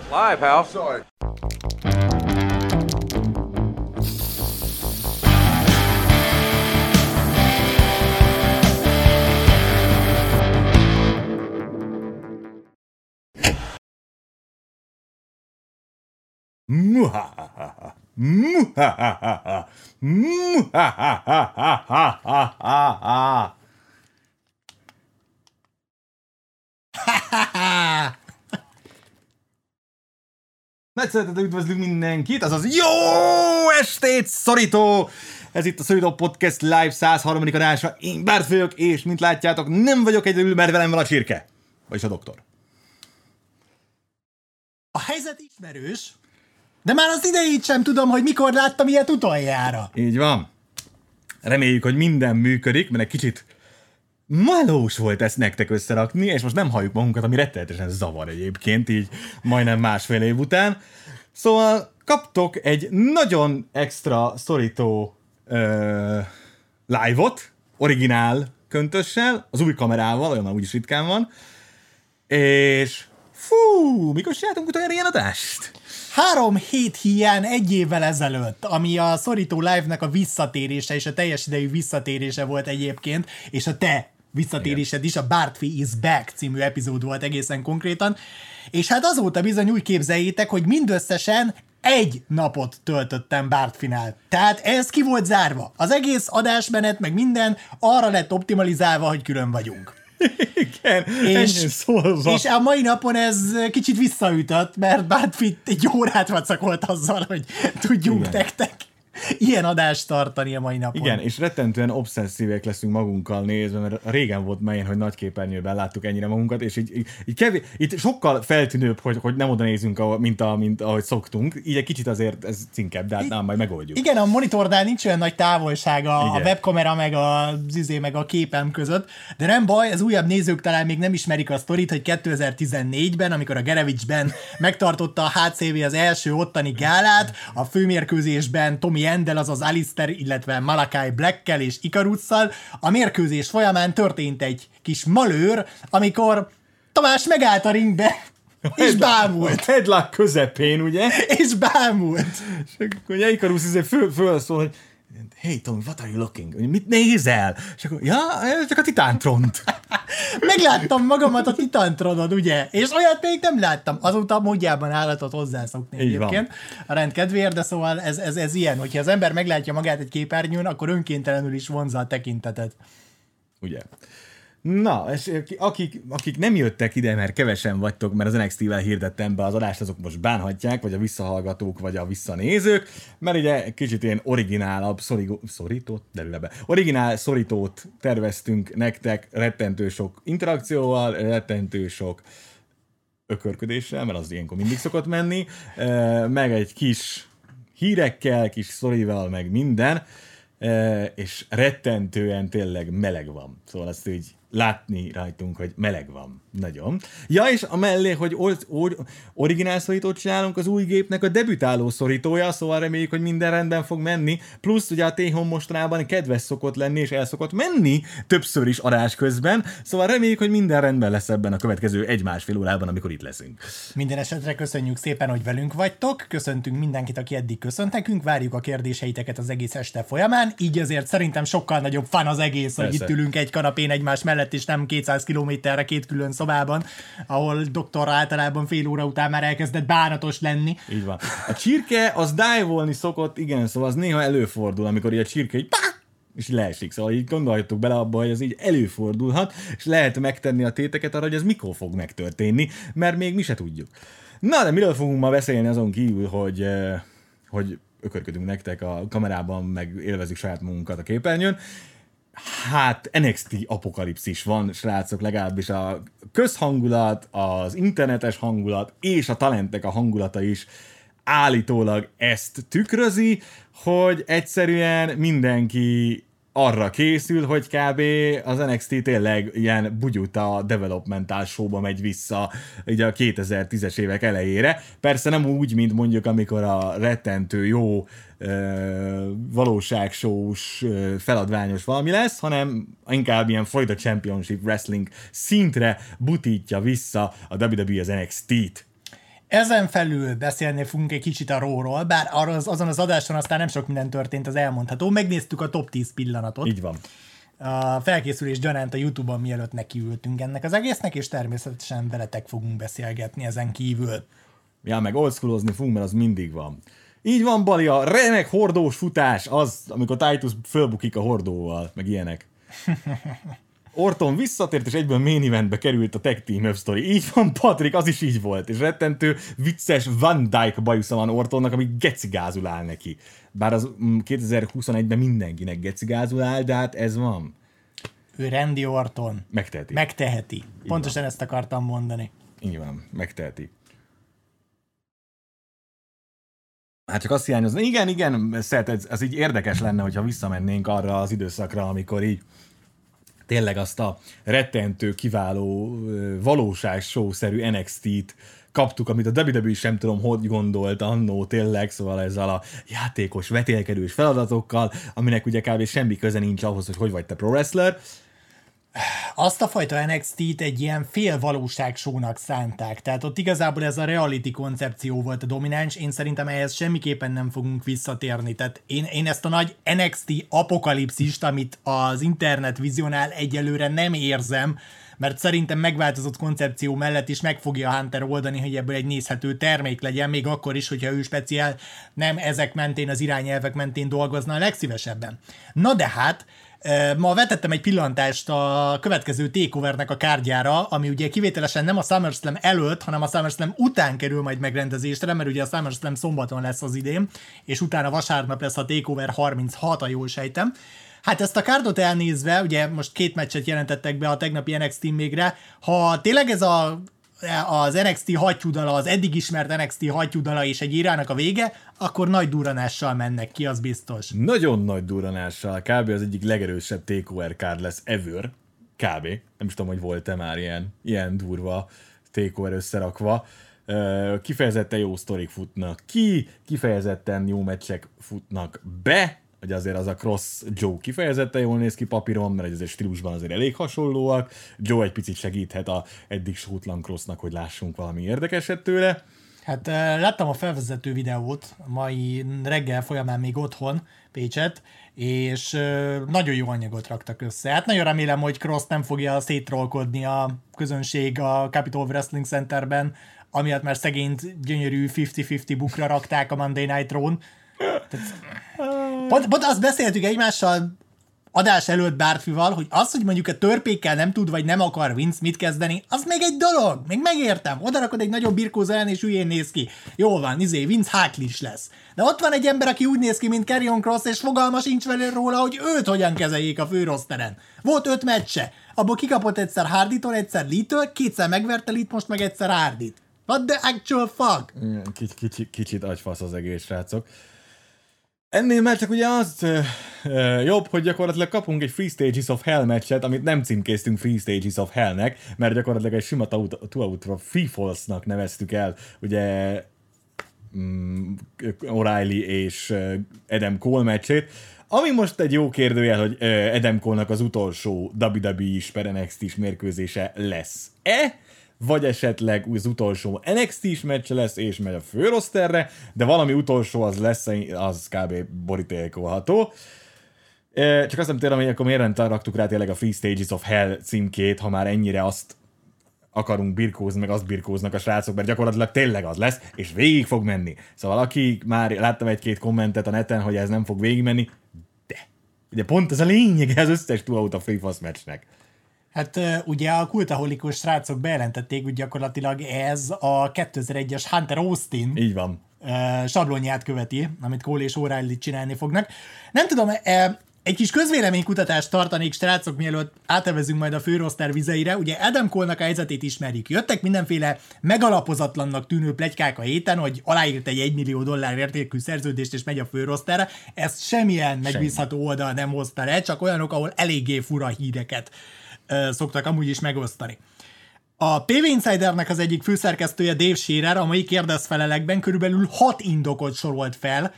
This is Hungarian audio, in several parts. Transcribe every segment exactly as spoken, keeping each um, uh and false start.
Live, pal. Sorry. Muhahaha. Muhahaha. Muhahaha. Nagy szeretettel üdvözlünk mindenkit, azaz jó estét, szorító! Ez itt a Szorító Podcast Live száz harmadik adása, én Bárt vagyok, és mint látjátok, nem vagyok egyedül, mert velem van a csirke. Vagyis a doktor. A helyzet ismerős, de már az idejét sem tudom, hogy mikor láttam ilyet utoljára. Így van. Reméljük, hogy minden működik, mert egy kicsit melós volt ezt nektek összerakni, és most nem halljuk magunkat, ami rettenetesen zavar egyébként, így majdnem másfél év után. Szóval kaptok egy nagyon extra szorító uh, live-ot, originál köntössel, az új kamerával, olyan úgyis ritkán van, és fú, mikor csináltunk utoljára ilyen adást? Három hét hiány egy évvel ezelőtt, ami a Szorító Live-nek a visszatérése, és a teljes idejű visszatérése volt egyébként, és a te visszatérésed is, a Bartfi is Back című epizód volt egészen konkrétan, és hát azóta bizony úgy képzeljétek, hogy mindösszesen egy napot töltöttem Bartfinál. Tehát ez ki volt zárva. Az egész adásmenet, meg minden arra lett optimalizálva, hogy külön vagyunk. Igen, és, és a mai napon ez kicsit visszaütött, mert Bartfit egy órát vacakolt azzal, hogy tudjunk igen. nektek ilyen adást tartani a mai napon. Igen, és rettentően obszesszívek leszünk magunkkal nézve, mert régen volt melyen, hogy nagy képernyőben láttuk ennyire magunkat, és így, így, így kevés, itt sokkal feltűnőbb, hogy, hogy nem oda nézünk, mint, a, mint ahogy szoktunk. Így egy kicsit azért ez cinkebb, de hát nem, majd megoldjuk. Igen, a monitornál nincs olyan nagy távolság a, a webkamera meg a zizé meg a képem között, de nem baj, az újabb nézők talán még nem ismerik a sztorit, hogy kétezer-tizennégyben, amikor a Gerevicsben megtartotta a há cé vé az első ottani gálát, a főmérkőzésben Tommy Endel, azaz Alistair, illetve Malakai Blackkel és Ikarusszal, a mérkőzés folyamán történt egy kis malőr, amikor Tamás megállt a ringbe, és bámult. A headlock közepén, ugye? És bámult. És akkor ugye Ikarusz föl, fölszól, hogy hey Tommy, what are you looking? Mit nézel? És akkor, ja, csak a Titántront. Megláttam magamat a Titántronon, ugye? És olyat még nem láttam. Azóta a módjában állatot hozzászokni egyébként a rendkedvéért, de szóval ez, ez, ez ilyen, hogyha az ember meglátja magát egy képernyőn, akkor önkéntelenül is vonzza a tekintetet. Ugye? Na, és akik, akik nem jöttek ide, mert kevesen vagytok, mert az en iksz té-vel hirdettem be az adást, azok most bánhatják, vagy a visszahallgatók, vagy a visszanézők, mert ugye kicsit ilyen originálabb szorigó, szorítót, de be, originál szorítót terveztünk nektek rettentő sok interakcióval, rettentő sok ökörködéssel, mert az ilyenkor mindig szokott menni, meg egy kis hírekkel, kis szorival, meg minden, és rettentően tényleg meleg van. Szóval azt így látni rajtunk, hogy meleg van. Nagyon. Ja, és amellé, hogy or- or- originál szorítót csinálunk, az új gépnek a debütáló szorítója, szóval reméljük, hogy minden rendben fog menni. Plusz ugye a T-Home mostanában kedves szokott lenni, és el szokott menni többször is adás közben, szóval reméljük, hogy minden rendben lesz ebben a következő egy-másfél órában, amikor itt leszünk. Minden esetre köszönjük szépen, hogy velünk vagytok, köszöntünk mindenkit, aki eddig köszönt nekünk, várjuk a kérdéseiteket az egész este folyamán, így azért szerintem sokkal nagyobb fan az egész, hogy Persze. itt ülünk egy kanapén egymás mellett, és nem kétszáz kilométerre két külön szobában, ahol doktor általában fél óra után már elkezdett bánatos lenni. Így van. A csirke az dive-olni szokott, igen, szóval az néha előfordul, amikor így a csirke így és leesik. Szóval így gondoljatok bele abba, hogy ez így előfordulhat, és lehet megtenni a téteket arra, hogy ez mikor fog megtörténni, mert még mi se tudjuk. Na, de miről fogunk ma beszélni azon kívül, hogy, hogy ökörködünk nektek a kamerában, meg élvezzük saját magunkat a képernyőn. Hát en iksz té apokalipszis van, srácok, legalábbis a közhangulat, az internetes hangulat és a talentek a hangulata is állítólag ezt tükrözi, hogy egyszerűen mindenki arra készül, hogy kb. Az en iksz té tényleg ilyen bugyuta developmental showba megy vissza ugye a kétezer-tízes évek elejére. Persze nem úgy, mint mondjuk amikor a rettentő jó valóságshows, feladványos valami lesz, hanem inkább ilyen Florida Championship Wrestling szintre butítja vissza a dupla vé dupla é az en iksz té-t. Ezen felül beszélni fogunk egy kicsit a Raw-ról, bár az, azon az adáson aztán nem sok minden történt, az elmondható. Megnéztük a top tíz pillanatot. Így van. A felkészülés gyanánt a YouTube-on, mielőtt nekiültünk ennek az egésznek, és természetesen veletek fogunk beszélgetni ezen kívül. Ja, meg oldschoolozni fogunk, mert az mindig van. Így van, Bali, a remek hordós futás, az, amikor Titus fölbukik a hordóval, meg ilyenek. Orton visszatért, és egyből main eventbe került a Tag Team Up Story. Így van, Patrik, az is így volt. És rettentő vicces Van Dyke bajusza van Ortonnak, ami gecigázul áll neki. Bár az kétezer-huszonegyben mindenkinek gecigázul áll, de hát ez van. Ő Randy Orton. Megteheti. Megteheti. Így Pontosan van. Ezt akartam mondani. Így van, megteheti. Hát csak azt hiányozna. Igen, igen, Seth, ez, ez így érdekes lenne, hogyha visszamennénk arra az időszakra, amikor így tényleg azt a rettentő, kiváló, valóságshow-szerű en iksz té-t kaptuk, amit a dupla vé dupla vé sem tudom, hogy gondolt annó tényleg, szóval ezzel a játékos, vetélkedős feladatokkal, aminek ugye kb. Semmi köze nincs ahhoz, hogy hogy vagy te pro wrestler. Azt a fajta en iksz té-t egy ilyen fél valóságsónak szánták, tehát ott igazából ez a reality koncepció volt a domináns, én szerintem ehhez semmiképpen nem fogunk visszatérni, tehát én, én ezt a nagy en iksz té apokalipszist, amit az internet vizionál, egyelőre nem érzem, mert szerintem megváltozott koncepció mellett is meg fogja Hunter oldani, hogy ebből egy nézhető termék legyen, még akkor is, hogyha ő speciál nem ezek mentén, az irányelvek mentén dolgozna a legszívesebben. Na de hát, ma vetettem egy pillantást a következő takeovernek a kártyára, ami ugye kivételesen nem a SummerSlam előtt, hanem a SummerSlam után kerül majd megrendezésre, mert ugye a SummerSlam szombaton lesz az idén, és utána vasárnap lesz a takeover harminchat, ha jól sejtem. Hát ezt a kárdot elnézve, ugye most két meccset jelentettek be a tegnapi en iksz té mégre, ha tényleg ez a, az en iksz té hattyúdala, az eddig ismert en iksz té hattyúdala és egy írának a vége, akkor nagy durranással mennek ki, az biztos. Nagyon nagy durranással, kb. Az egyik legerősebb takeover card lesz ever, kb. Nem is tudom, hogy volt-e már ilyen, ilyen durva takeover összerakva. Kifejezetten jó sztorik futnak ki, kifejezetten jó meccsek futnak be, hogy azért az a Cross Joe kifejezetten jól néz ki papíron, mert azért stílusban azért elég hasonlóak. Joe egy picit segíthet a eddig sótlan Crossnak, hogy lássunk valami érdekeset tőle. Hát láttam a felvezető videót mai reggel folyamán még otthon, Pécset, és nagyon jó anyagot raktak össze. Hát nagyon remélem, hogy Cross nem fogja szétrolkodni a közönség a Capitol Wrestling Centerben, amiatt már szegényt gyönyörű fifty-fifty bukra rakták a Monday Night Raw-n. Pont, pont azt beszéltük egymással adás előtt Bárfival, hogy az, hogy mondjuk a törpékkel nem tud, vagy nem akar Vince mit kezdeni, az még egy dolog, még megértem. Oda rakod egy nagyobb birkóz ellen, és hülyén néz ki. Jó van, izé, Vince háklis lesz. De ott van egy ember, aki úgy néz ki, mint Karrion Kross, és fogalma sincs vele róla, hogy őt hogyan kezeljék a főroszteren. Volt öt meccse. Abból kikapott egyszer Hardytól, egyszer Lee-től, kétszer megverte Lee-t, most meg egyszer Hardyt. What the actual fuck? Kicsit, kicsit, kicsit agyfasz az egész, srácok. Ennél már csak ugye az uh, jobb, hogy gyakorlatilag kapunk egy Free Stages of Hell meccset, amit nem címkéztünk Free Stages of Hellnek, mert gyakorlatilag egy sima two-outra Free Falls-nak neveztük el, ugye um, O'Reilly és uh, Adam Cole meccsét, ami most egy jó kérdőjel, hogy uh, Adam Cole-nak az utolsó dupla vé dupla vé-s per en iksz té-s mérkőzése lesz-e? Vagy esetleg az utolsó en iksz té-s meccse lesz, és megy a főroszterre, de valami utolsó az lesz, az kb. Borítékolható. Csak azt nem tudom, hogy akkor miért raktuk rá tényleg a Free Stages of Hell címkét, ha már ennyire azt akarunk birkózni, meg azt birkóznak a srácok, mert gyakorlatilag tényleg az lesz, és végig fog menni. Szóval aki már láttam egy-két kommentet a neten, hogy ez nem fog végigmenni, de ugye pont ez a lényeg az összes two-out a Free Falls meccsnek. Hát ugye a kultaholikus srácok bejelentették, hogy gyakorlatilag ez a kétezer-egyes Hunter Austin így van. sablonját követi, amit Cole és O'Reilly csinálni fognak. Nem tudom, egy kis közvéleménykutatást tartanék, srácok, mielőtt átevezünk majd a főroszter vizeire. Ugye Adam Cole-nak a helyzetét ismerjük. Jöttek mindenféle megalapozatlannak tűnő pletykák a héten, hogy aláírt egy egymillió dollár értékű szerződést és megy a főroszterre. Ezt semmilyen megbízható oldal nem hozta le, csak olyanok, ahol eléggé fura híreket szoktak amúgy is megosztani. A pé vé Insidernek az egyik főszerkesztője Dave Scherer a mai kérdezfelelekben körülbelül hat indokot sorolt fel,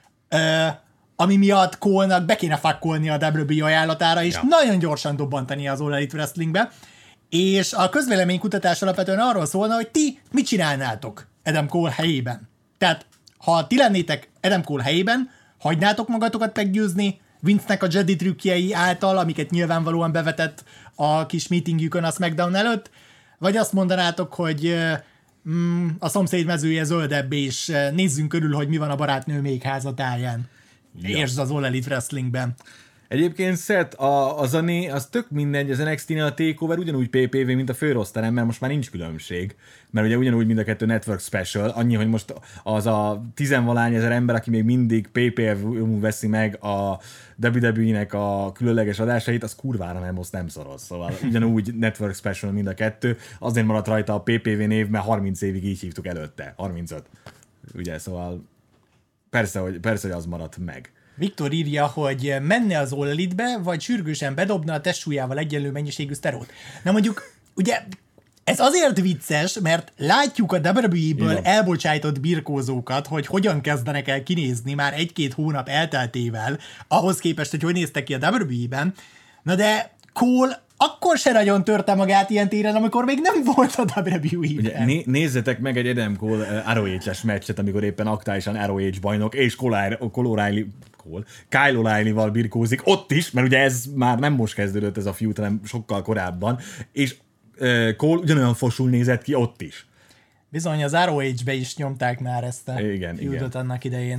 ami miatt Cole-nak be kéne fakkolni a dupla vé dupla vé ajánlatára, és ja. nagyon gyorsan dobbantani az All Elite Wrestlingbe, és a közvéleménykutatás alapvetően arról szólna, hogy ti mit csinálnátok? Adam Cole helyében. Tehát, ha ti lennétek Adam Cole helyében, hagynátok magatokat meggyőzni Vince-nek a Jedi trükkjei által, amiket nyilvánvalóan bevetett a kis meetingjükön a SmackDown előtt, vagy azt mondanátok, hogy mm, a szomszéd mezője zöldebb, és nézzünk körül, hogy mi van a barátnő még házatáján. Ja. Értsd az All Elite Wrestlingben. Egyébként Seth, a, a zané, az tök mindegy, az en iksz té-nél a TakeOver ugyanúgy pé pé vé, mint a főroszterem, mert most már nincs különbség. Mert ugye ugyanúgy mind a kettő Network Special, annyi, hogy most az a tizenvalány ezer ember, aki még mindig pé pé vé veszi meg a dupla vé dupla é-nek a különleges adásait, az kurvára nem, most nem szoros. Szóval ugyanúgy Network Special mind a kettő, azért maradt rajta a pé pé vé név, mert harminc évig így hívtuk előtte. harmincöt. Ugye, szóval persze, hogy, persze, hogy az maradt meg. Viktor írja, hogy menne az All Elite-be, vagy sürgősen bedobna a testsúlyával egyenlő mennyiségű szterót. Na mondjuk, ugye ez azért vicces, mert látjuk a dupla vé dupla é-ből elbocsájtott birkózókat, hogy hogyan kezdenek el kinézni már egy-két hónap elteltével, ahhoz képest, hogy hogy néztek ki a dupla vé dupla é-ben. Na de Cole akkor se nagyon törte magát ilyen téren, amikor még nem volt a dupla vé dupla é-ben. Ugye, né- nézzetek meg egy Adam Cole uh, er o há-es meccset, amikor éppen aktuálisan er o há bajnok, és Cole O'Reilly Kyle O'Reilly-val birkózik, ott is, mert ugye ez már nem most kezdődött ez a feud, hanem sokkal korábban, és uh, Cole ugyanolyan fosul nézett ki ott is. Bizony, az er o há-be is nyomták már ezt a igen, feudot igen. annak idején.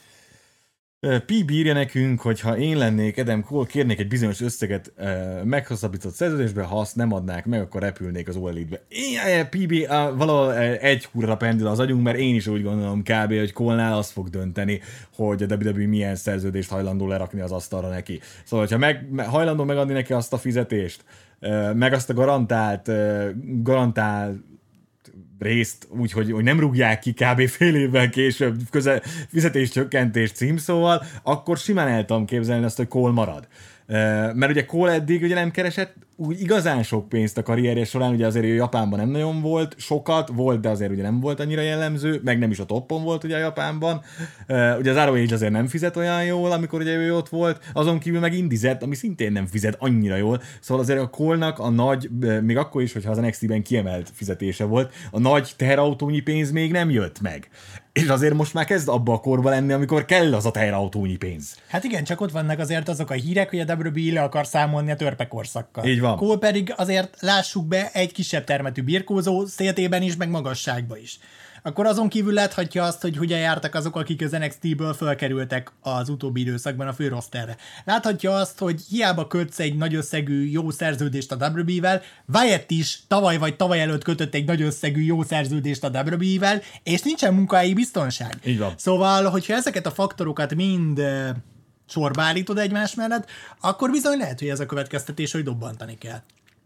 Pi bírja nekünk, hogy ha én lennék Adam Cole, kérnék egy bizonyos összeget uh, meghosszabbított szerződésbe, ha azt nem adnák meg, akkor repülnék az All Elite-be. Pi bé uh, valahol uh, egy hurra pendül az agyunk, mert én is úgy gondolom kb., hogy Cole-nál az fog dönteni, hogy a dupla vé dupla é milyen szerződést hajlandó lerakni az asztalra neki. Szóval, hogyha meg, hajlandó megadni neki azt a fizetést, uh, meg azt a garantált, uh, garantált részt, úgyhogy hogy nem rúgják ki kb. Fél évvel később közel fizetéscsökkentés címszóval, akkor simán el tudom képzelni azt, hogy Cole marad. Mert ugye Cole eddig ugye nem keresett úgy igazán sok pénzt a karrierje során, ugye azért ő Japánban nem nagyon volt, sokat volt, de azért ugye nem volt annyira jellemző, meg nem is a toppon volt ugye a Japánban. Ugye az er o há azért nem fizet olyan jól, amikor ugye ő ott volt, azon kívül meg indizett, ami szintén nem fizet annyira jól, szóval azért a Cole-nak a nagy, még akkor is, hogyha az en iksz té-ben kiemelt fizetése volt, a nagy teherautónyi pénz még nem jött meg. És azért most már kezd abba a korba lenni, amikor kell az a teherautónyi pénz. Hát igen, csak ott vannak azért azok a hírek, hogy a dupla vé dupla é le akar számolni a törpekorszakkal. Így van. Cole pedig azért lássuk be egy kisebb termetű birkózó, széltében is, meg magasságba is. Akkor azon kívül láthatja azt, hogy hogyan jártak azok, akik az en iksz té-ből fölkerültek az utóbbi időszakban a főroszterre. Láthatja azt, hogy hiába kötsz egy nagy összegű jó szerződést a dupla vé dupla é-vel, Wyatt is tavaly vagy tavaly előtt kötött egy nagy összegű jó szerződést a dupla vé dupla é-vel, és nincsen munkahelyi biztonság. Így van. Szóval, hogyha ezeket a faktorokat mind sorba állítod egymás mellett, akkor bizony lehet, hogy ez a következtetés, hogy dobbantani kell.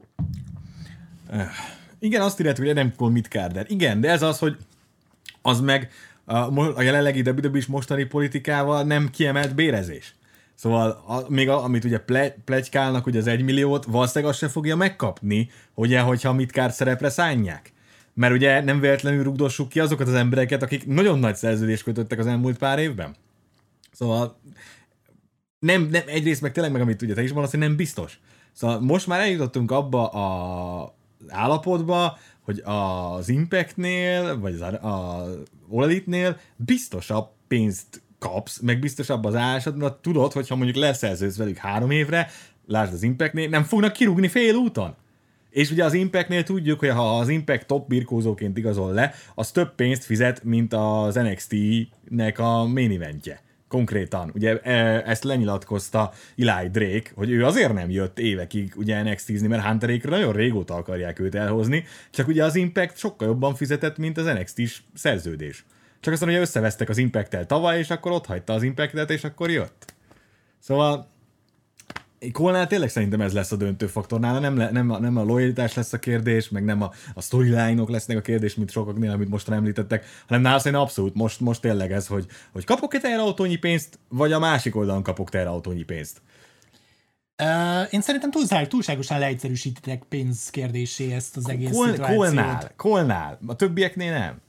Igen, azt írják, hogy Adam Cole midcarder. Igen, de ez az, hogy az meg a, a jelenlegi dupla vé dupla é-s mostani politikával nem kiemelt bérezés. Szóval a, még a, amit ugye ple, pletykálnak, ugye az egymilliót, valószínűleg azt se fogja megkapni, ugye, hogyha a midcard szerepre szánják. Mert ugye nem véletlenül rugdossuk ki azokat az embereket, akik nagyon nagy szerződést kötöttek az elmúlt pár évben. Szóval nem, nem egyrészt meg tényleg meg, amit ugye te is mondasz, hogy nem biztos. Szóval most már eljutottunk abba a állapotba, hogy az Impactnél, vagy az a All Elite-nél biztosabb pénzt kapsz, meg biztosabb az állásod, mert tudod, hogyha mondjuk leszerződsz velük három évre, lásd az Impactnél, nem fognak kirúgni fél úton. És ugye az Impactnél tudjuk, hogy ha az Impact top birkózóként igazol le, az több pénzt fizet, mint az en iksz té-nek a main eventje. Konkrétan. Ugye ezt lenyilatkozta Eli Drake, hogy ő azért nem jött évekig ugye en iksz té-zni, mert Hunterékre nagyon régóta akarják őt elhozni, csak ugye az Impact sokkal jobban fizetett, mint az en iksz té-s szerződés. Csak aztán ugye összevesztek az Impact-tel tavaly, és akkor ott hagyta az Impact-et, és akkor jött. Szóval Cole-nál tényleg szerintem ez lesz a döntő faktor. Nála nem, le, nem, a, nem a lojalitás lesz a kérdés, meg nem a, a storyline-ok lesznek a kérdés, mint sokaknél, amit most említettek, hanem nála szerintem abszolút most, most tényleg ez, hogy, hogy kapok-e teherautónyi pénzt, vagy a másik oldalon kapok teherautónyi pénzt. Uh, én szerintem túlság, túlságosan leegyszerűsítitek pénzkérdésé ezt az egész Cole, szituációt. Cole-nál, Cole-nál, a többieknél nem.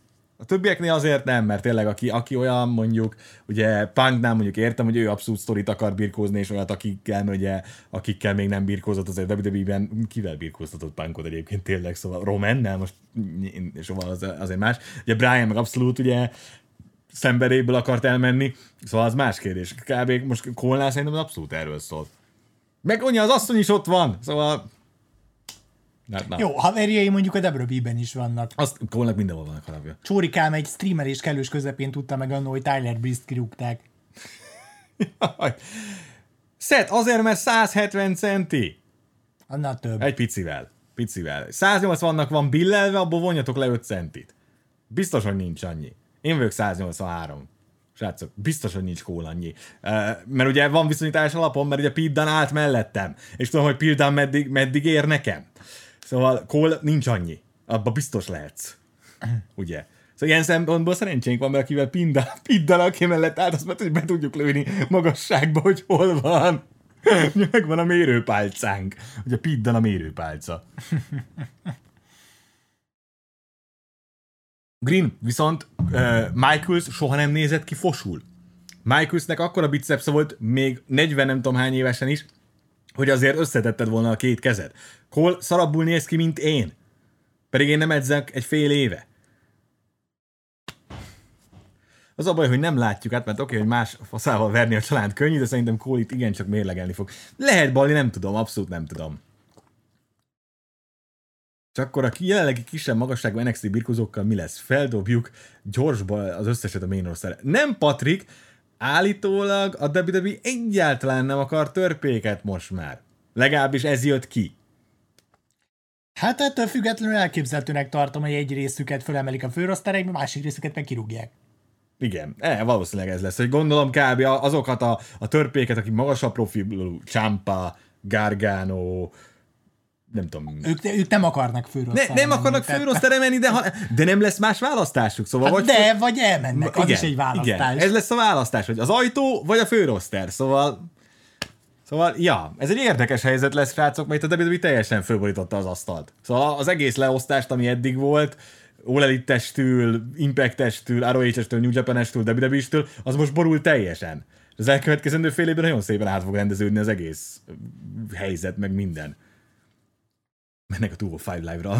A többieknél azért nem, mert tényleg aki, aki olyan mondjuk, ugye Punknál mondjuk értem, hogy ő abszolút sztorit akar birkózni, és olyat, akikkel, ugye, akikkel még nem birkózott, azért dupla vé dupla vé-ben kivel birkóztatott Punkot egyébként tényleg, szóval Romannel, most szóval az, azért más. Ugye Brian meg abszolút ugye szenvedélyből akart elmenni, szóval az más kérdés. Kb. Most Cole-nál szerintem abszolút erről szól. Meg ugye az asszony is ott van, szóval... Na, na. Jó, haverjai mondjuk a dupla vé dupla vé-ben is vannak. Azt Cole-nak mindenhol vannak haverja. Csórikám egy streamelés kellős közepén tudta meg annól, hogy Tyler Breeze-t kirúgták. Seth, azért, mert száz hetven centi. Annál több. Egy picivel. Picivel. száznyolcvannak van billelve, abból vonjatok le öt centit. Biztos, hogy nincs annyi. Én vagyok száznyolcvanhárom. Srácok, biztos, hogy nincs Cole annyi. Uh, mert ugye van viszonyítás alapon, mert ugye Pete Dunne állt mellettem. És tudom, hogy Pete Dunne meddig, meddig ér nekem. Szóval Cole nincs annyi. Abba biztos lehetsz. Ugye? Szóval ilyen szempontból szerencsénk van, mert akivel Pete Dunne, aki mellett állt, azt mert be tudjuk lőni magasságba, hogy hol van. Megvan a mérőpálcánk. Ugye Pete Dunne a mérőpálca. Green, viszont uh, Michaels soha nem nézett ki fosul. Michaelsnek akkora bicepsze volt, még negyven nem tudom hány évesen is, hogy azért összetetted volna a két kezed. Cole szarabbul néz ki, mint én. Pedig én nem edzek egy fél éve. Az a baj, hogy nem látjuk át, mert oké, okay, hogy más faszával verni a család könnyű, de szerintem Cole itt igencsak mérlegelni fog. Lehet balni, nem tudom, abszolút nem tudom. Csak akkor a jelenlegi kisebb magasságú en iksz té birkózókkal mi lesz? Feldobjuk gyorsba az összeset a main rosterre. Nem, Patrik, állítólag a dupla vé dupla vé egyáltalán nem akar törpéket most már. Legalábbis ez jött ki. Hát ettől függetlenül elképzelhetőnek tartom, hogy egy részüket fölemelik a főroszterekbe, másik részüket meg kirúgják. Igen, e, valószínűleg ez lesz. Hogy gondolom kb. Azokat a, a törpéket, akik magasabb profilú, Ciampa, Gargano, nem tudom. Ők, ők nem akarnak főroszterre ne, Nem akarnak főroszterre menni, de, ha, de nem lesz más választásuk. Szóval hát vagy de, fő... vagy elmennek, az igen, is egy választás. Igen, ez lesz a választás, hogy az ajtó, vagy a főroszter. Szóval, szóval, ja, ez egy érdekes helyzet lesz, srácok, mert a dupla vé dupla vé teljesen fölborította az asztalt. Szóval az egész leosztást, ami eddig volt, All Elite-testől, Impact-testől, er o há-estől, New Japan-estől, dupla vé dupla vé-stől, az most borul teljesen. Az elkövetkezendő fél évben nagyon szépen át fog rendeződni az egész helyzet, meg minden. Mennek a Two of Five Live-ra.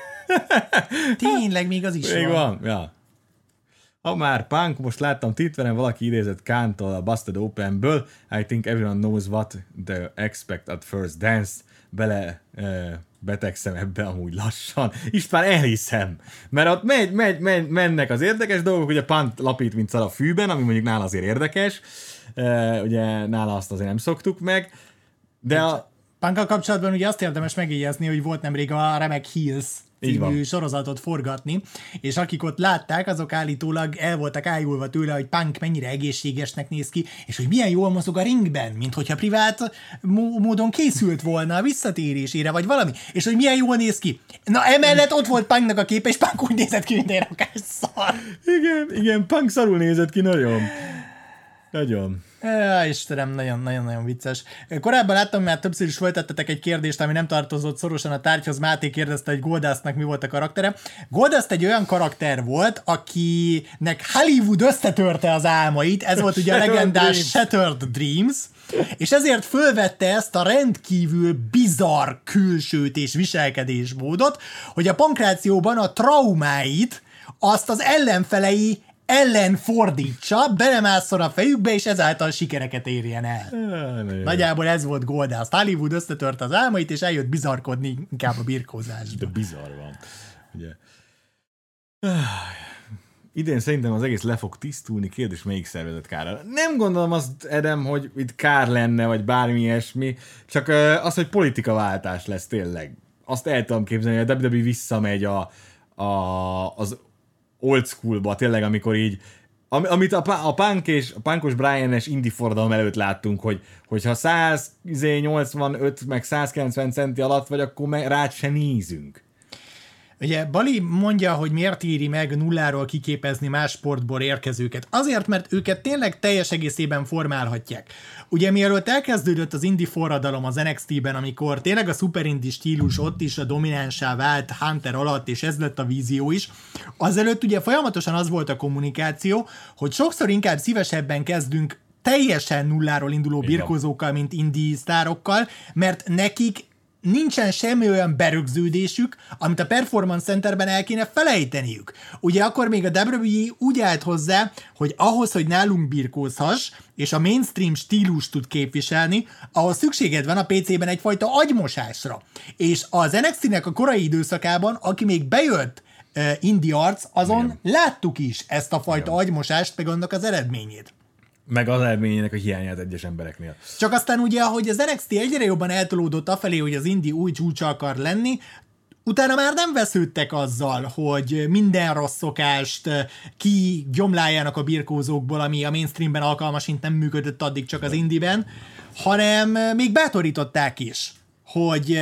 Tényleg, még az is még van. van. Ja. Ha már Punk, most láttam Twitteren, valaki idézett Khan-tól a Busted Openből. I think everyone knows what they expect at first dance. Bele uh, betegszem ebbe amúgy lassan. István, elhiszem. Mert ott megy, megy, megy, mennek az érdekes dolgok, ugye Punk lapít, mint szar a fűben, ami mondjuk nála azért érdekes. Uh, ugye nála azt azért nem szoktuk meg. De a Punkkal kapcsolatban ugye azt érdemes megjegyezni, hogy volt nemrég a Remek Heels című sorozatot forgatni, és akik ott látták, azok állítólag el voltak ájulva tőle, hogy Punk mennyire egészségesnek néz ki, és hogy milyen jól mozog a ringben, mint hogyha privát módon készült volna a visszatérésére, vagy valami, és hogy milyen jól néz ki. Na emellett ott volt Punknak a képe, és Punk úgy nézett ki, mint egy rakás szar. Igen, igen, Punk szarul nézett ki, nagyon. Nagyon. Ja, Istenem, nagyon-nagyon vicces. Korábban láttam, mert többször is folytattatok egy kérdést, ami nem tartozott szorosan a tárgyhoz. Máté kérdezte, hogy Goldustnak mi volt a karaktere. Goldust egy olyan karakter volt, akinek Hollywood összetörte az álmait, ez volt ugye a legendás Shattered Dreams, és ezért fölvette ezt a rendkívül bizarr külsőt és viselkedésmódot, hogy a pankrációban a traumáit azt az ellenfelei ellen fordítsa, belemásszon a fejükbe, és ezáltal sikereket érjen el. Nagyjából ez volt Goldust. Hollywood összetört az álmait, és eljött bizarkodni inkább a birkózásba. De bizarr van. Ugye. Idén szerintem az egész le fog tisztulni, kérdés, melyik szervezet kára. Nem gondolom azt, Edem, hogy itt kár lenne, vagy bármi ilyesmi, csak az, hogy politikaváltás lesz tényleg. Azt el tudom képzelni, hogy a dupla vé dupla vé visszamegy a, a, az old schoolba, tényleg, amikor így, am, amit a, a Punk és a Punkos Brian-es indie forradalom előtt láttunk, hogy hogyha száz nyolcvanöt meg száz kilencven centi alatt vagy, akkor rád se nézünk. Ugye Bali mondja, hogy miért éri meg nulláról kiképezni más sportból érkezőket. Azért, mert őket tényleg teljes egészében formálhatják. Ugye mielőtt elkezdődött az indie forradalom az en iksz té-ben, amikor tényleg a szuper indie stílus ott is a dominánsá vált Hunter alatt, és ez lett a vízió is, azelőtt ugye folyamatosan az volt a kommunikáció, hogy sokszor inkább szívesebben kezdünk teljesen nulláról induló birkózókkal, mint indie sztárokkal, mert nekik nincsen semmi olyan berögződésük, amit a Performance Centerben el kéne felejteniük. Ugye akkor még a dupla vé dupla vé é úgy állt hozzá, hogy ahhoz, hogy nálunk birkózhass, és a mainstream stílust tud képviselni, ahhoz szükséged van a pé cében egyfajta agymosásra. És az en iksz té-nek a korai időszakában, aki még bejött uh, indie arc, azon igen, láttuk is ezt a fajta igen, agymosást, meg annak az eredményét. Meg az eredményének a hiányát egyes embereknél. Csak aztán ugye, ahogy az en iksz té egyre jobban eltolódott afelé, hogy az indie új csúcsa akar lenni, utána már nem vesződtek azzal, hogy minden rossz szokást kigyomláljanak a birkózókból, ami a mainstreamben alkalmasint nem működött addig csak az indieben, hanem még bátorították is, hogy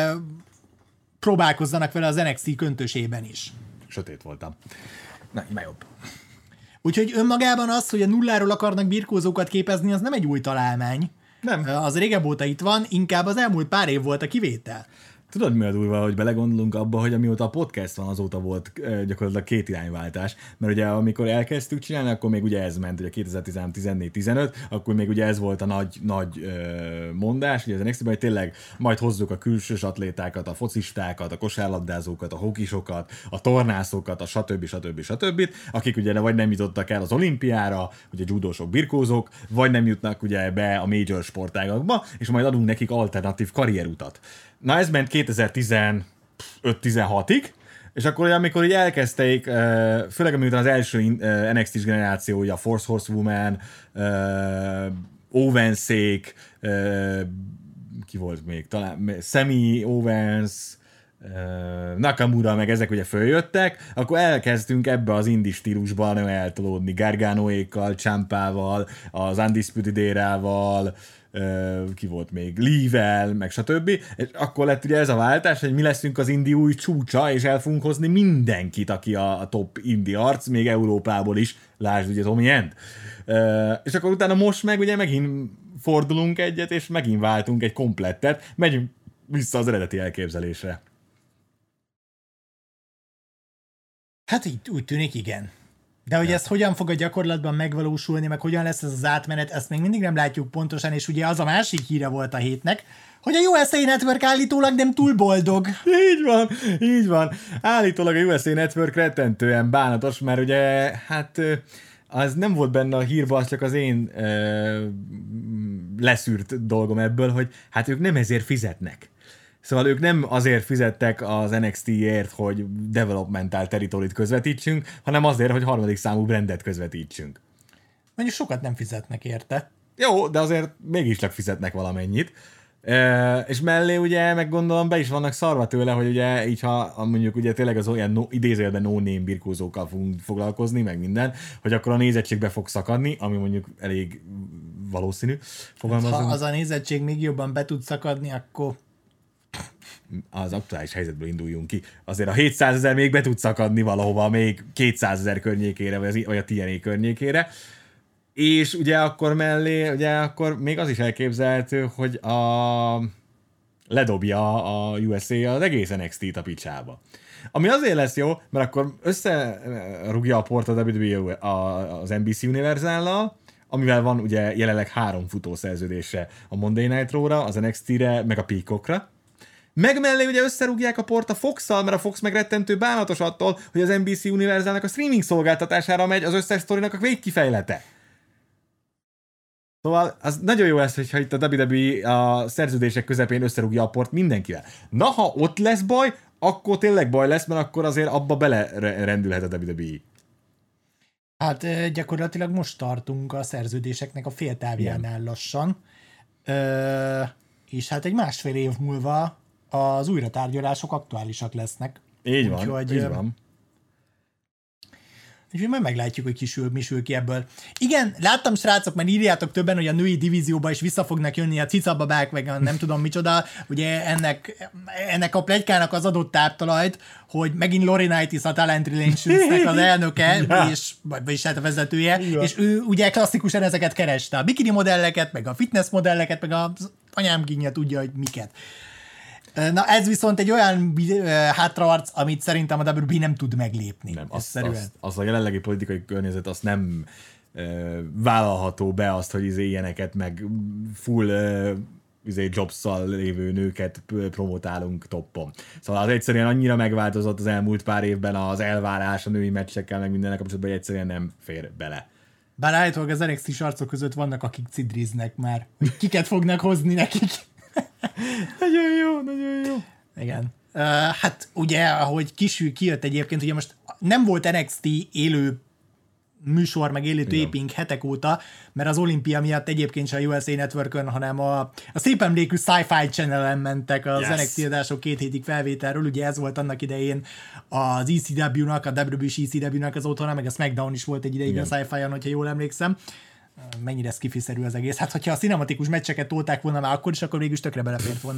próbálkozzanak vele az en iksz té köntösében is. Sötét voltam. Na, már jobb. Úgyhogy önmagában az, hogy a nulláról akarnak birkózókat képezni, az nem egy új találmány. Nem. Az régebb óta itt van, inkább az elmúlt pár év volt a kivétel. Tudod, mi a durva, hogy belegondolunk abba, hogy amióta a podcast van, azóta volt gyakorlatilag két irányváltás, mert ugye amikor elkezdtük csinálni, akkor még ugye ez ment, ugye kétezer-tizenhárom tizennégy tizenöt, akkor még ugye ez volt a nagy, nagy ö, mondás, ugye az en iksz té-ben, hogy tényleg majd hozzuk a külsős atlétákat, a focistákat, a kosárlabdázókat, a hokisokat, a tornászokat, a stb. stb. stb., akik ugye vagy nem jutottak el az olimpiára, ugye judósok, birkózók, vagy nem jutnak ugye be a major sportágakba, és majd adunk nekik alternatív karrierutat. Na ez ment kétezer-tizenöt tizenhatig, és akkor amikor így elkezdték, főleg amiután az első en iksz té-s generáció, ugye a Force Horsewoman, Owensék, ki volt még, talán Sammy Owens, Nakamura, meg ezek ugye följöttek, akkor elkezdtünk ebbe az indie stílusban nagyon eltolódni, Garganoékkal, Ciampával, az Undisputed Era-val, ki volt még, Lee-vel, meg stb. És akkor lett ugye ez a váltás, hogy mi leszünk az indie új csúcsa, és el fogunk hozni mindenkit, aki a, a top indie arc, még Európából is, lásd ugye Tommy End. És akkor utána most meg ugye megint fordulunk egyet, és megint váltunk egy komplettet, megyünk vissza az eredeti elképzelésre. Hát így úgy tűnik, igen. De hogy ja. ez hogyan fog a gyakorlatban megvalósulni, meg hogyan lesz ez az átmenet, ezt még mindig nem látjuk pontosan, és ugye az a másik híre volt a hétnek, hogy a u es á Network állítólag nem túl boldog. Így van, így van. Állítólag a u es á Network rettentően bánatos, mert ugye, hát az nem volt benne a hírban, az csak az én ö, leszűrt dolgom ebből, hogy hát ők nem ezért fizetnek. Szóval ők nem azért fizettek az en iksz té-ért, hogy developmental territoryt közvetítsünk, hanem azért, hogy harmadik számú brandet közvetítsünk. Mondjuk sokat nem fizetnek érte. Jó, de azért mégis csak fizetnek valamennyit. E, és mellé ugye, meg gondolom, be is vannak szarva tőle, hogy ugye így, ha mondjuk ugye tényleg az olyan no, idézőjelben no-name birkózókkal fogunk foglalkozni, meg minden, hogy akkor a nézettségbe fog szakadni, ami mondjuk elég valószínű. Hát, ha az a nézettség még jobban be tud szakadni, akkor az aktuális helyzetből induljunk ki. Azért a hétszázezer még be tud szakadni valahova, még kétszázezer környékére, vagy, az, vagy a té en á környékére. És ugye akkor mellé, ugye akkor még az is elképzelhető, hogy a ledobja a u es á az egész en iksz té-t a picsába. Ami azért lesz jó, mert akkor összerúgja a port a dupla vé dupla vé az en bé cé Universal-nal, amivel van ugye jelenleg három futószerződése a Monday Night Raw-ra, az en iksz té-re, meg a Peacockra. Meg mellé ugye összerúgják a port a Fox-szal, mert a Fox meg rettentő bánatos attól, hogy az en bé cé Universalnak a streaming szolgáltatására megy az összes sztorinak a végkifejlete. Szóval az nagyon jó lesz, hogyha itt a dupla vé dupla vé a szerződések közepén összerúgja a port mindenkivel. Na, ha ott lesz baj, akkor tényleg baj lesz, mert akkor azért abba belerendülhet a dupla vé dupla vé. Hát gyakorlatilag most tartunk a szerződéseknek a féltávjánál lassan. Ö, és hát egy másfél év múlva az újratárgyalások aktuálisak lesznek. Így van, Úgyhogy, így van. Úgyhogy majd meglátjuk, hogy kisül, mi sül ki ebből. Igen, láttam, srácok, mert írjátok többen, hogy a női divízióba is vissza fognak jönni a cicababák, meg a nem tudom micsoda. Ugye ennek, ennek a pletykának az adott táptalajt, hogy megint Laurinaitis a Talent Relationsnek az elnöke, ja. és, vagyis hát a vezetője, ja. és ő ugye klasszikusan ezeket kereste. A bikini modelleket, meg a fitness modelleket, meg az anyám kínja tudja, hogy miket. Na ez viszont egy olyan uh, hátraarc, amit szerintem a dupla vé dupla vé nem tud meglépni. Nem, azt, azt, azt a jelenlegi politikai környezet azt nem uh, vállalható be azt, hogy izé ilyeneket meg full uh, izé jobsszal lévő nőket promotálunk toppon. Szóval az egyszerűen annyira megváltozott az elmúlt pár évben az elvárás a női meccsekkel, meg mindennek kapcsolatban, hogy egyszerűen nem fér bele. Bár állítólag az en iksz té-s arcok között vannak, akik cidriznek már, hogy kiket fognak hozni nekik. Nagyon jó, nagyon jó. Igen. Uh, hát ugye, ahogy kisül kijött egyébként, ugye most nem volt en iksz té élő műsor, meg élő taping hetek óta, mert az olimpia miatt egyébként sem a u es á Networkön, hanem a, a szép emlékű Sci-Fi Channel-en mentek az yes. en iksz té adások két hétig felvételről, ugye ez volt annak idején az e cé dupla vé-nak, a dupla vé dupla vé-s e cé dupla vé-nak az otthona, meg a SmackDown is volt egy ideig a Sci-Fi-on, hogyha jól emlékszem. Mennyire skifiszerű az egész. Hát, hogyha a cinematikus meccseket tolták volna már akkor is, akkor végül is tökre belefért volna.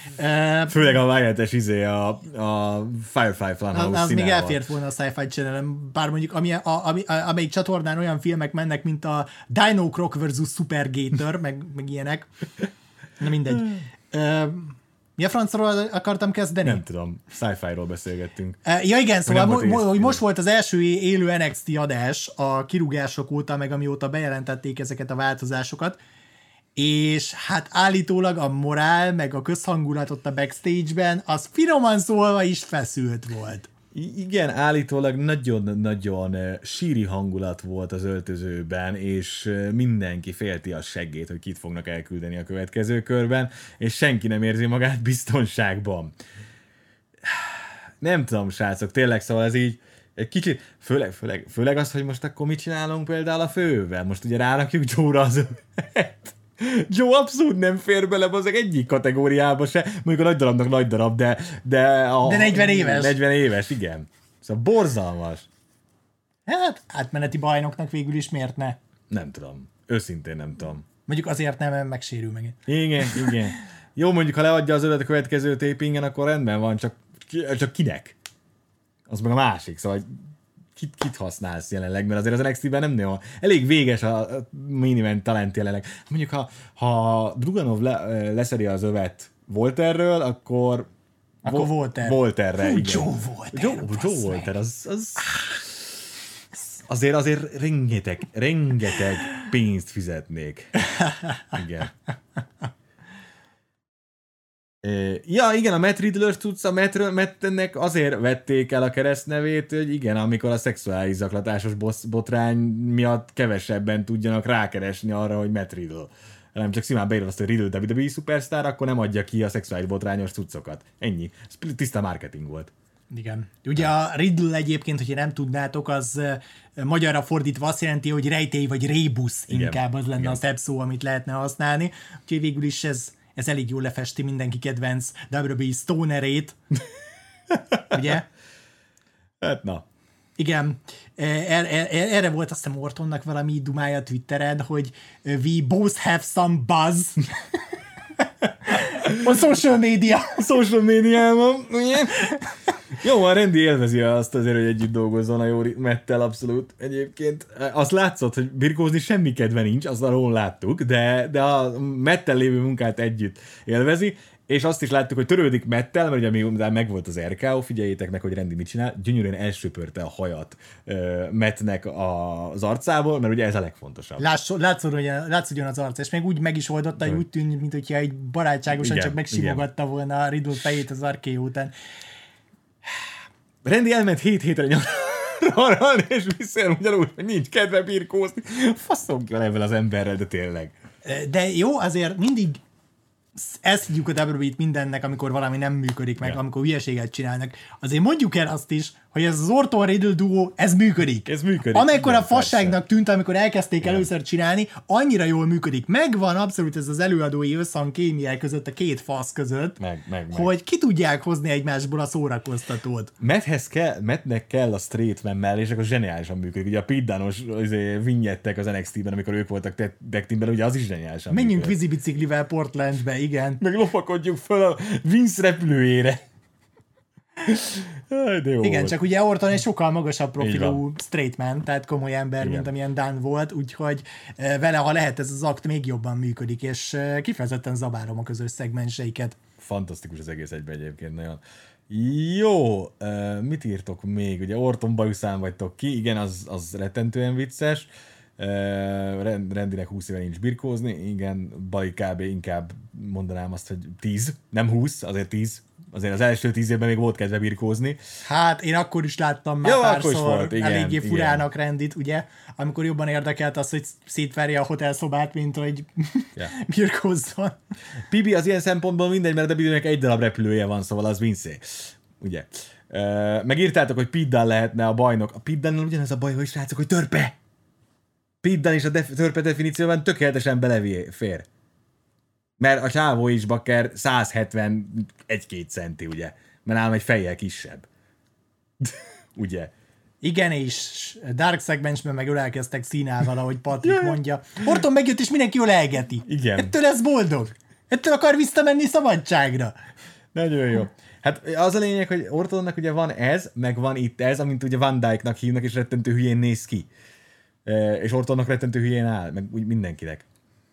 Főleg a Wyatt-es izé, a, a Firefly Funhouse az, az még elfért volna a Sci-Fi Channel-en, bár mondjuk ami, a, ami, a, amelyik csatornán olyan filmek mennek, mint a Dino Croc versus Super Gator, meg, meg ilyenek. Na mindegy. Uh, mi a francról akartam kezdeni? Nem tudom. Sci-fi-ról beszélgettünk. Uh, ja igen, szóval mo- mo- most volt az első élő en iksz té adás a kirúgások óta, meg amióta bejelentették ezeket a változásokat, és hát állítólag a morál, meg a közhangulat ott a backstage-ben, az finoman szólva is feszült volt. I- igen, állítólag nagyon-nagyon síri hangulat volt az öltözőben, és mindenki félti a seggét, hogy kit fognak elküldeni a következő körben, és senki nem érzi magát biztonságban. Nem tudom, srácok, tényleg, szóval ez így egy kicsit, főleg, főleg, főleg az, hogy most akkor mit csinálunk például a fővel. Most ugye rárakjuk Joe-ra az övet. Joe abszolút nem fér bele az egyik kategóriába se, mondjuk a nagy darabnak nagy darab, de... De, a, de negyven éves. negyven éves, igen. Szóval borzalmas. Hát átmeneti bajnoknak végül is miért ne? Nem tudom. Őszintén nem tudom. Mondjuk azért nem, megsérül meg. Igen, igen. Jó, mondjuk ha leadja az övet a következő tapingen, akkor rendben van, csak, csak kinek? Az meg a másik, szóval Kit, kit használsz jelenleg, mert azért az en iksz té-ben nem nagyon, elég véges a main event talent jelenleg. Mondjuk, ha, ha Druganov le, leszedi az övet Volterről, akkor akkor Volter. Volterre, Hú, igen. Joe Volter. Joe, Joe Volter, az, az azért, azért rengeteg, rengeteg pénzt fizetnék. Igen. Ja, igen, a Matt Riddler tudsz, a Matt, Mattnek azért vették el a keresztnevét, hogy igen, amikor a szexuális zaklatásos botrány miatt kevesebben tudjanak rákeresni arra, hogy Matt Riddle. Nem csak szimán beírva azt, hogy Riddle dupla vé dupla vé szupersztár, akkor nem adja ki a szexuális botrányos cuccokat. Ennyi. Ez tiszta marketing volt. Igen. Ugye a Riddle egyébként, hogyha nem tudnátok, az magyarra fordítva azt jelenti, hogy rejtély vagy rébusz, inkább az lenne igen. a szebb szó, amit lehetne használni. Úgyhogy végül is ez Ez elég jól lefesti mindenki kedvenc dupla vé dupla vé stonerét. Ugye? Hát na. Igen. Er, er, erre volt azt hiszem Ortonnak valami dumája a Twitteren, hogy we both have some buzz. A social media. A social médiában. Jó, a Randy élvezi azt azért, hogy együtt dolgozzon a jó Mattel, abszolút egyébként. Azt látszott, hogy birkózni semmi kedve nincs, azt arról láttuk, de, de a Mattel lévő munkát együtt élvezi, és azt is láttuk, hogy törődik Mattel, mert ugye még megvolt az er ká o, figyeljétek meg, hogy Randy mit csinál, gyönyörűen elsöpörte a hajat uh, Mattnek az arcából, mert ugye ez a legfontosabb. Látszódjon az arc, és még úgy meg is oldotta, hogy úgy tűnt, mint hogyha egy barátságosan igen, csak megsimogatta igen. volna a Riddle fejét az er ká o után. Randy elment hét hétre nyaralni, és visszajön ugyanúgy, hogy nincs kedve birkózni. Faszom ki van ebben az emberrel, de tényleg. De jó, azért mindig ezt hívjuk a dupla vé dupla vé-t mindennek, amikor valami nem működik meg, ja. amikor hülyeséget csinálnak. Azért mondjuk el azt is, hogy ez az Orton Riddle duó, ez működik. Ez működik. Amekkor a fasságnak tűnt, amikor elkezdték igen. először csinálni, annyira jól működik. Megvan abszolút ez az előadói összhang kémiák között, a két fasz között, meg, meg, meg. hogy ki tudják hozni egymásból a szórakoztatót. Matthez kell, Mattnek kell a straight man mellé, és akkor zseniálisan működik. Ugye a Pete Dunne-os vinyettek az en exts té-ben, amikor ők voltak tag teamben, ugye az is zseniálisan Menjünk működik. vízibiciklivel Portlandbe, igen. Meg lopakodjuk föl a Vince repülőjére. De jó igen, volt. csak ugye Orton egy sokkal magasabb profilú straight man, tehát komoly ember, igen. mint amilyen Dan volt, úgyhogy vele, ha lehet, ez az akt még jobban működik, és kifejezetten zabárom a közös szegmenseiket. Fantasztikus az egész egyben egyébként, nagyon. Jó, mit írtok még? Ugye Orton bajuszán vagytok ki, igen, az, az rettentően vicces. Rendinek húsz éve nincs birkózni, igen, Baj kb. Inkább mondanám azt, hogy tíz, nem húsz, azért tíz. Azért az első tíz évben még volt kedve birkózni. Hát én akkor is láttam már Jó, párszor volt, igen, eléggé igen. furának Rendit, ugye, amikor jobban érdekelt az, hogy szétverje a hotelszobát, mint hogy yeah. birkózzon. Pibi az ilyen szempontból mindegy, mert a dupla vé dupla vé-nek egy darab repülője van, szóval az Vince. Ugye. Megírtátok, hogy Pete Dunne lehetne a bajnok. A Pete Dunne-nal ugyanaz a baj, hogy srácok, hogy törpe. Pete Dunne is a def- törpe definícióban tökéletesen belefér. Mert a csávó is bakker száz hetvenegy-két centi, ugye? Mert nálam egy fejjel kisebb. Ugye? Igen, és Dark Segmentsben meg ölelkeztek színával, ahogy Patrik mondja. Orton megjött, és mindenki ölelgeti. Igen. Ettől lesz boldog. Ettől akar visszamenni szabadságra. Nagyon jó. Hát az a lényeg, hogy Ortonnak ugye van ez, meg van itt ez, amint ugye Van Dyke-nak hívnak, és rettentő hülyén néz ki. És Ortonnak rettentő hülyén áll, meg úgy mindenkinek.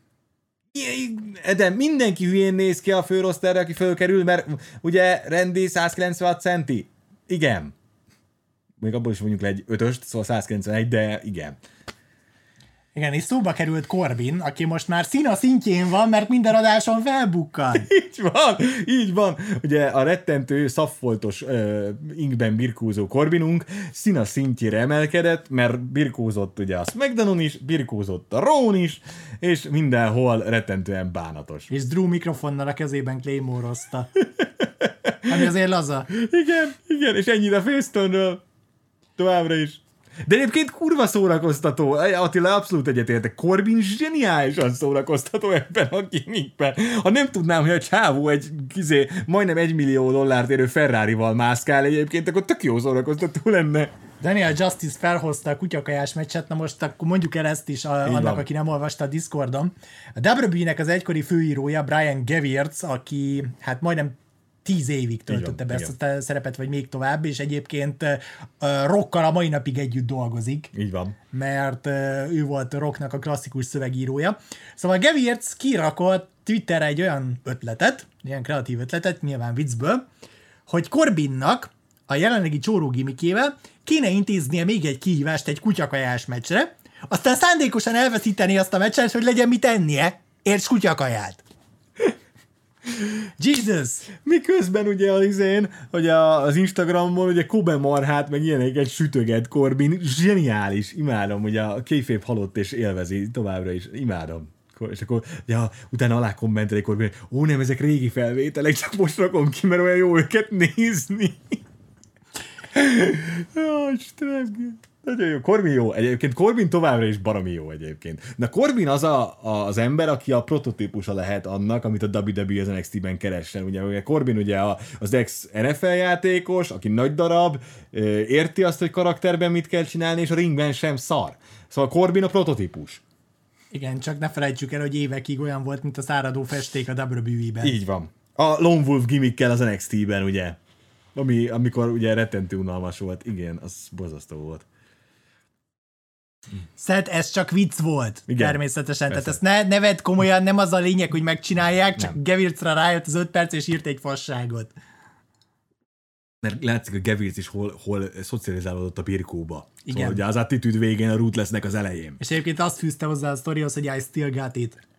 De mindenki hülyén néz ki a főroszterre, aki fölkerül, mert ugye Randy száz kilencvenhat centi. Igen. Még abból is mondjuk le egy ötöst, szóval száz kilencvenegy, de igen. Igen, és szóba került Corbin, aki most már Cena szintjén van, mert minden adáson felbukkan. Így van, így van. Ugye a rettentő szaffoltos uh, inkben birkózó Corbinunk Cena szintjére emelkedett, mert birkózott ugye a SmackDownon is, birkózott a Raw-n is, és mindenhol rettentően bánatos. És Drew mikrofonnal a kezében Claymore-ozta. Ami azért laza. Igen, igen, és ennyire Facetonről. Továbbra is. De egyébként kurva szórakoztató. Attila, abszolút egyetértek. Corbin zseniálisan szórakoztató ebben a gimmickben. Ha nem tudnám, hogy a csávó egy kizé, majdnem egy millió dollárt érő Ferrarival mászkál egyébként, akkor tök jó szórakoztató lenne. Daniel Justice felhozta a kutyakajás meccset, na most akkor mondjuk el ezt is a, annak, van. Aki nem olvasta a Discordon. A dupla vé dupla vé-nek az egykori főírója Brian Gewirtz, aki hát majdnem tíz évig töltötte be ezt a szerepet, vagy még tovább, és egyébként uh, Rockkal a mai napig együtt dolgozik. Így van. Mert uh, ő volt Rocknak a klasszikus szövegírója. Szóval Gewirtz kirakott Twitterre egy olyan ötletet, ilyen kreatív ötletet, nyilván viccből, hogy Corbinnak a jelenlegi csóró gimmikével kéne intéznie még egy kihívást egy kutyakajás meccsre, aztán szándékosan elveszíteni azt a meccset, hogy legyen mit ennie, érts kutyakaját. Jesus! Miközben ugye az izén, hogy a, az Instagramon ugye Kobe marhát, meg ilyeneket sütöget Corbin, zseniális, imádom, ugye a kayfabe halott és élvezi továbbra is, imádom. És akkor ja, utána alá kommentelik Corbin, ó nem, ezek régi felvételek, csak most rakom ki, mert olyan jó őket nézni. Ó, Istenem. Nagyon jó. Corbin jó. Egyébként Corbin továbbra is baromi jó egyébként. Na Corbin az a, a, az ember, aki a prototípusa lehet annak, amit a dupla vé dupla vé az en exts té-ben keressen. Ugye, ugye Corbin ugye a, az ex-en ef el játékos, aki nagy darab, érti azt, hogy karakterben mit kell csinálni, és a ringben sem szar. Szóval Corbin a prototípus. Igen, csak ne felejtsük el, hogy évekig olyan volt, mint a száradó festék a dupla vé dupla vé-ben. Így van. A Lone Wolf gimmickkel az en exts té-ben, ugye. Ami, amikor ugye rettentő unalmas volt. Igen, az borzasztó volt. Szed, ez csak vicc volt, igen, természetesen. Persze. Tehát ezt ne, ne vedd komolyan, nem az a lényeg, hogy megcsinálják, csak Gewirtzra rájött az öt perc, és írt egy fasságot. Mert látszik, a Gewirtz is hol, hol szocializálódott a birkóba. Igen. Szóval ugye az attitűd végén a Ruthlessnek az elején. És egyébként azt fűzte hozzá a sztorihoz, hogy I still got it.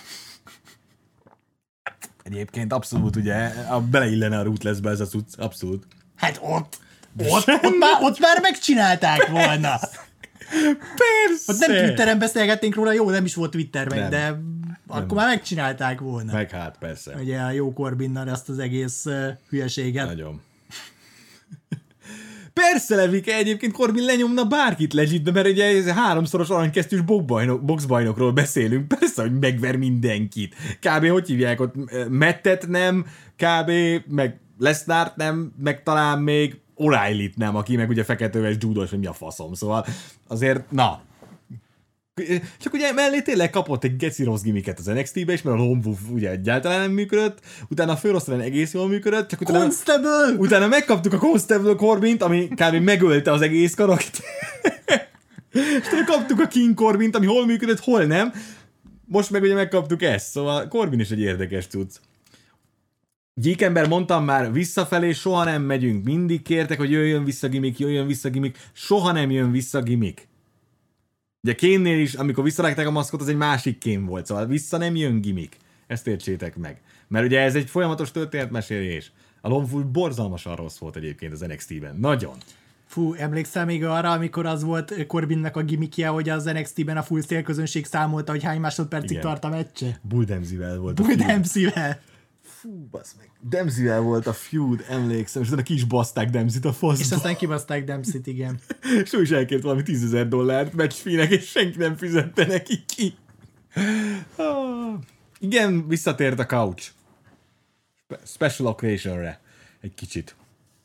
Egyébként abszolút ugye, a beleillene a Ruthlessbe ez a cucc, abszolút. Hát ott, ott, ott, már, ott már megcsinálták volna. Persze! Ott nem Twitteren beszélgettünk róla, jó, nem is volt Twitter meg, nem, de nem. Akkor már megcsinálták volna. Meg hát, persze. Ugye a jó Corbinnal ezt az egész uh, hülyeséget. Nagyon. Per persze Levike, egyébként Corbin lenyomna bárkit legit, mert ugye ez háromszoros aranykesztyűs boxbajnokról beszélünk, persze, hogy megver mindenkit. Kb. Hogy hívják ott? Mettet nem, kb. Meg Lesnart nem, meg talán még O'Reillyt nem, aki meg ugye feketőves judos, vagy mi a faszom, szóval azért, na. Csak ugye mellé tényleg kapott egy geci rossz gimiket az en iksz té-be is, mert a Lone Wolf ugye egyáltalán nem működött, utána a főrosztalen egész jól működött, csak utána, Constable! utána megkaptuk a Constable Corbint, ami kb. Megölte az egész karaktert. És utána kaptuk a King Corbint, ami hol működött, hol nem. Most meg ugye megkaptuk ezt, szóval Corbin is egy érdekes cucc. Gyíkember, mondtam már, visszafelé soha nem megyünk. Mindig kértek, hogy jöjjön vissza gimmick, jöjjön vissza gimmick. Soha nem jön vissza gimmick. Ugye Kane-nél is, amikor visszarágták a maszkot, az egy másik Kane volt, szóval vissza nem jön gimmick. Ezt értsétek meg. Mert ugye ez egy folyamatos történetmesélés. A Lone Wolf borzalmasan rossz volt egyébként az en iksz té-ben. Nagyon. Fú, emlékszel még arra, amikor az volt Corbinnek a gimmickje, hogy az en iksz té-ben a full szélközönség számolta, hogy hány másodpercig Igen. tart a meccse? Bull Dempsey-vel volt Bull Dempsey-vel. Fú, basz meg. Dempsey-vel volt a feud, emlékszem, és utána ki is baszták Dempsey-t a faszba. És aztán kibaszták Dempsey-t, igen. És ő is elkért valami tízezer dollárt matchfee-nek, és senki nem fizette neki ki. Ah. Igen, visszatért a couch. Special occasion-re. Egy kicsit.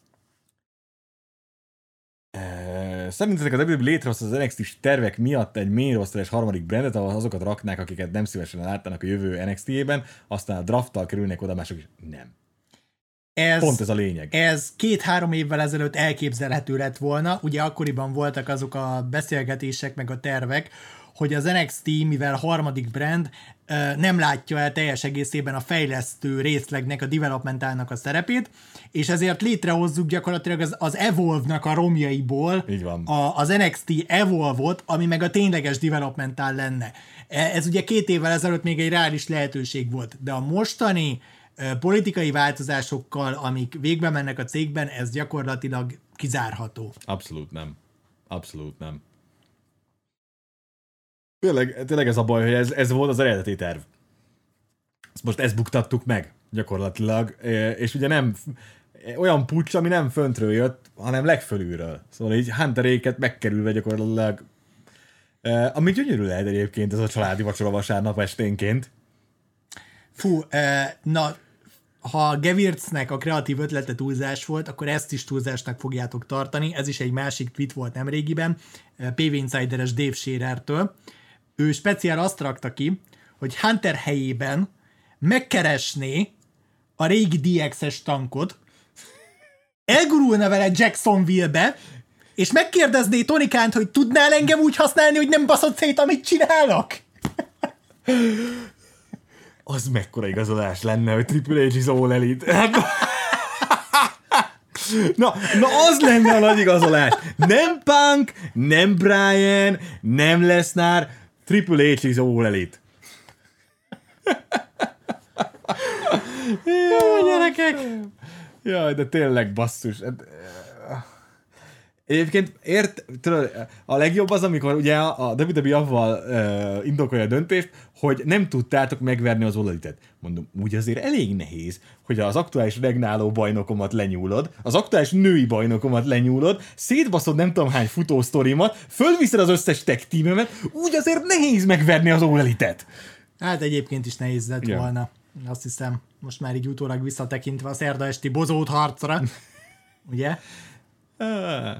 Szerintetek a dupla vé dupla vé létrehozta az en iksz té-s tervek miatt egy main rosteres harmadik brandet, ahol azokat raknák, akiket nem szívesen látnának a jövő en iksz té-ben, aztán a drafttal kerülnek oda, mások is nem. Ez, Pont ez a lényeg. Ez két-három évvel ezelőtt elképzelhető lett volna, ugye akkoriban voltak azok a beszélgetések, meg a tervek, hogy az en iksz té, mivel harmadik brand, nem látja el teljes egészében a fejlesztő részlegnek, a developmentálnak a szerepét, és ezért létrehozzuk gyakorlatilag az, az Evolve-nak a romjaiból a, az en iksz té Evolve-ot, ami meg a tényleges developmentál lenne. Ez ugye két évvel ezelőtt még egy reális lehetőség volt, de a mostani politikai változásokkal, amik végbe mennek a cégben, ez gyakorlatilag kizárható. Abszolút nem. Abszolút nem. Tényleg, tényleg ez a baj, hogy ez, ez volt az eredeti terv. Most ezt buktattuk meg, gyakorlatilag, és ugye nem olyan puccs, ami nem föntről jött, hanem legfölülről. Szóval így Hunteréket megkerülve gyakorlatilag, ami gyönyörű lehet egyébként ez a családi vacsora vasárnap esténként. Fú, na, ha Gewirtznek a kreatív ötlete túlzás volt, akkor ezt is túlzásnak fogjátok tartani. Ez is egy másik tweet volt nemrégiben, pé vé Insideres Dave Scherertől. Ő speciál azt rakta ki, hogy Hunter helyében megkeresné a régi dé iksz-es tankot, elgurulna vele Jacksonville-be, és megkérdezné Tony Khan-t, hogy tudnál engem úgy használni, hogy nem baszod szét, amit csinálok? Az mekkora igazolás lenne, hogy Triple H is All Elite. Na, na, az lenne a nagy igazolás. Nem Punk, nem Bryan, nem Lesnar, Triple H is All Elite. Jaj, gyerekek! Jaj, de tényleg basszus. Egyébként ért, tudod, a legjobb az, amikor ugye a dupla vé dupla vé avval uh, indokolja a döntést, hogy nem tudtátok megverni az All Elite-et. Mondom, úgy azért elég nehéz, hogy az aktuális regnáló bajnokomat lenyúlod, az aktuális női bajnokomat lenyúlod, szétbaszod nem tudom hány futósztorimat, fölviszed az összes tech teamemet, úgy azért nehéz megverni az All Elite-et. Hát egyébként is nehéz lett ja. volna. Azt hiszem, most már így utólag visszatekintve a szerda esti bozót harcra. Ugye? Ah.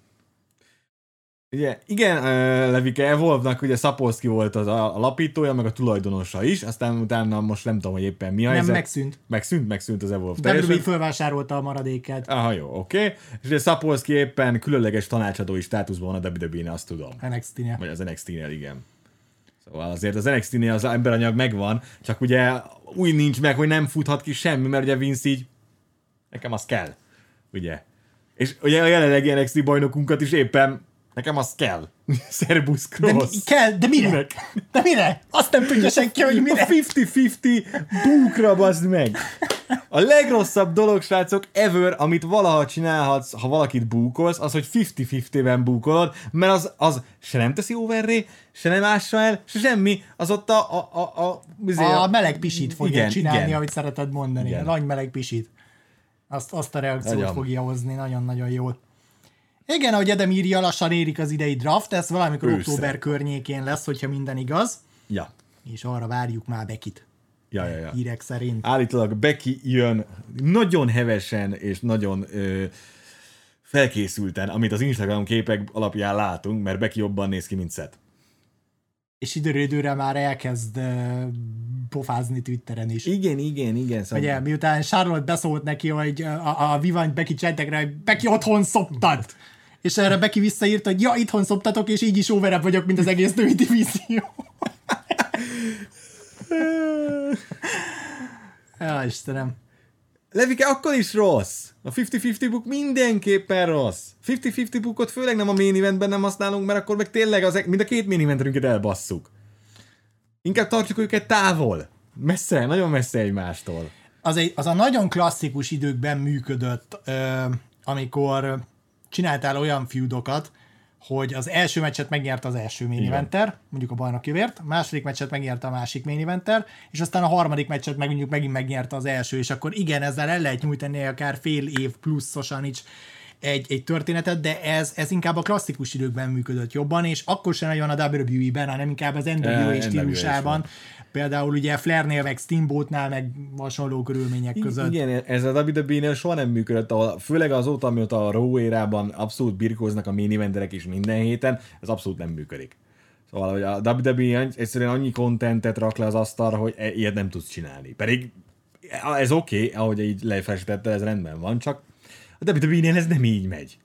Ugye, igen, uh, Levike Evolve-nak ugye Sapolsky volt az a, a lapítója, meg a tulajdonosa is, aztán utána most nem tudom, hogy éppen mi a Nem, helyzet. megszűnt. Megszűnt, megszűnt az Evolve. dupla vé dupla vé fölvásárolta a maradékát. Aha, jó, oké. Okay. És ugye Sapolsky éppen különleges tanácsadói státuszban van a dupla vé dupla vé-nél, azt tudom. en iksz té-nél. Vagy az en iksz té-nél, igen. Szóval azért az en iksz té-nél az emberanyag megvan, csak ugye úgy nincs meg, hogy nem futhat ki semmi, mert ugye Vince így, nekem az kell, ugye. És ugye a jelenlegi en iksz té bajnokunkat is éppen nekem az kell. Szerbusz Cross. De mi, kell, de mire? Minek? De mire? Azt nem tudja senki, hogy mire. A fifty-fifty búkra, bazd meg. A legrosszabb dolog, srácok, ever, amit valaha csinálhatsz, ha valakit búkolsz, az, hogy fifty-fifty-ben búkolod, mert az, az se nem teszi overré, se nem ássa el, se semmi, az ott a... A, a, a, a, a meleg pisit fogja igen, csinálni, igen. Amit szereted mondani. Igen. A nagy meleg pisit. Azt, azt a reakciót nagyon fogja hozni nagyon-nagyon jól. Igen, ahogy Edem írja, lassan érik az idei draft, ez valamikor Ősszel. október környékén lesz, hogyha minden igaz. Ja. És arra várjuk már Beckit. Ja, ja, ja. Hírek szerint. Állítólag Becky jön nagyon hevesen és nagyon ö, felkészülten, amit az Instagram képek alapján látunk, mert Becky jobban néz ki, mint Seth. És időről időre már elkezd uh, pofázni Twitteren is. Igen, igen, igen. Szóval... Ugye, miután Charlotte beszólt neki, hogy a, a Vivanyt Becky csentekre, hogy Becky otthon szoptad. És erre Becky visszaírt, hogy ja, itthon szoptatok, és így is overebb vagyok, mint az egész női divízió. Ja, Istenem. Levike, akkor is rossz. A fifty-fifty book mindenképpen rossz. fifty-fifty bookot főleg nem a main eventben nem használunk, mert akkor meg tényleg az, mind a két main eventerünket elbasszuk. Inkább tartjuk őket távol. Messze, nagyon messze egymástól. Az, egy, az a nagyon klasszikus időkben működött, ö, amikor csináltál olyan feudokat, hogy az első meccset megnyerte az első main eventer, mondjuk a bajnokivért, a második meccset megnyerte a másik main eventer, és aztán a harmadik meccset meg mondjuk megint megnyerte az első, és akkor igen, ezzel el lehet nyújtani akár fél év pluszosan is egy, egy történetet, de ez, ez inkább a klasszikus időkben működött jobban, és akkor sem nagyon a dupla vé dupla é-ben, hanem inkább az en dupla vé á stílusában. Például ugye Flairnél, meg Steamboatnál, meg hasonló körülmények között. Igen, ez a dupla vé dupla é-nél soha nem működött, ahol, főleg azóta, amióta a Raw érában abszolút birkóznak a main eventerek is minden héten, ez abszolút nem működik. Szóval hogy a dupla vé dupla é egyszerűen annyi contentet rak le az asztalra, hogy ilyet nem tudsz csinálni. Pedig ez oké, okay, ahogy így lefestette, ez rendben van, csak a dupla vé dupla é-nél ez nem így megy.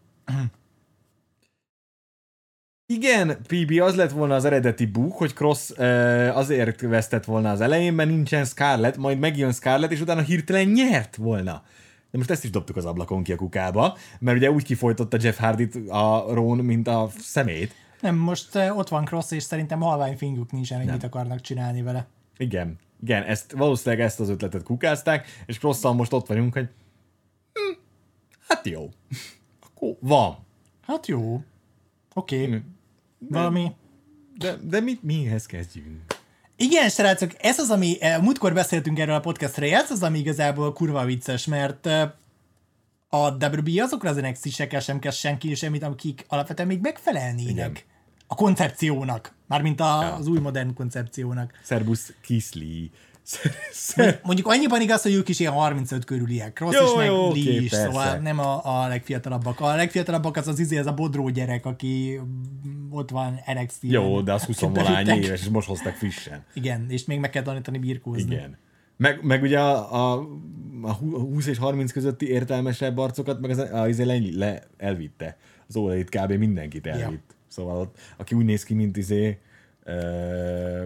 Igen, pé bé az lett volna az eredeti book, hogy Cross uh, azért vesztett volna az elején, mert nincsen Scarlett, majd megjön Scarlett, és utána hirtelen nyert volna. De most ezt is dobtuk az ablakon ki a kukába, mert ugye úgy kifolytotta Jeff Hardyt a Rón, mint a szemét. Nem, most uh, ott van Cross, és szerintem halvány fingjuk nincsen, hogy mit akarnak csinálni vele. Igen, igen, ezt, valószínűleg ezt az ötletet kukázták, és Crosszal most ott vagyunk, hogy hm, hát jó, akkor van. Hát jó, oké. Okay. Hm. Valami... De, de mi, mihez kezdjünk? Igen, srácok, ez az, ami, múltkor beszéltünk erről a podcastra, ez az, ami igazából kurva vicces, mert a dupla vé dupla é azokra az en iksz té-sekkel sem kezd senki semmit, akik alapvetően még megfelelnének igen. a koncepciónak, mármint a, ja. az új modern koncepciónak. Szerbusz Kisli. Mondjuk annyiban igaz, hogy ők is ilyen harmincöt körüliek. Cross jó, is, meg jó, Lee okay, is, persze. szóval nem a, a legfiatalabbak. A legfiatalabbak az az izé, az a Bodró gyerek, aki ott van en iksz té-ben. Jó, de az húsz-valány éves, és most hoztak frissen. Igen, és még meg kell tanítani birkózni. Igen. Meg, meg ugye a, a, a húsz és harminc közötti értelmesebb arcokat, meg az, az le, le, elvitte. Az órait kb. Mindenkit elvitt. Ja. Szóval ott, aki úgy néz ki, mint izé... Uh,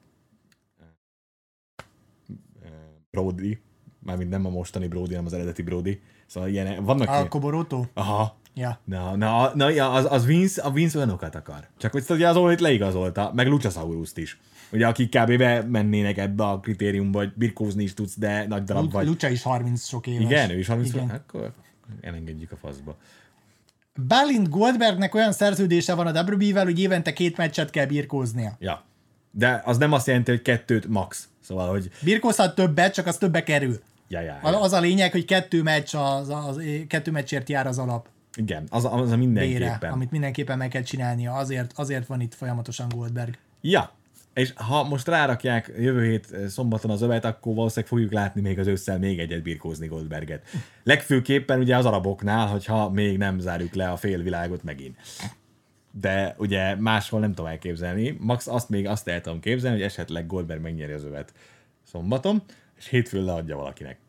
Brody, mármint nem a mostani Brody, hanem az eredeti Brody. Szóval ilyen, vannak... A Koborótó? Aha. Ja. Na, na, na ja, az, az Vince, a Vince olyanokat akar. Csak hogy ugye az Olit leigazolta, meg Luchasaurus-t is. Ugye akik kb. Mennének ebbe a kritériumba, hogy birkózni is tudsz, de nagy darab vagy. Lucha is harminc sok éves. Igen, ő is harminc sok, akkor elengedjük a faszba. Balint Goldbergnek olyan szerződése van a dupla vé dupla é-vel, hogy évente két meccset kell birkóznia. Ja. De az nem azt jelenti, hogy kettőt max. Szóval, hogy... Birkózhat többet, csak az többe kerül. Ja, ja, ja. Az a lényeg, hogy kettő meccs az, az, kettő meccsért jár az alap. Igen, az, az a mindenképpen. Bére, amit mindenképpen meg kell csinálnia. Azért, azért van itt folyamatosan Goldberg. Ja, és ha most rárakják jövő hét szombaton az övet, akkor valószínűleg fogjuk látni még az ősszel még egyet birkózni Goldberget. Legfőképpen ugye az araboknál, hogyha még nem zárjuk le a félvilágot megint. De ugye máshol nem tudom elképzelni. Max azt még azt el tudom képzelni, hogy esetleg Goldberg megnyeri az övet szombaton, és hétfőn leadja valakinek.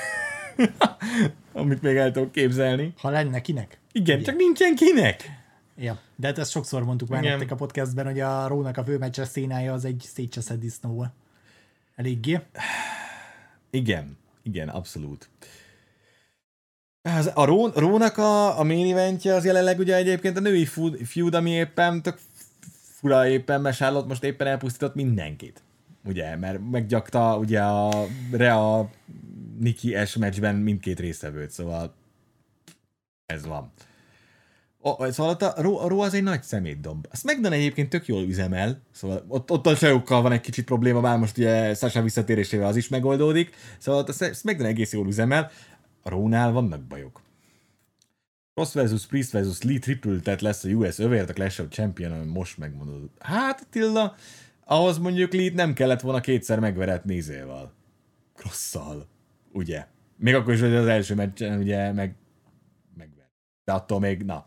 Amit még el tudom képzelni. Ha lenne kinek? Igen, Igen. csak nincsen kinek. Ja, de hát ezt sokszor mondtuk már nektek a podcastben, hogy a Rónak a főmeccses szénája az egy szétcseszett disznó. Eléggé. Igen, igen, abszolút. Az, a Ró, Rónak a, a main eventje az jelenleg ugye egyébként a női feud, ami éppen tök fura éppen, mert Charlotte most éppen elpusztított mindenkit. Ugye, mert meggyakta ugye a Rhea Nikki Ash meccsben mindkét résztvevőt, szóval ez van. O, szóval a Raw az egy nagy szemétdomb. A SmackDown egyébként tök jól üzemel, szóval ott, ott a csajokkal van egy kicsit probléma, bár most ugye Sasha visszatérésével az is megoldódik, szóval a SmackDown egész jól üzemel, a Rawnál vannak bajok. Cross versus Priest versus Lee triple tehát lesz a u es övért, a Clash of Champion, ami most megmondod. Hát Attila, ahhoz mondjuk Lee-t nem kellett volna kétszer megveretni izéval. Crossszal. Ugye? Még akkor is, hogy az első meccsen ugye meg megvert. De attól még, na.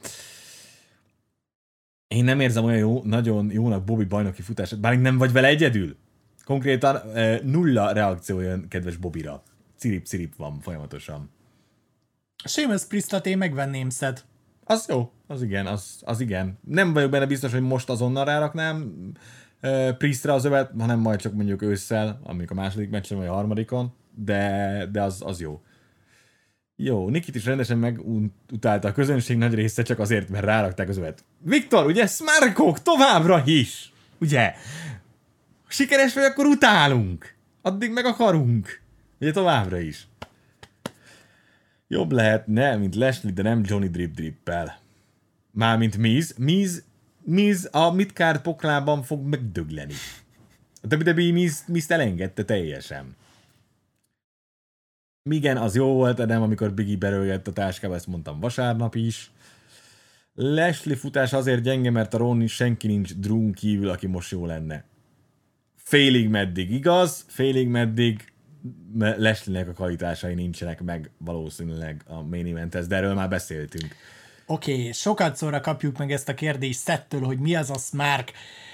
Én nem érzem olyan jó, nagyon jónak Bobby bajnoki futását, bár nem vagy vele egyedül. Konkrétan eh, nulla reakció jön kedves Bobbyra. Cirip-cirip van folyamatosan. Seamus Priestot én megvenném szed. Az jó, az igen, az, az igen. Nem vagyok benne biztos, hogy most azonnal ráraknám uh, Priestre az övet, hanem majd csak mondjuk ősszel, amikor a második meccsen vagy a harmadikon, de, de az, az jó. Jó, Nikit is rendesen megutálta a közönség nagy része csak azért, mert rárakták az övet. Viktor, ugye Smarkok továbbra is, ugye? Sikeres vagy, akkor utálunk. Addig meg akarunk. Ugye továbbra is. Jobb lehetne, mint Lashley, de nem Johnny Drip Drippel. Mármint Miz. Miz, Miz a midcard poklában fog megdögleni. A dupla vé dupla vé Miz, Mizt elengedte teljesen. Igen, az jó volt, de nem amikor Biggie berölgett a táskába, ezt mondtam vasárnap is. Lashley futás azért gyenge, mert a Ron senki nincs Drew kívül, aki most jó lenne. Félig meddig igaz, félig meddig Lashleynek a kvalitásai nincsenek meg valószínűleg a main eventhez, de erről már beszéltünk. Oké, okay, sokat szóra kapjuk meg ezt a kérdést Szettől, hogy mi az a Smark.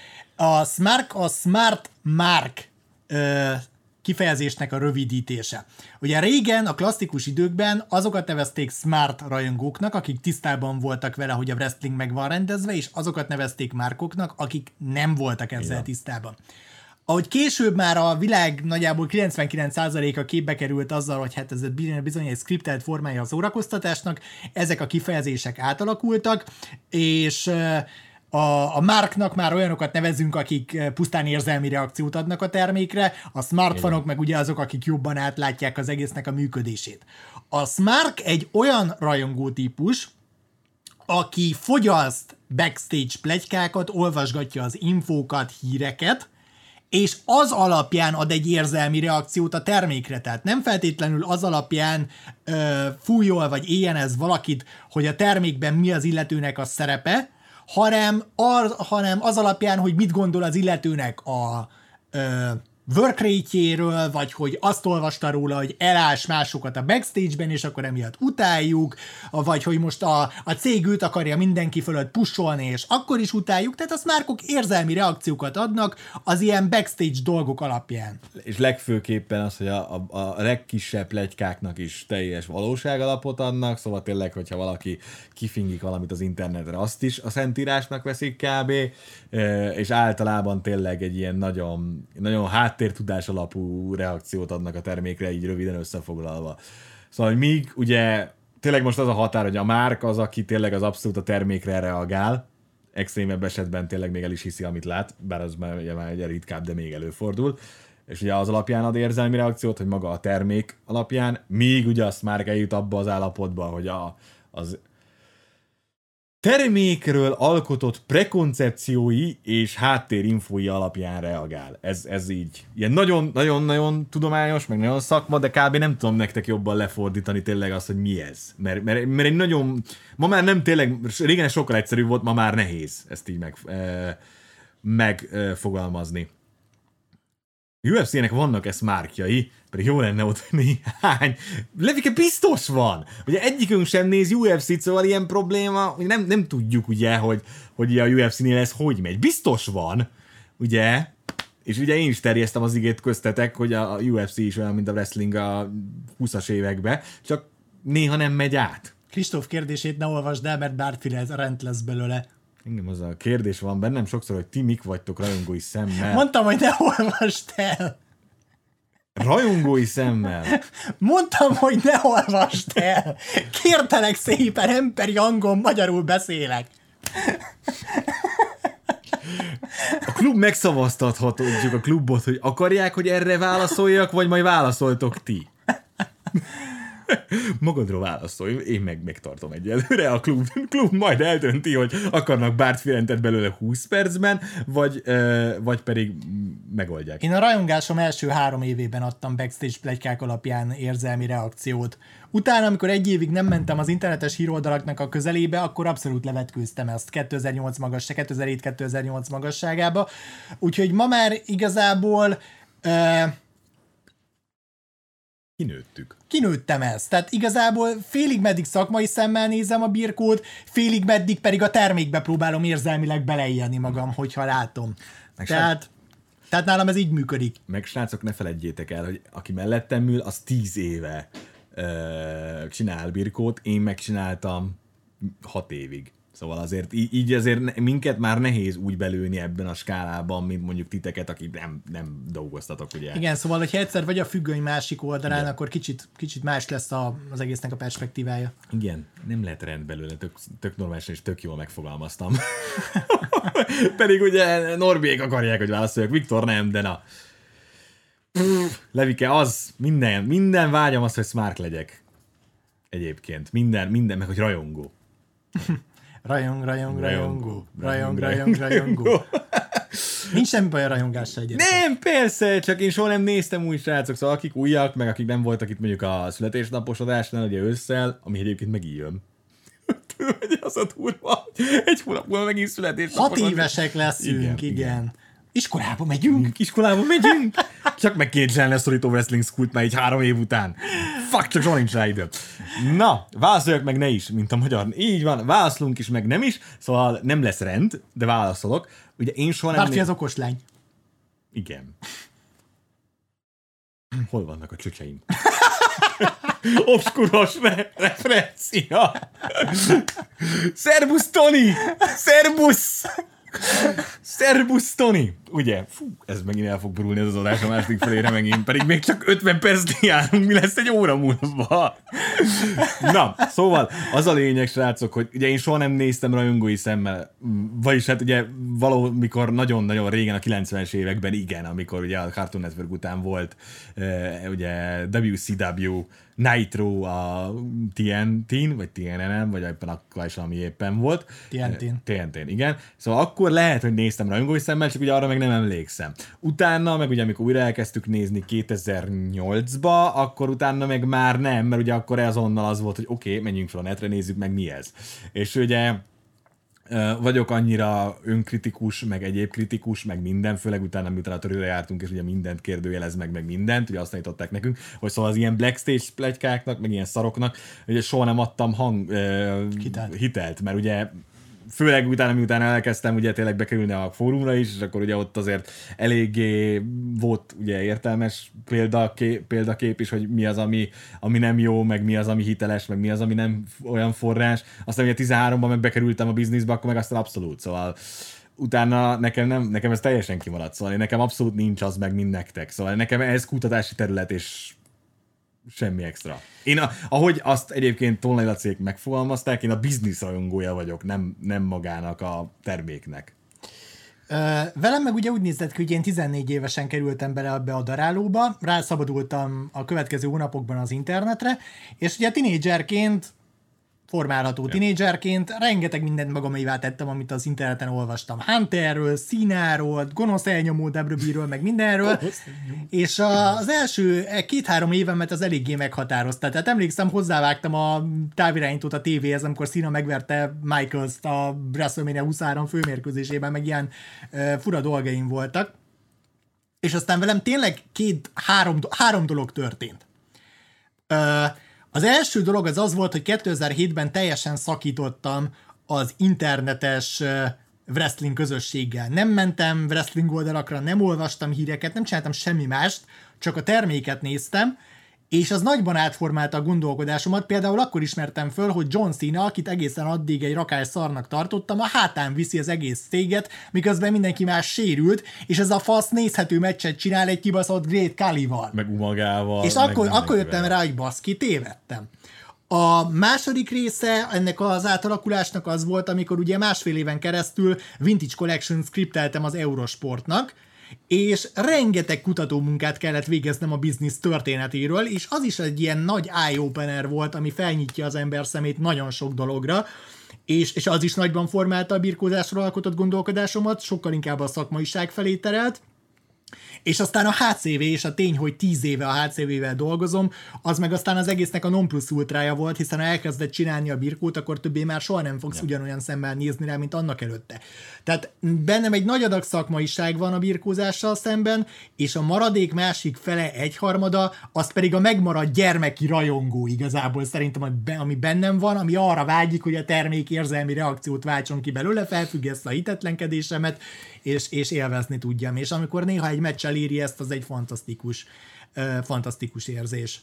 A Smark a Smart Mark ö, kifejezésnek a rövidítése. Ugye régen, a klasszikus időkben azokat nevezték Smart rajongóknak, akik tisztában voltak vele, hogy a wrestling meg van rendezve, és azokat nevezték Markoknak, akik nem voltak ezzel Igen. tisztában. Ahogy később már a világ nagyjából kilencvenkilenc százaléka képbe került azzal, hogy hát ez bizony egy skriptelt formája a szórakoztatásnak, ezek a kifejezések átalakultak, és a, a Marknak már olyanokat nevezünk, akik pusztán érzelmi reakciót adnak a termékre, a smartfanok meg ugye azok, akik jobban átlátják az egésznek a működését. A Smark egy olyan rajongó típus, aki fogyaszt backstage pletykákat, olvasgatja az infókat, híreket, és az alapján ad egy érzelmi reakciót a termékre. Tehát nem feltétlenül az alapján ö, fújol, vagy éljen ez valakit, hogy a termékben mi az illetőnek a szerepe, hanem, ar, hanem az alapján, hogy mit gondol az illetőnek a ö, work rate-jéről, vagy hogy azt olvasta róla, hogy elás másokat a backstage-ben, és akkor emiatt utáljuk, vagy hogy most a, a cég őt akarja mindenki fölött pusolni, és akkor is utáljuk, tehát a Smarkok érzelmi reakciókat adnak az ilyen backstage dolgok alapján. És legfőképpen az, hogy a, a, a legkisebb pletykáknak is teljes valóságalapot adnak, szóval tényleg, hogyha valaki kifingik valamit az internetre, azt is a szentírásnak veszik kb. És általában tényleg egy ilyen nagyon, nagyon háttértudás alapú reakciót adnak a termékre, így röviden összefoglalva. Szóval míg ugye tényleg most az a határ, hogy a márk az, aki tényleg az abszolút a termékre reagál, extrémebb esetben tényleg még el is hiszi, amit lát, bár az már, ugye már egy ritkább, de még előfordul. És ugye az alapján ad érzelmi reakciót, hogy maga a termék alapján, míg ugye azt már eljut abba az állapotba, hogy a, az termékről alkotott prekoncepciói és háttérinfói alapján reagál. Ez, ez így. Ilyen nagyon-nagyon-nagyon tudományos, meg nagyon szakma, de kb. Nem tudom nektek jobban lefordítani tényleg azt, hogy mi ez. Mert, mert, mert egy nagyon... Ma már nem tényleg... Régen sokkal egyszerűbb volt, ma már nehéz ezt így meg, eh, megfogalmazni. U F C-nek vannak ezt márkjai, pedig jó lenne ott néhány. Levike biztos van! Ugye egyikünk sem néz U F C-t, szóval ilyen probléma, hogy nem, nem tudjuk ugye, hogy, hogy a U F C-nél ez hogy megy. Biztos van, ugye? És ugye én is terjesztem az igét köztetek, hogy a U F C is olyan, mint a wrestling a húszas években, csak néha nem megy át. Kristóf kérdését ne olvasd el, mert bárféle rend lesz belőle. Engem az a kérdés van bennem sokszor, hogy ti mik vagytok rajongói szemmel. Mondtam, hogy ne olvasd el. Rajongói szemmel. Mondtam, hogy ne olvasd el. Kértelek szépen, emberi hangon magyarul beszélek. A klub megszavaztathatjuk a klubot, hogy akarják, hogy erre válaszoljak, vagy majd válaszoltok ti. Magadról válaszolj, én meg megtartom egyelőre, a klub, klub majd eldönti, hogy akarnak Bart Firentet belőle húsz percben, vagy, uh, vagy pedig megoldják. Én a rajongásom első három évében adtam backstage pletykák alapján érzelmi reakciót. Utána, amikor egy évig nem mentem az internetes híroldalaknak a közelébe, akkor abszolút levetkőztem ezt kétezer-nyolc magas, kétezer-hét kétezer-nyolc magasságába. Úgyhogy ma már igazából uh, Kinőttük. Kinőttem ezt. Tehát igazából félig meddig szakmai szemmel nézem a birkót, félig meddig pedig a termékbe próbálom érzelmileg beleélni magam, hogyha látom. Meg tehát, srác... tehát nálam ez így működik. Meg srácok, ne feledjétek el, hogy aki mellettem ül, az tíz éve uh, csinál birkót, én megcsináltam hat évig. Szóval azért így azért minket már nehéz úgy belőni ebben a skálában, mint mondjuk titeket, akik nem, nem dolgoztatok, ugye. Igen, szóval, hogyha egyszer vagy a függöny másik oldalán, igen, akkor kicsit, kicsit más lesz a, az egésznek a perspektívája. Igen, nem lehet rend belőle, tök, tök normálisan és tök jól megfogalmaztam. Pedig ugye Norbiék akarják, hogy válaszoljak, Viktor nem, de na. Levike, az, minden, minden vágyam az, hogy smart legyek. Egyébként, minden, minden, meg hogy rajongó. Rajong, rajong, rajongó. Rajong, rajong, rajongó. Nincs semmi baj a rajongással egyébként. Nem, persze, csak én soha nem néztem új srácok, szóval akik újak, meg akik nem voltak itt mondjuk a születésnaposodásnál, ugye ősszel, ami egyébként megint jön. Hogy az a durva, egy hónap múlva megint születésnaposodás. Hat évesek leszünk, igen. igen. igen. Iskolába megyünk. Iskolába megyünk. Csak meg kéne csinálni a Szorító Wrestling School-t már így három év után. Fuck, csak soha nincs rá idő. Na, válaszoljak meg ne is, mint a magyar. Így van, válaszolunk is, meg nem is. Szóval nem lesz rend, de válaszolok. Ugye én soha nem... Bárki az okos lány. Igen. Hol vannak a csöcseim? Obskuros re- referencia. Szerbusz, Tony! Szerbusz! Szerbusz, Tony! Ugye? Fú, ez megint el fog borulni ez az adás a második felére megint, pedig még csak ötven percnél járunk, mi lesz egy óra múlva. Na, szóval az a lényeg, srácok, hogy ugye én soha nem néztem rajongói szemmel, vagyis hát ugye valamikor nagyon-nagyon régen a kilencvenes években igen, amikor ugye a Cartoon Network után volt ugye dupla vé cé vé Nitro a té en té-n, vagy té en en-en, vagy éppen akkor is, ami éppen volt. té en té-n. té en té-n, igen. Szóval akkor lehet, hogy néztem rajongói szemmel, csak ugye arra meg nem emlékszem. Utána, meg ugye amikor újra elkezdtük nézni kétezer-nyolcba, akkor utána meg már nem, mert ugye akkor azonnal az volt, hogy oké, okay, menjünk fel a netre, nézzük meg mi ez. És ugye vagyok annyira önkritikus, meg egyéb kritikus, meg minden, főleg utána, miután a törőre jártunk, és ugye mindent kérdőjelez meg, meg mindent, ugye azt tanították nekünk, hogy szóval az ilyen backstage pletykáknak, meg ilyen szaroknak, ugye soha nem adtam hang, uh, hitelt. hitelt, mert ugye főleg utána, miután elkezdtem ugye tényleg bekerülni a fórumra is, és akkor ugye ott azért eléggé volt ugye értelmes példakép, példakép is, hogy mi az, ami, ami nem jó, meg mi az, ami hiteles, meg mi az, ami nem olyan forrás. Aztán ugye tizenháromban meg bekerültem a bizniszbe, akkor meg aztán abszolút, szóval utána nekem, nem, nekem ez teljesen kimaradt, szóval nekem abszolút nincs az meg, mint nektek. Szóval nekem ez kutatási terület, és semmi extra. Én, a, ahogy azt egyébként Tolnai Lacék megfogalmazták, én a biznisz rajongója vagyok, nem, nem magának a terméknek. Ö, velem meg ugye úgy nézett ki, hogy én tizennégy évesen kerültem bele ebbe a darálóba, rászabadultam a következő hónapokban az internetre, és ugye tinédzserként, formálható tinédzserként rengeteg mindent magamévá tettem, amit az interneten olvastam. Hunterről, Színáról, gonosz elnyomó Debröbíről, meg mindenről, és az első két-három évemet az eléggé meghatározta. Tehát emlékszem, hozzávágtam a távirányítót a tévéhez, amikor Cena megverte Michaels-t a WrestleMania huszonhárom főmérkőzésében, meg ilyen uh, fura dolgaim voltak. És aztán velem tényleg két, három, három dolog történt. Uh, Az első dolog az az volt, hogy kétezer-hétben teljesen szakítottam az internetes wrestling közösséggel. Nem mentem wrestling oldalakra, nem olvastam híreket, nem csináltam semmi mást, csak a terméket néztem, és az nagyban átformálta a gondolkodásomat. Például akkor ismertem föl, hogy John Cena, akit egészen addig egy rakás szarnak tartottam, a hátán viszi az egész céget, miközben mindenki más sérült, és ez a fasz nézhető meccset csinál egy kibaszott Great Khalival. Meg Umagával. És akkor, akkor jöttem rá, hogy baszki, tévedtem. A második része ennek az átalakulásnak az volt, amikor ugye másfél éven keresztül Vintage Collection scripteltem az Eurosportnak, és rengeteg kutatómunkát kellett végeznem a biznisz történetéről, és az is egy ilyen nagy eye-opener volt, ami felnyitja az ember szemét nagyon sok dologra, és, és az is nagyban formálta a birkózásról alkotott gondolkodásomat, sokkal inkább a szakmaiság felé terelt. És aztán a há cé vé, és a tény, hogy tíz éve a há cé vé-vel dolgozom, az meg aztán az egésznek a non plus ultrája volt, hiszen ha elkezdett csinálni a birkót, akkor többé már soha nem fogsz ja. ugyanolyan szemmel nézni rá, mint annak előtte. Tehát bennem egy nagy adag szakmaiság van a birkózással szemben, és a maradék másik fele egyharmada, az pedig a megmaradt gyermeki rajongó igazából szerintem, ami bennem van, ami arra vágyik, hogy a termék érzelmi reakciót váltson ki belőle, felfüggeszte a hitetlenkedésemet, és, és élvezni tudjam. És amikor néha egy meccs eléri ezt, az egy fantasztikus, uh, fantasztikus érzés.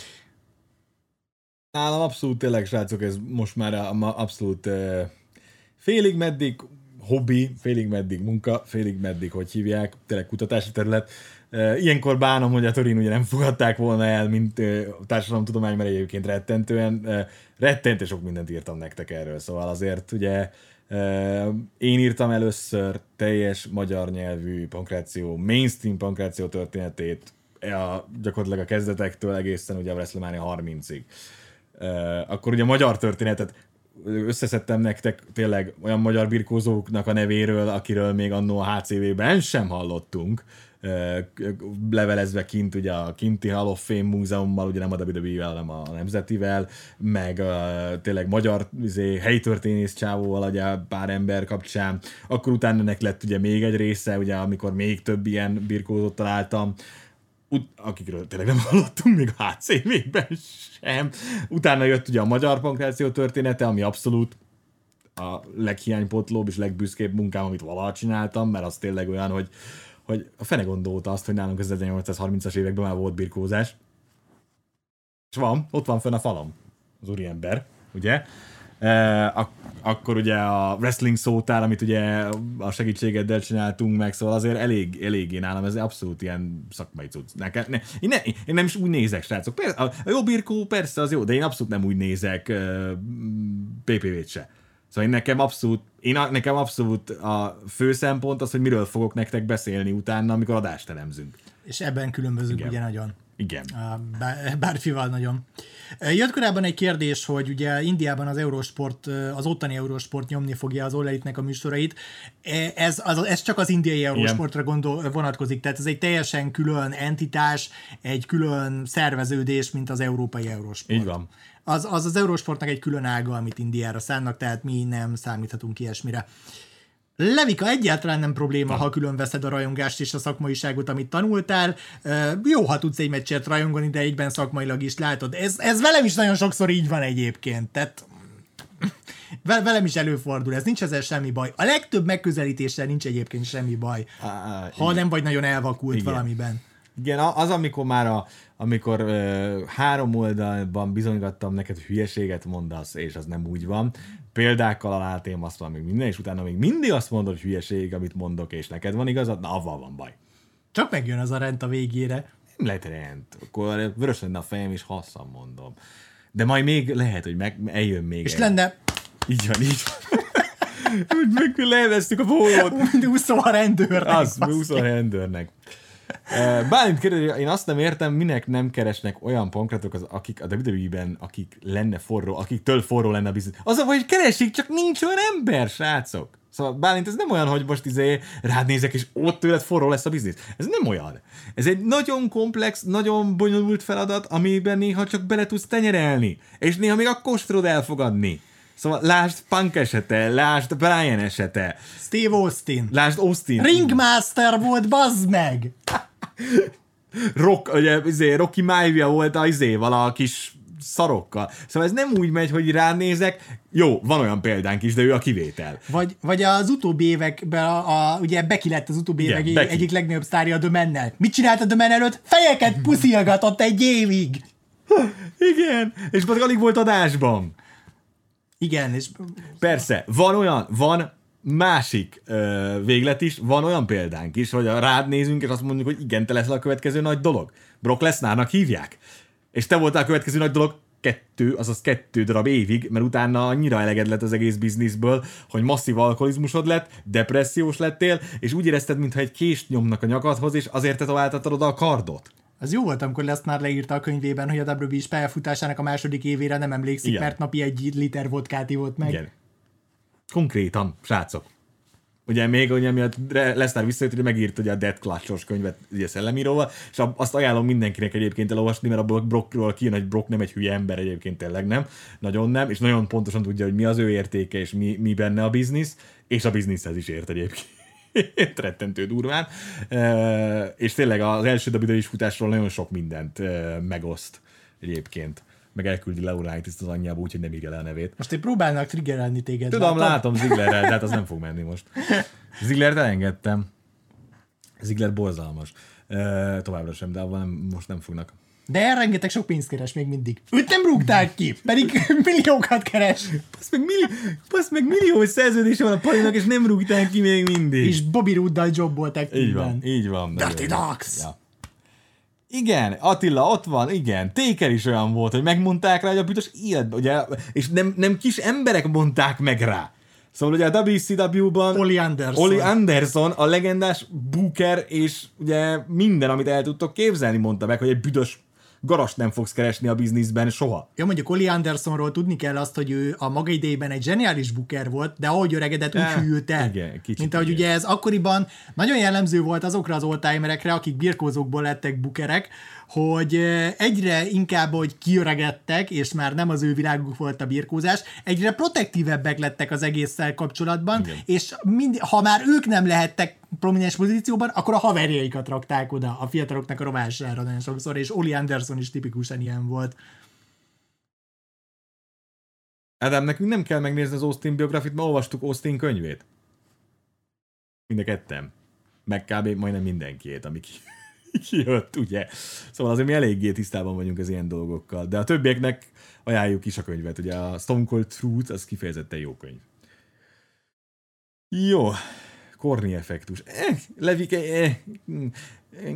Nálam abszolút tényleg, srácok, ez most már a, a, abszolút uh, félig meddig hobbi, félig meddig munka, félig meddig, hogy hívják, tényleg kutatási terület. Uh, ilyenkor bánom, hogy a Torin ugye nem fogadták volna el, mint uh, társadalomtudomány, mert egyébként rettentően, uh, rettentő sok mindent írtam nektek erről, szóval azért ugye Uh, én írtam először teljes magyar nyelvű pankráció, mainstream pankráció történetét, a, gyakorlatilag a kezdetektől egészen ugye a WrestleMania harmincig. Uh, akkor ugye a magyar történetet összeszedtem nektek tényleg olyan magyar birkózóknak a nevéről, akiről még annó a há cé vé-ben sem hallottunk, levelezve kint ugye a kinti Hall of Fame múzeummal, ugye nem a dupla vé dupla vé-vel, hanem a nemzetivel, meg uh, tényleg magyar izé, helytörténész csávóval ugye pár ember kapcsán. Akkor utána ennek lett ugye még egy része, ugye amikor még több ilyen birkózót találtam, Ut- akikről tényleg nem hallottunk még a há cé vé-ben sem. Utána jött ugye a magyar pankráció története, ami abszolút a leghiánypotlóbb és legbüszkébb munkám, amit valaha csináltam, mert az tényleg olyan, hogy hogy a fene gondolta azt, hogy nálunk az ezernyolcszázharmincas években már volt birkózás. És van, ott van fenn a falam, az úriember, ugye? E, ak- akkor ugye a wrestling szótár, amit ugye a segítségeddel csináltunk meg, szóval azért elég, eléggé nálam, ez abszolút ilyen szakmai cucc. Nekem, ne, én, ne, én nem is úgy nézek, srácok. Persze, a, a jó birkó persze az jó, de én abszolút nem úgy nézek uh, pé pé vé-t se. Szóval én nekem abszolút, én a, nekem abszolút a fő szempont az, hogy miről fogok nektek beszélni utána, amikor adást elemzünk. És ebben különbözünk Igen. ugye nagyon. Igen. Bár, bárfival nagyon. Jött korábban egy kérdés, hogy ugye Indiában az Eurosport, az ottani Eurosport nyomni fogja az All Elite-nek a műsorait. Ez, az, ez csak az indiai Eurosportra gondol, vonatkozik, tehát ez egy teljesen külön entitás, egy külön szerveződés, mint az európai Eurosport. Így van. Az, az az Eurosportnak egy külön ága, amit Indiára szánnak, tehát mi nem számíthatunk ilyesmire. Levika, egyáltalán nem probléma, ha külön veszed a rajongást és a szakmaiságot, amit tanultál. Jó, ha tudsz egy meccset rajongani, de egyben szakmailag is látod. Ez, ez velem is nagyon sokszor így van egyébként, tehát velem is előfordul, ez nincs ezzel semmi baj. A legtöbb megközelítéssel nincs egyébként semmi baj, Á, ha nem vagy nagyon elvakult igen. valamiben. Igen, az, amikor már a, amikor uh, három oldalban bizonygattam neked, hogy hülyeséget mondasz, és az nem úgy van. Példákkal alátém azt van még minden, és utána még mindig azt mondod, hogy hülyeség, amit mondok, és neked van igazad, na, avval van baj. Csak megjön az a rend a végére. Nem lehet rend. Akkor vörös lenne a fejem, és hosszan mondom. De majd még lehet, hogy meg, eljön még És egy. lenne... Így van, így van. Úgy meg levesztük a pólót. Mind úszó a rendőrnek. Az, úszó a rendőrnek. Bálint kérdezi, én azt nem értem, minek nem keresnek olyan pankrátok, az, akik a dupla vé dupla vé-ben, akik lenne forró, akiktől forró lenne a biznisz. Az, hogy keresik, csak nincs olyan ember, srácok. Szóval Bálint, ez nem olyan, hogy most izé rád nézek, és ott tőled forró lesz a biznisz. Ez nem olyan. Ez egy nagyon komplex, nagyon bonyolult feladat, amiben néha csak bele tudsz tenyerelni. És néha még akkor sem tudod elfogadni. Szóval lásd Punk esete, lásd Brian esete. Steve Austin. Lásd Austin. Ringmaster volt, bazd meg! Rock, ugye, izé, Rocky Maivia volt a izéval, a kis szarokkal. Szóval ez nem úgy megy, hogy ránézek. Jó, van olyan példánk is, de ő a kivétel. Vagy, vagy az utóbbi években, a, a, ugye Becky lett az utóbbi évek yeah, egyik legnagyobb sztárja a The Man-nel. Mit csinált a The Man előtt? Fejeket puszilgatott egy évig! Igen, és pedig alig volt adásban. Igen, és... Persze, van olyan, van másik ö, véglet is, van olyan példánk is, hogy rád nézünk, és azt mondjuk, hogy igen, te leszel a következő nagy dolog. Brock Lesnarnak hívják. És te voltál a következő nagy dolog kettő, azaz kettő darab évig, mert utána annyira eleged lett az egész bizniszből, hogy masszív alkoholizmusod lett, depressziós lettél, és úgy érezted, mintha egy kést nyomnak a nyakadhoz, és azért te továbbadtad oda a kardot. Az jó volt, amikor lesz már leírta a könyvében, hogy a dupla vé dupla vé is pályafutásának a második évére nem emlékszik, igen, mert napi egy liter vodkát ivott meg. Igen. Konkrétan, srácok. Ugye még ugye miatt Lesnar visszajött, hogy megírt ugye a Death Clutch-os könyvet ugye szellemíróval, és azt ajánlom mindenkinek egyébként elolvasni, mert a Brockról kijön, hogy Brock nem egy hülye ember, egyébként tényleg nem, nagyon nem, és nagyon pontosan tudja, hogy mi az ő értéke, és mi, mi benne a biznisz, és a bizniszhez is ért egyébként. Rettentő durván. E, és tényleg az első dupla vé dupla vé is futásról nagyon sok mindent e, megoszt egyébként. Meg elküldi Laurinaitis az anyjába, úgyhogy nem írja le a nevét. Most én próbálnak triggerelni téged. Tudom, látom, látom Zigglerrel, de hát az nem fog menni most. Ziglert elengedtem. Ziggler borzalmas. E, továbbra sem, de abban nem, most nem fognak. De rengeteg sok pénzt keres még mindig. Őt nem rúgták ki, pedig milliókat keres. Passz meg, milli, passz meg milliós szerződése van a Palinak, és nem rúgták ki még mindig. És Bobby Rooddal jobbolták. Így van, így van. Dirty Dogs! Ja. Igen, Attila ott van, igen. Taker is olyan volt, hogy megmondták rá, hogy a büdös életben, ugye, és nem, nem kis emberek mondták meg rá. Szóval ugye a dupla vé cé dupla vé-ban Oli Anderson. Oli Anderson, a legendás booker, és ugye minden, amit el tudtok képzelni, mondta meg, hogy egy büdös garast nem fogsz keresni a bizniszben soha. Ja, mondjuk Oli Andersonról tudni kell azt, hogy ő a maga idejében egy zseniális booker volt, de ahogy öregedett, úgy hűlt el. Igen, kicsit. Mint ahogy igen. Ugye ez akkoriban nagyon jellemző volt azokra az oldtimerekre, akik birkózókból lettek bookerek, hogy egyre inkább, hogy kiöregedtek, és már nem az ő világuk volt a birkózás, egyre protektívebbek lettek az egésszel kapcsolatban, igen. És mind, ha már ők nem lehettek prominens pozícióban, akkor a haverjaikat rakták oda a fiataloknak a rovására nagyon sokszor, és Oli Anderson is tipikusan ilyen volt. Ádám, nekünk nem kell megnézni az Austin biografit, mert olvastuk Austin könyvét. Mind a kettem. Meg kb. Majdnem mindenkiét, ami kijött, ugye. Szóval azért mi eléggé tisztában vagyunk az ilyen dolgokkal, de a többieknek ajánljuk is a könyvet. Ugye a Stone Cold Truth, az kifejezetten jó könyv. Jó. Korni effektus. Eh, Levike, eh, eh,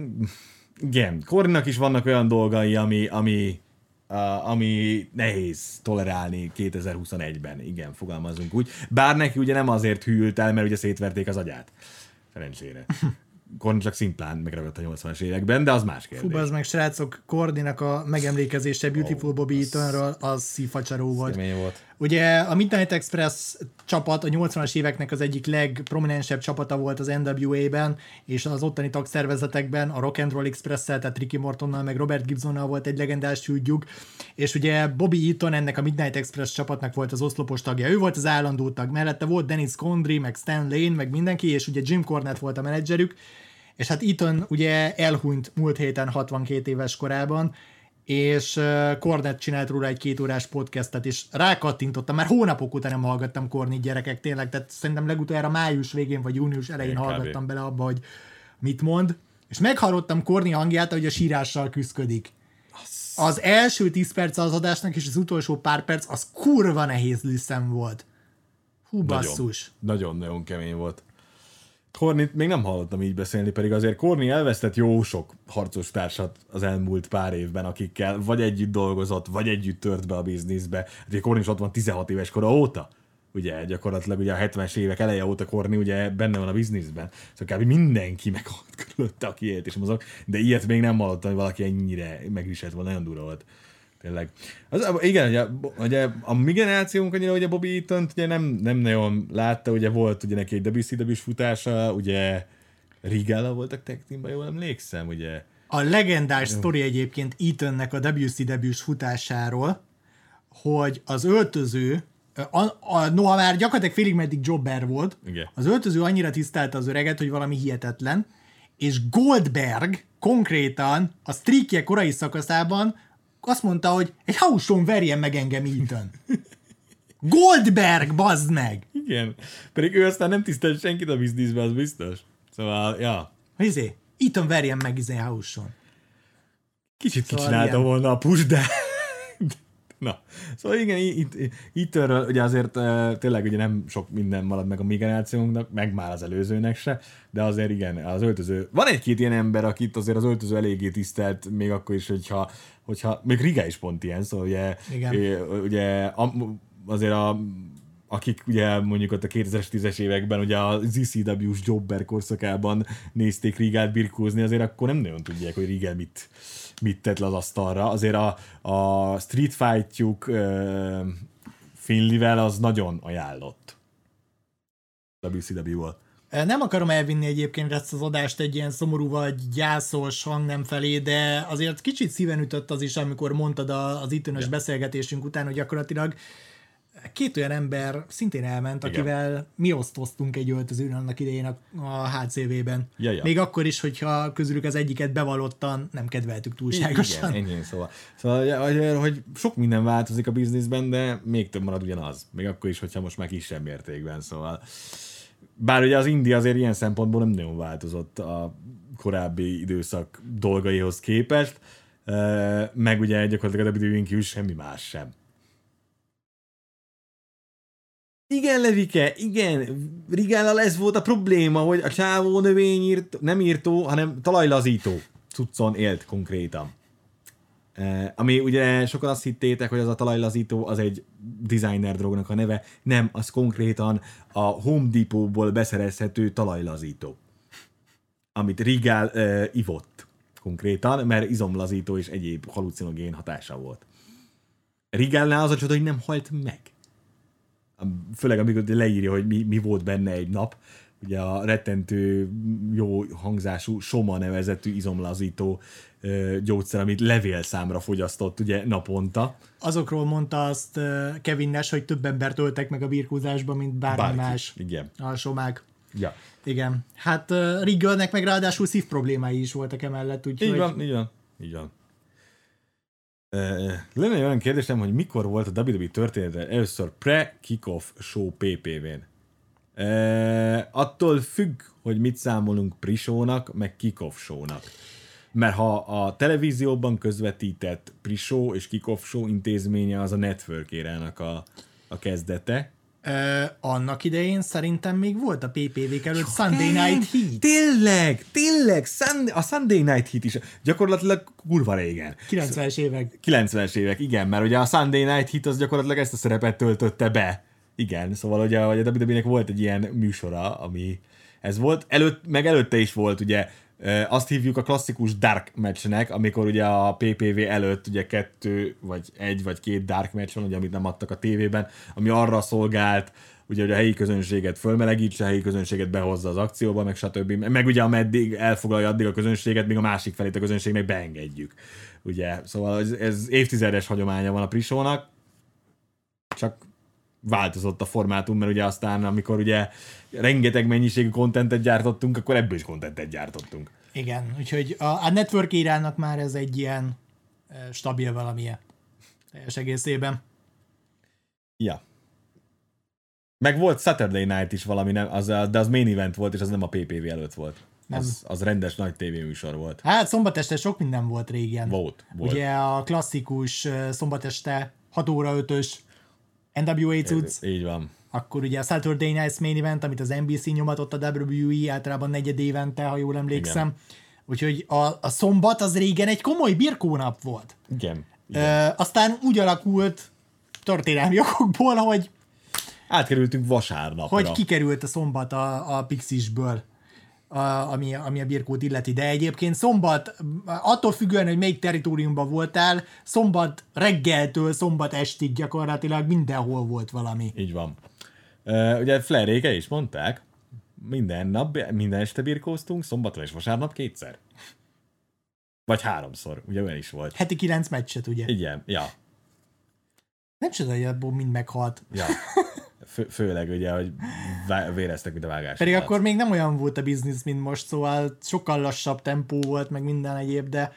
igen, Korninak is vannak olyan dolgai, ami, ami, uh, ami nehéz tolerálni kétezer-huszonegyben. Igen, fogalmazunk úgy. Bár neki ugye nem azért hűlt el, mert ugye szétverték az agyát. Szerencsére. Korni csak szimplán megragadt a nyolcvanas években, de az más kérdés. Fú, az meg srácok, Korninak a megemlékezése Beautiful oh, Bobby Eatonról az szívfacsaró volt. volt. Ugye a Midnight Express csapat a nyolcvanas éveknek az egyik legprominensebb csapata volt az en dupla vé á-ben, és az ottani tagszervezetekben a Rock and Roll Express-szel, tehát Ricky Mortonnal, meg Robert Gibsonnal volt egy legendás feudjuk, és ugye Bobby Eaton ennek a Midnight Express csapatnak volt az oszlopos tagja. Ő volt az állandó tag, mellette volt Dennis Condrey, meg Stan Lane, meg mindenki, és ugye Jim Cornette volt a menedzserük, és hát Eaton ugye elhunyt múlt héten hatvankét éves korában, és Cornette csinált róla egy két órás podcastet, és rákattintottam, már hónapok után nem hallgattam Cornette, gyerekek, tényleg, tehát szerintem legutoljára május végén vagy június elején Én hallgattam kb. Bele abba, hogy mit mond, és meghallottam Cornette hangját, hogy a sírással küszködik. Az első tíz perc az adásnak, és az utolsó pár perc, az kurva nehéz listen volt. Hú, basszus. Nagyon-nagyon kemény volt. Cornit még nem hallottam így beszélni, pedig azért Corny elvesztett jó sok harcos társat az elmúlt pár évben, akikkel vagy együtt dolgozott, vagy együtt tört be a bizniszbe. Ugye Corny is ott van tizenhat éves kora óta. Ugye gyakorlatilag ugye a hetvenes évek eleje óta Corny ugye benne van a bizniszben. Szóval kb. Mindenki meghalt körülötte, aki élt és mozog, de ilyet még nem hallottam, hogy valaki ennyire megviselt volna, nagyon durva volt. Tényleg. Az, igen, ugye, ugye a mi generációnk annyira, ugye Bobby Eaton-t ugye nem, nem nagyon látta, ugye volt ugye neki egy dupla vé cé dupla vé-s futása, ugye Rigella voltak tag teamben, jól emlékszem, ugye. A legendás sztori egyébként Eatonnek a dupla vé cé dupla vé-s futásáról, hogy az öltöző, a, a, noha már gyakorlatilag félig meddig jobber volt, igen. Az öltöző annyira tisztelte az öreget, hogy valami hihetetlen, és Goldberg konkrétan a streakje korai szakaszában azt mondta, hogy egy hauson verjen meg engem Eaton. Goldberg, bazd meg! Igen, pedig ő aztán nem tisztelt senkit a bizniszben, az biztos. Szóval, ja. Izé, Eaton verjen meg izé hauson. Kicsit szóval kicsinálta ilyen. Volna a push, de... Na, szóval igen, itt, itt örül, ugye azért uh, tényleg ugye nem sok minden marad meg a mi generációnknak, meg már az előzőnek se, de azért igen, az öltöző, van egy-két ilyen ember, akit azért az öltöző eléggé tisztelt, még akkor is, hogyha, hogyha még Riga is pont ilyen, szóval ugye, ugye azért a akik ugye mondjuk ott a kétezer-tízes években ugye a zé cé dupla vé-s jobber korszakában nézték Rigát birkózni, azért akkor nem nagyon tudják, hogy Riga mit, mit tett le az asztalra. Azért a, a street fight-juk uh, Finleyvel az nagyon ajánlott. A dupla cé dupla vé-val. Nem akarom elvinni egyébként ezt az adást egy ilyen szomorú vagy gyászos hangnem felé, de azért kicsit szíven ütött az is, amikor mondtad az ittönös ja. beszélgetésünk után, hogy gyakorlatilag két olyan ember szintén elment, igen. akivel mi osztoztunk egy öltözőn annak idején a, a há cé vé-ben. Ja, ja. Még akkor is, hogyha közülük az egyiket bevallottan nem kedveltük túlságosan. Igen, ennyi szóval. Szóval, hogy sok minden változik a bizniszben, de még több marad ugyanaz. Még akkor is, hogyha most már kisebb mértékben, szóval. Bár ugye az India azért ilyen szempontból nem nagyon változott a korábbi időszak dolgaihoz képest, meg ugye gyakorlatilag a dupla vé dupla vé-n kívül semmi más sem. Igen, Levike, igen, Rigállal ez volt a probléma, hogy a csávó növényírt, nem írtó, hanem talajlazító cuccon élt konkrétan. E, ami ugye sokan azt hittétek, hogy az a talajlazító az egy designer drognak a neve, nem, az konkrétan a Home Depot-ból beszerezhető talajlazító. Amit Rigál e, ivott konkrétan, mert izomlazító és egyéb halucinogén hatása volt. Rigálnál az a csoda, hogy nem halt meg. Főleg amikor leírja, hogy mi, mi volt benne egy nap, ugye a rettentő jó hangzású Soma nevezetű izomlazító ö, gyógyszer, amit levélszámra fogyasztott ugye naponta. Azokról mondta azt Kevin Nash, hogy több embert öltek meg a birkózásban, mint bármi Bárki. más. Igen. A somák. Ja. Igen. Hát uh, Riggelnek meg ráadásul szív problémái is voltak emellett, úgyhogy... Így van, így van, így van. Uh, lenne egy olyan kérdésem, hogy mikor volt a dupla vé dupla vé története először pre-kickoff show pé pé vén? Uh, attól függ, hogy mit számolunk pre-show-nak, meg kickoff show-nak. Mert ha a televízióban közvetített pre-show és kickoff show intézménye az a Network érának a, a kezdete. Uh, annak idején szerintem még volt a pé pé vé-k előtt Sunday Night Heat. Tényleg, tényleg, Sunday, a Sunday Night Heat is gyakorlatilag kurva régen. kilencvenes évek. kilencvenes évek, igen, mert ugye a Sunday Night Heat az gyakorlatilag ezt a szerepet töltötte be. Igen, szóval ugye a dupla vé dupla vé-nek volt egy ilyen műsora, ami ez volt. Előtt, meg előtte is volt ugye, azt hívjuk a klasszikus dark matchnek, amikor ugye a pé pé vé előtt ugye kettő, vagy egy, vagy két dark match van, ugye, amit nem adtak a tévében, ami arra szolgált, ugye, hogy a helyi közönséget fölmelegítse, a helyi közönséget behozza az akcióba, meg stb. Meg ugye ameddig elfoglalja addig a közönséget, még a másik felét a közönségnek beengedjük. Ugye, szóval ez, ez évtizedes hagyománya van a pre-show-nak, csak változott a formátum, mert ugye aztán, amikor ugye rengeteg mennyiségű kontentet gyártottunk, akkor ebből is kontentet gyártottunk. Igen, úgyhogy a, a network írának már ez egy ilyen e, stabil valamilyen teljes egészében. Ja. Meg volt Saturday Night is valami, nem, az, de az main event volt, és az nem a pé pé vé előtt volt. Az, az rendes nagy tévéműsor volt. Hát szombat este sok minden volt régen. Volt, volt. Ugye a klasszikus szombat este hat óra ötös en dupla vé á cucc. Így van. Akkor ugye a Saturday Night Main Event, amit az en bé cé nyomatott a dupla vé dupla vé általában negyed évente, ha jól emlékszem. Igen. Úgyhogy a, a szombat az régen egy komoly birkónap volt. Igen. Igen. Ö, aztán úgy alakult történelmi okokból, hogy átkerültünk vasárnapra. Hogy kikerült a szombat a, a Pixisből, a, ami, ami a birkót illeti. De egyébként szombat, attól függően, hogy melyik territóriumban voltál, szombat reggeltől szombat estig gyakorlatilag mindenhol volt valami. Így van. Uh, ugye Fleréke is mondták, minden nap, minden este birkóztunk, szombaton és vasárnap kétszer. Vagy háromszor, ugye olyan is volt. Heti kilenc meccset, ugye? Igen, ja. Nem csoda, hogy abból mind meghalt. Ja. Fő, főleg ugye, hogy véreztek, mint a vágás. Pedig alatt. Akkor még nem olyan volt a biznisz, mint most, szóval sokkal lassabb tempó volt, meg minden egyéb, de...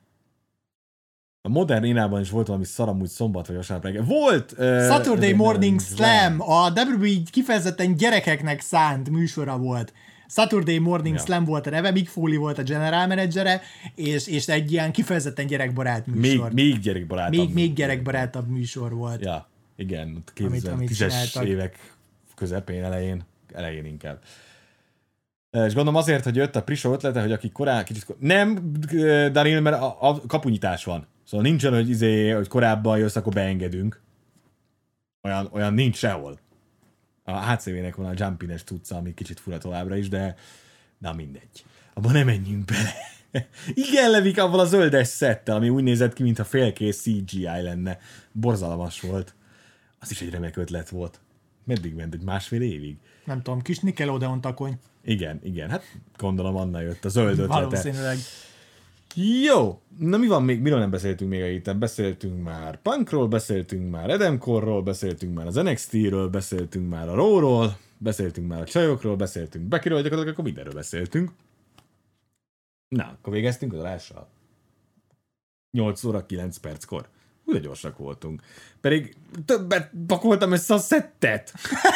A modern érában is volt valami szaramúgy szombat vagy vasárnap reggel. Volt! Uh, Saturday Morning Slam, Slam, a dupla vé dupla vé kifejezetten gyerekeknek szánt műsora volt. Saturday Morning ja. Slam volt a neve, Mick Foley volt a general managere, és, és egy ilyen kifejezetten gyerekbarát műsor. Még, még gyerekbarátabb. Még, még gyerekbarátabb műsor volt. Ja, igen, kétezer-tízes évek közepén, elején, elején inkább. És gondolom azért, hogy jött a Prisó ötlete, hogy aki korán kicsit... Nem, Daniel, mert a, a kapunyítás van. Szóval nincs olyan, hogy, izé, hogy korábban jössz, akkor beengedünk. Olyan, olyan nincs sehol. A há cé vé-nek van a jumpines tudca, ami kicsit fura továbbra is, de na mindegy. Abban nem menjünk bele. Igen, levik avval a zöldes szettel, ami úgy nézett ki, mintha félkész cé gé í lenne. Borzalmas volt. Az is egy remek ötlet volt. Meddig ment? Egy másfél évig? Nem tudom, kis Nickelodeon takony. Igen, igen. Hát gondolom Anna jött a zöld ötlete. Valószínűleg. Jó, na mi van még, miről nem beszéltünk még a héten? Beszéltünk már Punkról, beszéltünk már Adam Cole-ról, beszéltünk már az en iksz té-ről, beszéltünk már a Raw-ról, beszéltünk már a csajokról, beszéltünk Beckyről, gyakorlatilag akkor mindenről beszéltünk. Na, akkor végeztünk az adással. nyolc óra kilenc perckor. Hú, de gyorsak voltunk. Pedig többet pakoltam össze a szettet.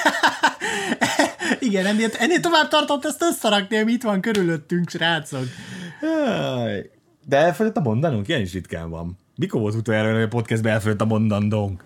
Igen, ennél, ennél tovább tartott ezt összerakni, ami itt van körülöttünk, srácok. De elfogyott a mondanunk? Ilyen is ritkán van. Mikor volt utoljára, hogy a podcastben elfogyott a mondandónk?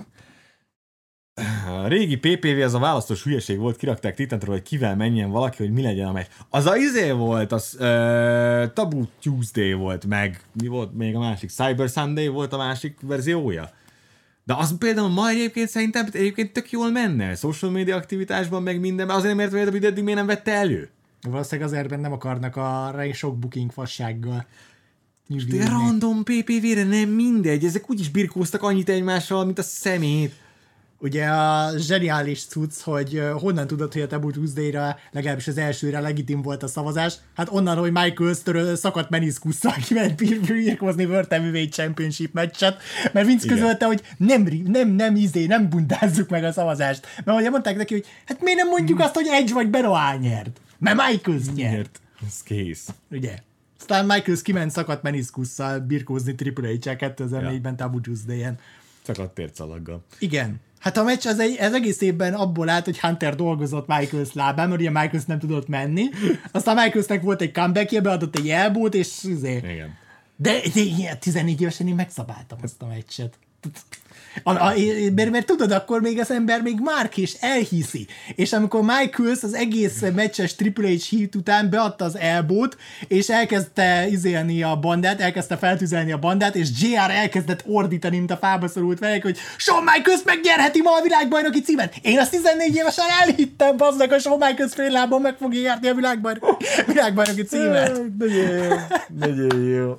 A régi pé pé vé az a választós hülyeség volt, kirakták Titantról, hogy kivel menjen valaki, hogy mi legyen a meccs. Az a izé volt, az uh, Taboo Tuesday volt meg. Mi volt még a másik? Cyber Sunday volt a másik verziója. De az például ma egyébként szerintem egyébként tök jól menne. Social media aktivitásban meg minden, azért mert hogy eddig miért nem vette elő? Valószínűleg azért nem akarnak a sok booking fassággal. De random pé pé vé-re nem mindegy, ezek úgyis birkóztak annyit egymással, mint a szemét. Ugye a zseniális cucc, hogy honnan tudod, hogy a Taboo Tuesday-ra legalábbis az elsőre legitim volt a szavazás. Hát onnan, hogy Michael Störő szakadt meniszkusszal kiment birkózni World Heavyweight Championship meccset, mert Vince közölte, hogy nem, nem, nem izé, nem bundázzuk meg a szavazást. Mert ugye mondták neki, hogy hát miért nem mondjuk azt, hogy Edge vagy Benoit nyert? Mert Michaels nyert. Ez kész. Ugye? Aztán Michaels kiment szakadt meniszkusszal birkózni Triple H-el kétezer-négyben ja. Taboo Tuesday-en. Szakadt tércalaggal. Igen. Hát a meccs az, egy, az egész évben abból állt, hogy Hunter dolgozott Michaels lábán, mert ugye Michaels nem tudott menni. Aztán Michaelsnek volt egy comebackje, beadott egy elbót, és azért. Igen. De, de ilyen tizennégy évesen én megszabáltam azt a meccset. A, a, mert, mert tudod, akkor még az ember még Mark is elhiszi. És amikor Michaels az egész meccses Triple H hit után beadta az elbót, és elkezdte izélni a bandát, elkezdte feltüzelni a bandát, és jé er elkezdett ordítani, mint a fába szorult velek, hogy Shawn Michaels megnyerheti ma a világbajnoki címet. Én azt tizennégy évesen elhittem, bazdnak, a Shawn Michaels fél lábon meg fogja nyerni a világbajnoki, világbajnoki címet. Nagyon jó, nagyon jó.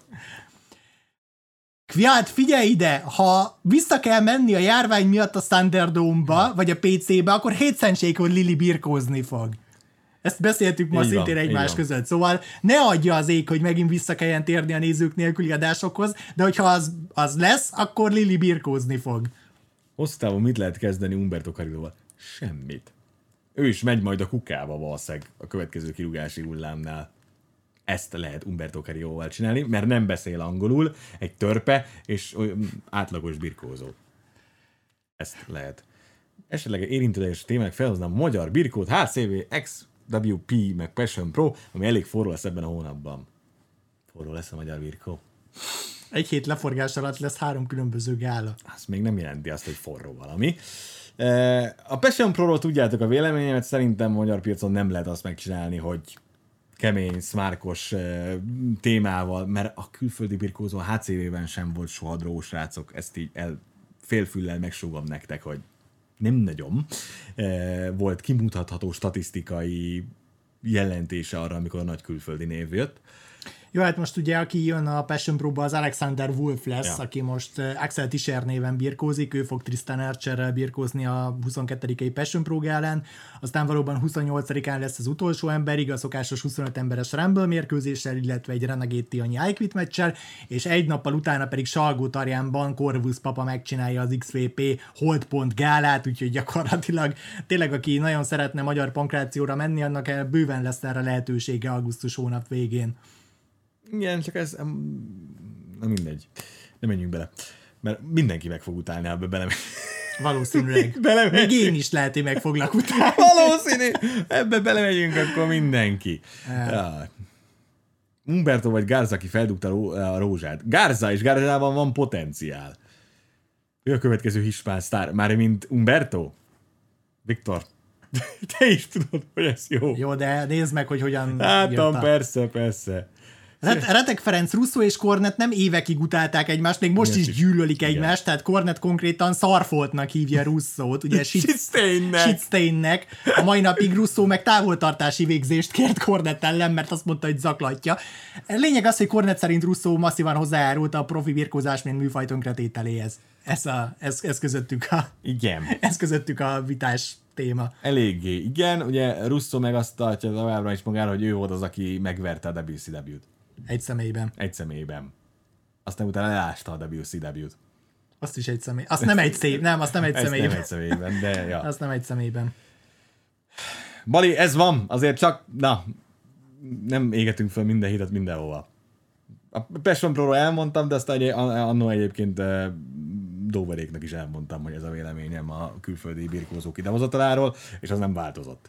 Hát figyelj ide, ha vissza kell menni a járvány miatt a Thunderdome-ba, vagy a pé cé-be, akkor hétszentség, hogy Lili birkózni fog. Ezt beszéltük ma így szintén van, egymás között. Szóval ne adja az ég, hogy megint vissza kelljen térni a nézők nélküli adásokhoz, de hogyha az, az lesz, akkor Lili birkózni fog. Hosszú távon mit lehet kezdeni Umberto Carrilloval? Semmit. Ő is megy majd a kukába valószínűleg a következő kirúgási hullámnál. Ezt lehet Umberto Carrilloval csinálni, mert nem beszél angolul, egy törpe, és átlagos birkózó. Ezt lehet. Esetleg érintőleges témák felhoznám a magyar birkót, há cé vé, iksz dupla pé, meg Passion Pro, ami elég forró lesz ebben a hónapban. Forró lesz a magyar birkó. Egy hét leforgás alatt lesz három különböző gála. Az még nem jelenti azt, hogy forró valami. A Passion Pro-ról tudjátok a véleményemet, szerintem a magyar piacon nem lehet azt megcsinálni, hogy kemény, szmárkos uh, témával, mert a külföldi birkózó a há cé vé-ben sem volt soha drós, srácok, ezt így el félfüllel megsúgom nektek, hogy nem nagyon uh, volt kimutatható statisztikai jelentése arra, amikor a nagy külföldi név jött. Jó, hát most ugye aki jön a Passion Pro-ba, az Alexander Wolf lesz, ja. aki most Axel Tischer néven birkózik, ő fog Tristan Archerrel birkózni a huszonkettedikei Passion Pro gálán, aztán valóban huszonnyolcadikán lesz az utolsó emberig, a szokásos huszonöt emberes Rumble mérkőzéssel, illetve egy Renegade Tianyi I Quit meccsel, és egy nappal utána pedig Salgótarjánban Corvus Papa megcsinálja az iksz vé pé Holdpont gálát, úgyhogy gyakorlatilag tényleg aki nagyon szeretne magyar pankrációra menni, annak bőven lesz erre lehetősége augusztus hónap végén. Igen, csak ez nem mindegy. Nem menjünk bele. Mert mindenki meg fog utálni, ebbe bele. Valószínűleg. Még én is lehet, hogy meg foglak utána. Valószínű. Ebbe belemegyünk akkor mindenki. Ja. Umberto vagy Garza, aki feldugta a rózsát. Garza és Garzában van potenciál. Ő a következő hispán sztár. Már mint Umberto? Viktor, te is tudod, hogy ez jó. Jó, de nézd meg, hogy hogyan Látom, persze, persze. Retek Ferenc, Russo és Kornet nem évekig utálták egymást, még most is, is gyűlölik igen. egymást, tehát Kornet konkrétan szarfoltnak hívja Russót, ugye shitstainnek. A mai napig Russo meg távoltartási végzést kért Kornet ellen, mert azt mondta, hogy zaklatja. Lényeg az, hogy Kornet szerint Russo masszívan hozzájárult a profi birkózás, mint műfaj tönkretételéhez. Ez, a, ez, ez, közöttük a, igen. ez közöttük a vitás téma. Eléggé, igen. Ugye Russo meg azt tartja továbbra is magára, hogy ő volt az, aki megverte a dupla vé cé dupla-t. Egy személyben. Egy személyben. Aztán utána leásta a dupla vé cé dupla-t. Azt is egy személy. Azt nem egy szép, nem, azt nem egy személyben. nem egy személyben, de ja. Azt nem egy személyben. Bali, ez van, azért csak, na, nem égetünk fel minden hitet mindenhova. A Passion Pro-ról elmondtam, de azt annó egyébként Doveréknek is elmondtam, hogy ez a véleményem a külföldi birkózók idehozataláról, és az nem változott.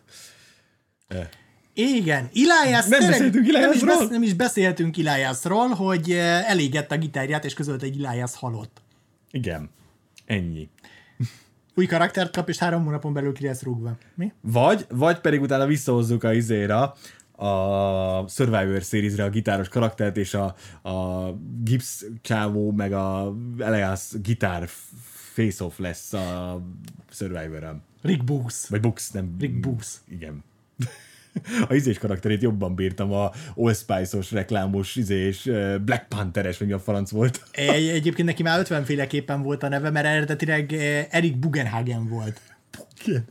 Igen, Elias, nem, beszéltünk nem, is besz, nem is beszéltünk Eliasról, hogy elégett a gitárját, és közölt egy Elias halott. Igen, ennyi. Új karaktert kap, és három hónapon belül ki lesz rúgva. Mi? Vagy, vagy pedig utána visszahozzuk a izéra, a Survivor Series-re a gitáros karaktert, és a, a Gibbs csávó, meg a Elias gitár face-off lesz a Survivor-en. Rick Books. Vagy Books, nem. Rick Books. Igen. A izés karakterét jobban bírtam, a Allspice-os, reklámos, izés, Black Panther-es, vagy mi a franc volt. Egy, egyébként neki már ötvenféleképpen volt a neve, mert eredetileg Erik Bugenhagen volt. Bugenhagen.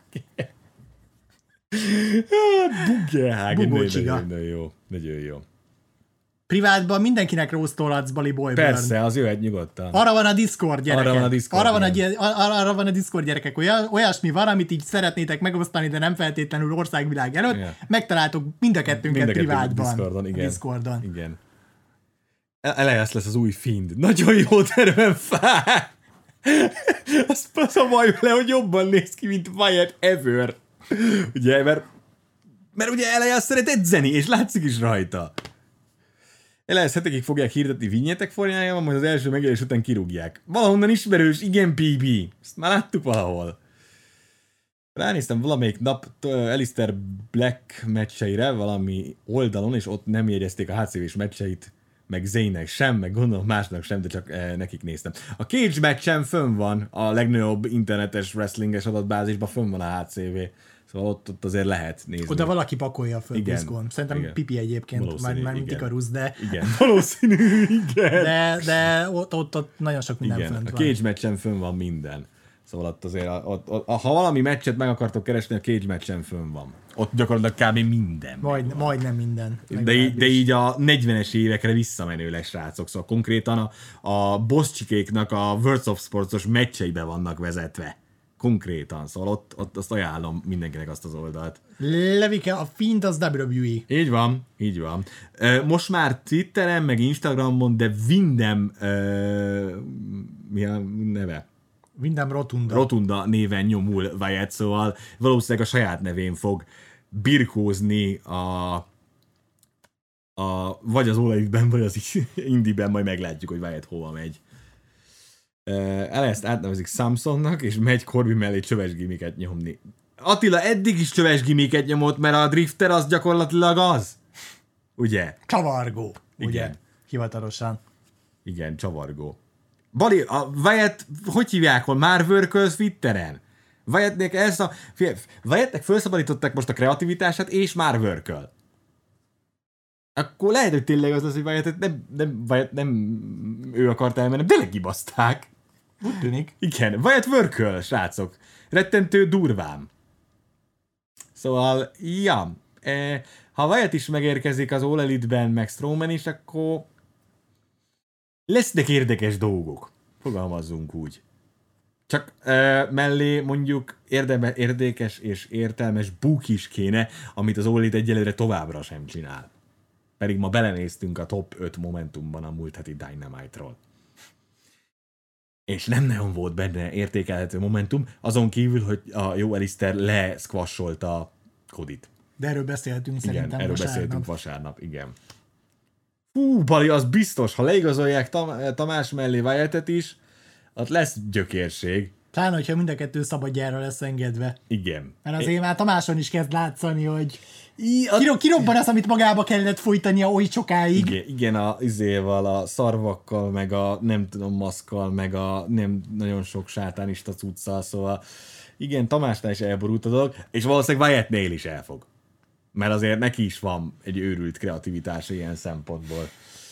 Bugenhagen. Nagyon jó. Nagyon jó. Privátban mindenkinek róztolhatsz Bali Boyburn. Persze, az jöhet nyugodtan. Arra van a Discord, gyerekek. Arra van a Discord, arra van a, arra van a Discord, gyerekek. Olyan, olyasmi van, amit így szeretnétek megosztani, de nem feltétlenül országvilág előtt. Igen. Megtaláltok mind a kettőnket mind a privátban. Discordon, igen. Discordon. Igen. Elias lesz az új Find. Nagyon jó terven fár. Azt szabaljuk le, hogy jobban néz ki, mint Wyatt ever. Ugye, mert, mert ugye Elias szeret edzeni, és látszik is rajta. Elias hetekig fogják hirdetni vignyetek formájában, majd az első megjelenés után kirúgják. Valahonnan ismerős, igen, pé bé. Ezt már láttuk valahol. Ránéztem valamelyik nap Alistair Black meccseire valami oldalon, és ott nem jegyezték a há cé vé-s meccseit, meg Zaynek sem, meg gondolom másnak sem, de csak eh, nekik néztem. A Cage meccsen fönn van, a legnagyobb internetes wrestlinges adatbázisban fönn van a há cé vé. Szóval ott, ott azért lehet nézni. Oda valaki pakolja föl Discon. Szerintem igen. Pipi egyébként, már, már mint Ikarus, de... Igen, valószínű, igen. De, de ott, ott, ott nagyon sok minden igen. fönt a van. A Cage meccsen fönn van minden. Szóval ott azért, ott, ott, ha valami meccset meg akartok keresni, a Cage meccsen fönn van. Ott gyakorlatilag kb. Minden. Majd, majdnem minden. De így, de így a negyvenes évekre visszamenőleg, srácok. Szóval konkrétan a, a boss-csikéknak a World of Sports-os meccseibe vannak vezetve. Konkrétan, szóval ott, ott azt ajánlom mindenkinek azt az oldalt. Levike, a Fiend az dupla vé e. Így van, így van. Most már Twitteren, meg Instagramon, de Windham, uh, mi a neve? Windham Rotunda. Rotunda néven nyomul Wyatt, szóval valószínűleg a saját nevén fog birkózni a, a vagy az All-Elite-ben, vagy az Indie-ben, majd meglátjuk, hogy Wyatt hova megy. Uh, Eliast átnevezik Samsonnak, és megy Corbin mellé csöves gimiket nyomni. Attila eddig is csöves gimiket nyomott, mert a drifter az gyakorlatilag az. Ugye? Csavargó. Igen. Ugye? Hivatalosan. Igen, csavargó. Bali, a Wyatt, hogy hívják, hol már workölsz Twitteren? Wyattnek ezt a... Wyattnek felszabadították most a kreativitását, és már worköl. Akkor lehet, hogy tényleg az lesz, hogy Wyatt nem, nem, Wyatt nem ő akart elmenni, de legibaszták. Úgy tűnik. Igen, Wyatt worköl, srácok. Rettentő durván. Szóval, ja, eh, ha Wyatt is megérkezik az All Elite-ben, meg Strowman is, akkor lesznek érdekes dolgok. Fogalmazzunk úgy. Csak eh, mellé mondjuk érdeme, érdekes és értelmes buk is kéne, amit az All Elite egyelőre továbbra sem csinál. Pedig ma belenéztünk a top öt momentumban a múlt heti Dynamite-ról. és nem nagyon volt benne értékelhető momentum, azon kívül, hogy a jó Alistair leszquasholta Codit. De erről beszéltünk igen, szerintem erről vasárnap. beszéltünk vasárnap, igen. Hú, Bali, az biztos, ha leigazolják Tam- Tamás mellé Wyattet is, ott lesz gyökérség. Pláne, hogyha mind a kettő szabadjára lesz engedve. Igen. Mert azért é... már Tamáson is kezd látszani, hogy I, a... Kiro, kirobban az, amit magába kellett folytania oly sokáig. Igen, igen, a izéval, a szarvakkal, meg a nem tudom, maszkkal, meg a nem nagyon sok sátánista cuccal, szóval igen, Tamásnál is elborult a dolog, és valószínűleg Wyattnél is elfog. Mert azért neki is van egy őrült kreativitása ilyen szempontból.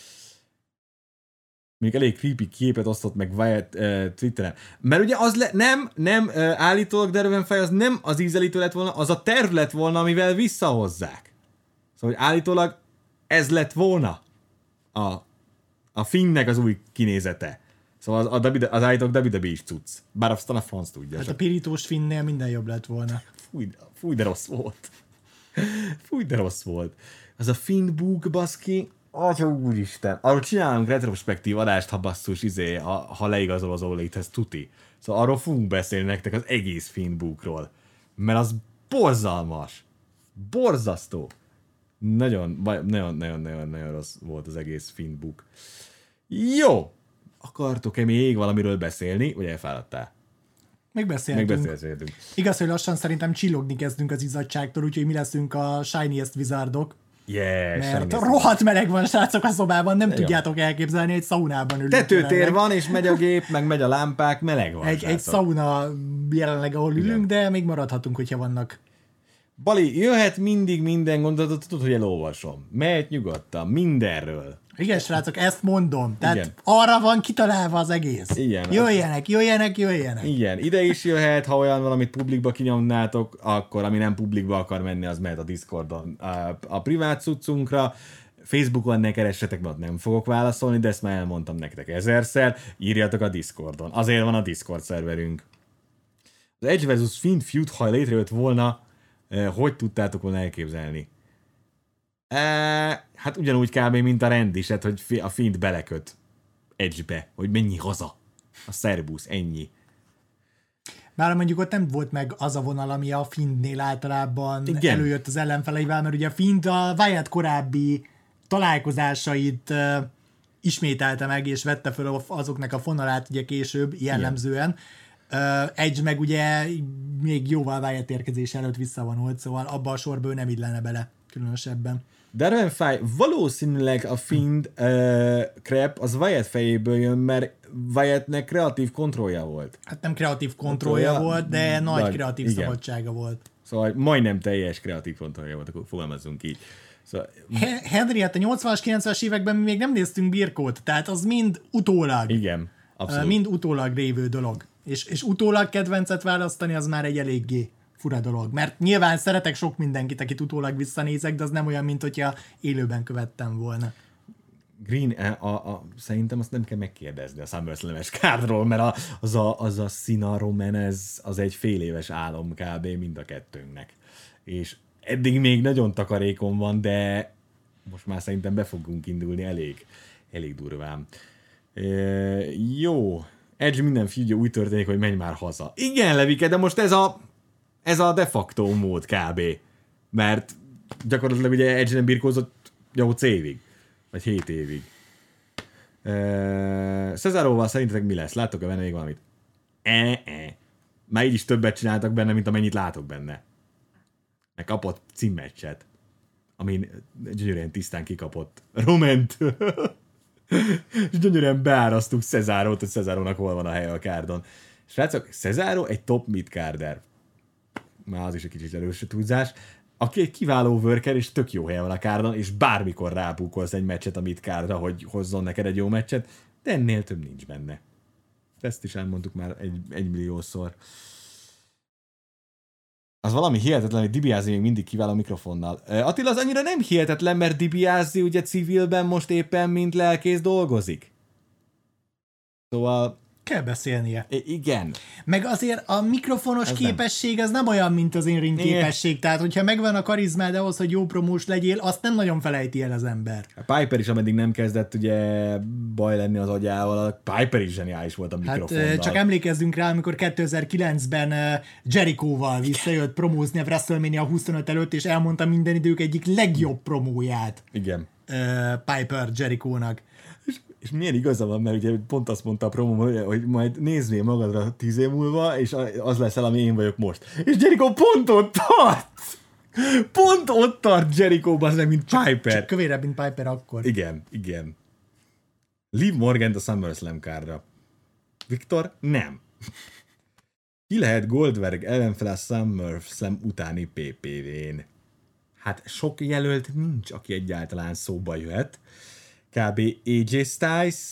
Még elég creepy képet osztott meg Wyatt uh, Twitteren. Mert ugye az le, nem, nem uh, állítólag Dervenfej az nem az ízelítő lett volna, az a terv lett volna, amivel visszahozzák. Szóval hogy állítólag ez lett volna a, a Finnnek az új kinézete. Szóval az, az, az állítólag dupla vé dupla vé is cucc. Bár aztán a franc tudja. Hát csak. A pirítós Finnnél minden jobb lett volna. Fúj, fúj de rossz volt. Fúj, de rossz volt. Az a Finn book, baszki, atya úristen. Arról csinálunk retrospektív adást, ha basszus, izé, ha, ha leigazol az Oléthez, tuti. Szóval arról fogunk beszélni nektek az egész Finn bookról. Mert az borzalmas. Borzasztó. Nagyon, nagyon, nagyon, nagyon, nagyon rossz volt az egész Finn book. Jó! Akartok-e még valamiről beszélni, vagy elfáradtál? Még beszéltünk. Még beszéltünk. Igaz, hogy lassan szerintem csillogni kezdünk az izzadságtól, úgyhogy mi leszünk a Shiniest Wizardok. Yeah, mert rohadt meleg van, srácok, a szobában, nem de tudjátok jó. elképzelni, egy szaunában ülünk. Tetőtér jelenleg. Van, és megy a gép, meg megy a lámpák, meleg van. Egy, egy szauna jelenleg, ahol ülünk, igen. De még maradhatunk, hogyha vannak. Bali, jöhet mindig minden gondolatot, tudod, hogy elolvasom. Mehet nyugodtan, mindenről. Igen, srácok, ezt mondom. Tehát igen. Arra van kitalálva az egész. Igen. Jöjjenek, jöjjenek, jöjjenek. Igen, ide is jöhet, ha olyan valamit publikba kinyomnátok, akkor ami nem publikba akar menni, az mehet a Discordon a, a privát cuccunkra. Facebookon ne keressetek, mert nem fogok válaszolni, de ezt már elmondtam nektek ezerszer. Írjatok a Discordon. Azért van a Discord szerverünk. Az Edge versus. Finn feud, ha létrejött volna, hogy tudtátok volna elképzelni? E, hát ugyanúgy kb. Mint a rendiset, hogy a Fint beleköt Edge-be, hogy mennyi haza. A szerbusz, ennyi. Bár mondjuk ott nem volt meg az a vonal, ami a Fintnél általában igen. előjött az ellenfeleivel, mert ugye a Fint a Wyatt korábbi találkozásait uh, ismételte meg, és vette fel azoknak a fonalát ugye később jellemzően. Uh, Edge meg ugye még jóval Wyatt érkezés előtt visszavonult, szóval abba a sorba ő nem illene bele különösebben. Dervenfáj, valószínűleg a Finn uh, crap az Wyatt fejéből jön, mert Wyattnek kreatív kontrollja volt. Hát nem kreatív kontrollja Kontrollja, volt, de nagy de, kreatív igen. szabadsága volt. Szóval majdnem teljes kreatív kontrollja volt, akkor fogalmazzunk így. Szóval... Henry, hát a nyolcvanas, kilencvenes években mi még nem néztünk birkót, tehát az mind utólag. Igen, abszolút. Mind utólag révő dolog. És, és utólag kedvencet választani, az már egy eléggé fura dolog. Mert nyilván szeretek sok mindenkit, akit utólag visszanézek, de az nem olyan, mint hogyha élőben követtem volna. Green, a, a, a, szerintem azt nem kell megkérdezni a SummerSlam-es kárdról, mert a, az a, az a Sina Roman, ez, az egy fél éves álom kb. Mind a kettőnknek. És eddig még nagyon takarékon van, de most már szerintem be fogunk indulni elég, elég durván. E, jó. Edge minden figyelj úgy történik, hogy menj már haza. Igen, Levike, de most ez a ez a de facto mód kb. Mert gyakorlatilag ugye Edge nem birkózott nyolc évig. Vagy hét évig. Uh, Cesaróval szerintetek mi lesz? Láttok-e benne még valamit? E-e. Már így is többet csináltak benne, mint amennyit látok benne. Meg kapott címmeccset, amin gyönyörűen tisztán kikapott Roment. És gyönyörűen beárasztuk Cesarót, hogy Cesarónak hol van a helye a kárdon. Srácok, Cesaro egy top mid-carder. Már az is egy kicsit erős túlzás. Aki egy kiváló worker, és tök jó helyen van a kárdon, és bármikor rápúkolsz egy meccset a mid-cardra, hogy hozzon neked egy jó meccset, de ennél több nincs benne. Ezt is elmondtuk már egy, egy milliószor. Az valami hihetetlen, hogy DiBiase még mindig kiváló mikrofonnal. Attila, az annyira nem hihetetlen, mert DiBiase ugye civilben most éppen mint lelkész dolgozik. Szóval... Kell beszélnie. I- igen. Meg azért a mikrofonos ez képesség nem. az nem olyan, mint az én ring képesség. Tehát, hogyha megvan a karizmád ahhoz, hogy jó promós legyél, azt nem nagyon felejti el az ember. A Piper is, ameddig nem kezdett ugye baj lenni az agyával, a Piper is zseniális volt a mikrofonnal. Hát csak emlékezzünk rá, amikor kétezer-kilencben Jerichoval visszajött promózni a WrestleMania huszonöt előtt, és elmondta minden idők egyik legjobb promóját. Igen. Piper Jerichónak. És, és milyen igaza van, mert ugye pont azt mondta a promóban, hogy majd nézd magadra tíz év múlva, és az leszel, ami én vagyok most. És Jericho pont ott tart! Pont ott tart Jericho-ban, meg, mint Piper. Csak kövérebb, mint Piper akkor. Igen, igen. Liv Morgan a SummerSlam kárra. Viktor, nem. Ki lehet Goldberg ellenfele a SummerSlam utáni pé pé vén? Hát sok jelölt nincs, aki egyáltalán szóba jöhet. Kb. á jé Styles,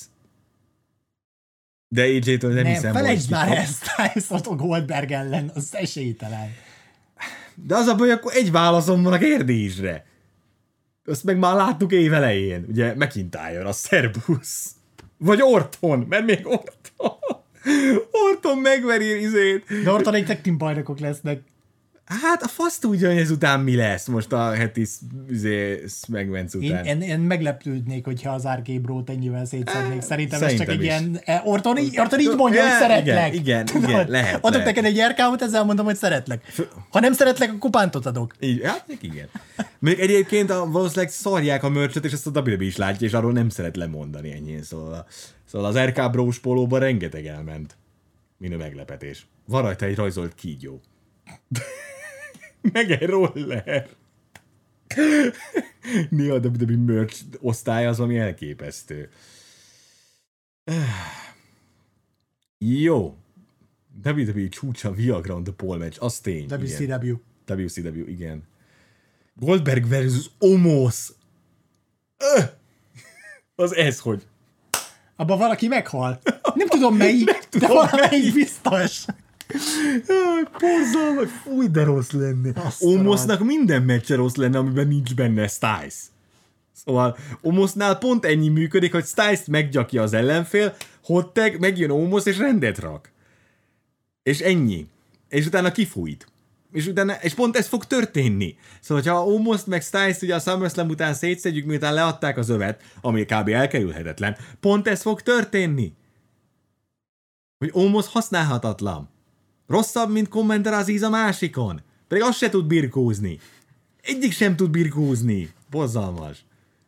de á jé-től nem, nem hiszem, hogy... Nem, felejtsd már ezt Styles-ot a Goldberg ellen, az esélytelen. De az a baj, akkor egy válaszom van a kérdésre. Azt meg már láttuk év elején. Ugye McIntyre, a Szerbusz. Vagy Orton, mert még Orton. Orton megveri izét. De Orton egy tag team bajnokok lesznek. Hát a fasz tudja, hogy ezután mi lesz most a heti megvenc után. Én, én, én meglepődnék, hogyha az er ká Bro-t ennyivel szétszednék. Szerintem, Szerintem ez csak is. egy ilyen... Orton így, Orton így mondja, hogy szeretlek. Igen, igen, igen lehet. Adok neked egy er ká-ot, ezzel mondom, hogy szeretlek. Ha nem szeretlek, akkor pántot adok. Így, hát igen. Még egyébként a, valószínűleg szarják a merchet, és ezt a dupla vé dupla vé is látja, és arról nem szeret lemondani ennyi. Szóval, szóval az er ká Bros pólóban rengeteg elment. Minő meglepetés. Van rajta egy rajzolt kígyó. Meg egy roller. Néha a dupla vé dupla vé merch osztály az, ami elképesztő. Jó. dupla vé dupla vé csúcsa Viagra on the Pole match, az tény. dupla cé dupla vé. dupla cé dupla vé, igen. Goldberg versus Omos. Öh! Az ez, hogy? Abban valaki meghal. Nem tudom melyik, Nem tudom de valamelyik biztos. Borzal, vagy fúj, de rossz lenne. Omosnak minden meccse rossz lenne, amiben nincs benne Styles. Szóval Omosnál pont ennyi működik, hogy Styles meggyakja az ellenfél, hottag, megjön Omos és rendet rak. És ennyi. És utána kifújt. És, utána, és pont ez fog történni. Szóval, ha Omoszt meg Styles ugye a SummerSlam után szétszedjük, miután leadták az övet, ami kb. Elkerülhetetlen, pont ez fog történni. Hogy Omos használhatatlan. Rosszabb, mint Commander Aziz a másikon. Pedig azt se tud birkózni. Egyik sem tud birkózni. Borzalmas.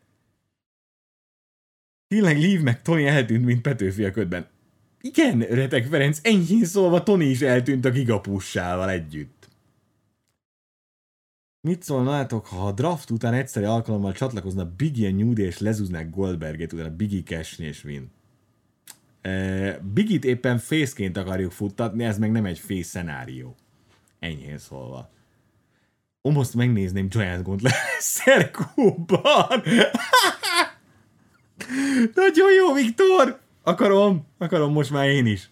Tényleg Liv meg Tony eltűnt, mint Petőfi a ködben. Igen, Retek Ferenc, enyhén szólva Tony is eltűnt a gigapussával együtt. Mit szólnátok, ha a draft után egyszeri alkalommal csatlakozna Biggie New Day és lezúznák Goldberget, utána Biggie Cash és Win? Uh, Biggie-t éppen fészként akarjuk futtatni, ez meg nem egy fész szenárió. Enyhén szólva. Omoszt megnézném Giant Gauntlet Szerkóban. Nagyon jó, Viktor! Akarom, akarom most már én is.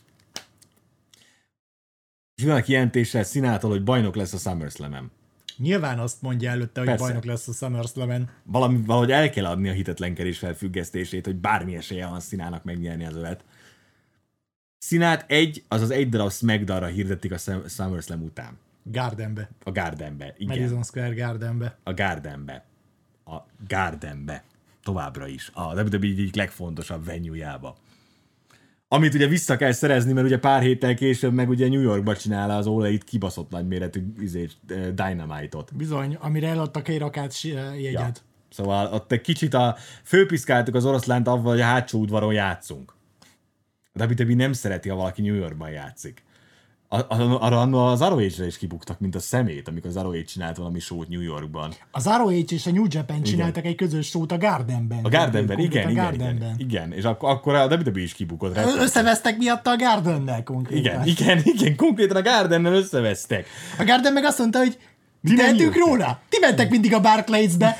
És van a kijelentéssel Színától, hogy bajnok lesz a SummerSlam-en. Nyilván azt mondja előtte, hogy Persze. bajnok lesz a SummerSlam-en. Valami, valahogy el kell adni a hitetlenkedés felfüggesztését, hogy bármi esélye van Színának megnyerni az övet. Színát egy, azaz egy darab SmackDown-ra hirdették a SummerSlam után. Gardenbe. A Gardenbe, igen. Madison Square Gardenbe. A Gardenbe. A Gardenbe. Továbbra is. A dupla vé dupla vé egyik legfontosabb venue-jába. Amit ugye vissza kell szerezni, mert ugye pár héttel később meg ugye New Yorkba csinál az All Elite kibaszott nagyméretű Dynamite-ot. Bizony, amire eladtak egy rakát jegyet. Ja. Szóval ott egy kicsit a főpiszkáltuk az oroszlánt avval, hogy a hátsó udvaron játszunk. A dupla vé dupla vé nem szereti, ha valaki New Yorkban játszik. Arra az er o há-re is kibuktak, mint a szemét, amikor az er o há csinált valami show-t New Yorkban. Az er o há és a New Japan csináltak igen. egy közös show-t a Gardenben. A Gardenben, igen, a igen, Gardenben. igen, igen. És akkor, akkor a dupla vé dupla vé is kibukott. Összevesztek miatt a Gardennel konkrétan. Igen, igen, igen, konkrétan a Gardennel összevesztek. A Garden meg azt mondta, hogy mi tehetünk róla? Ti mentek mindig a Barclays-be.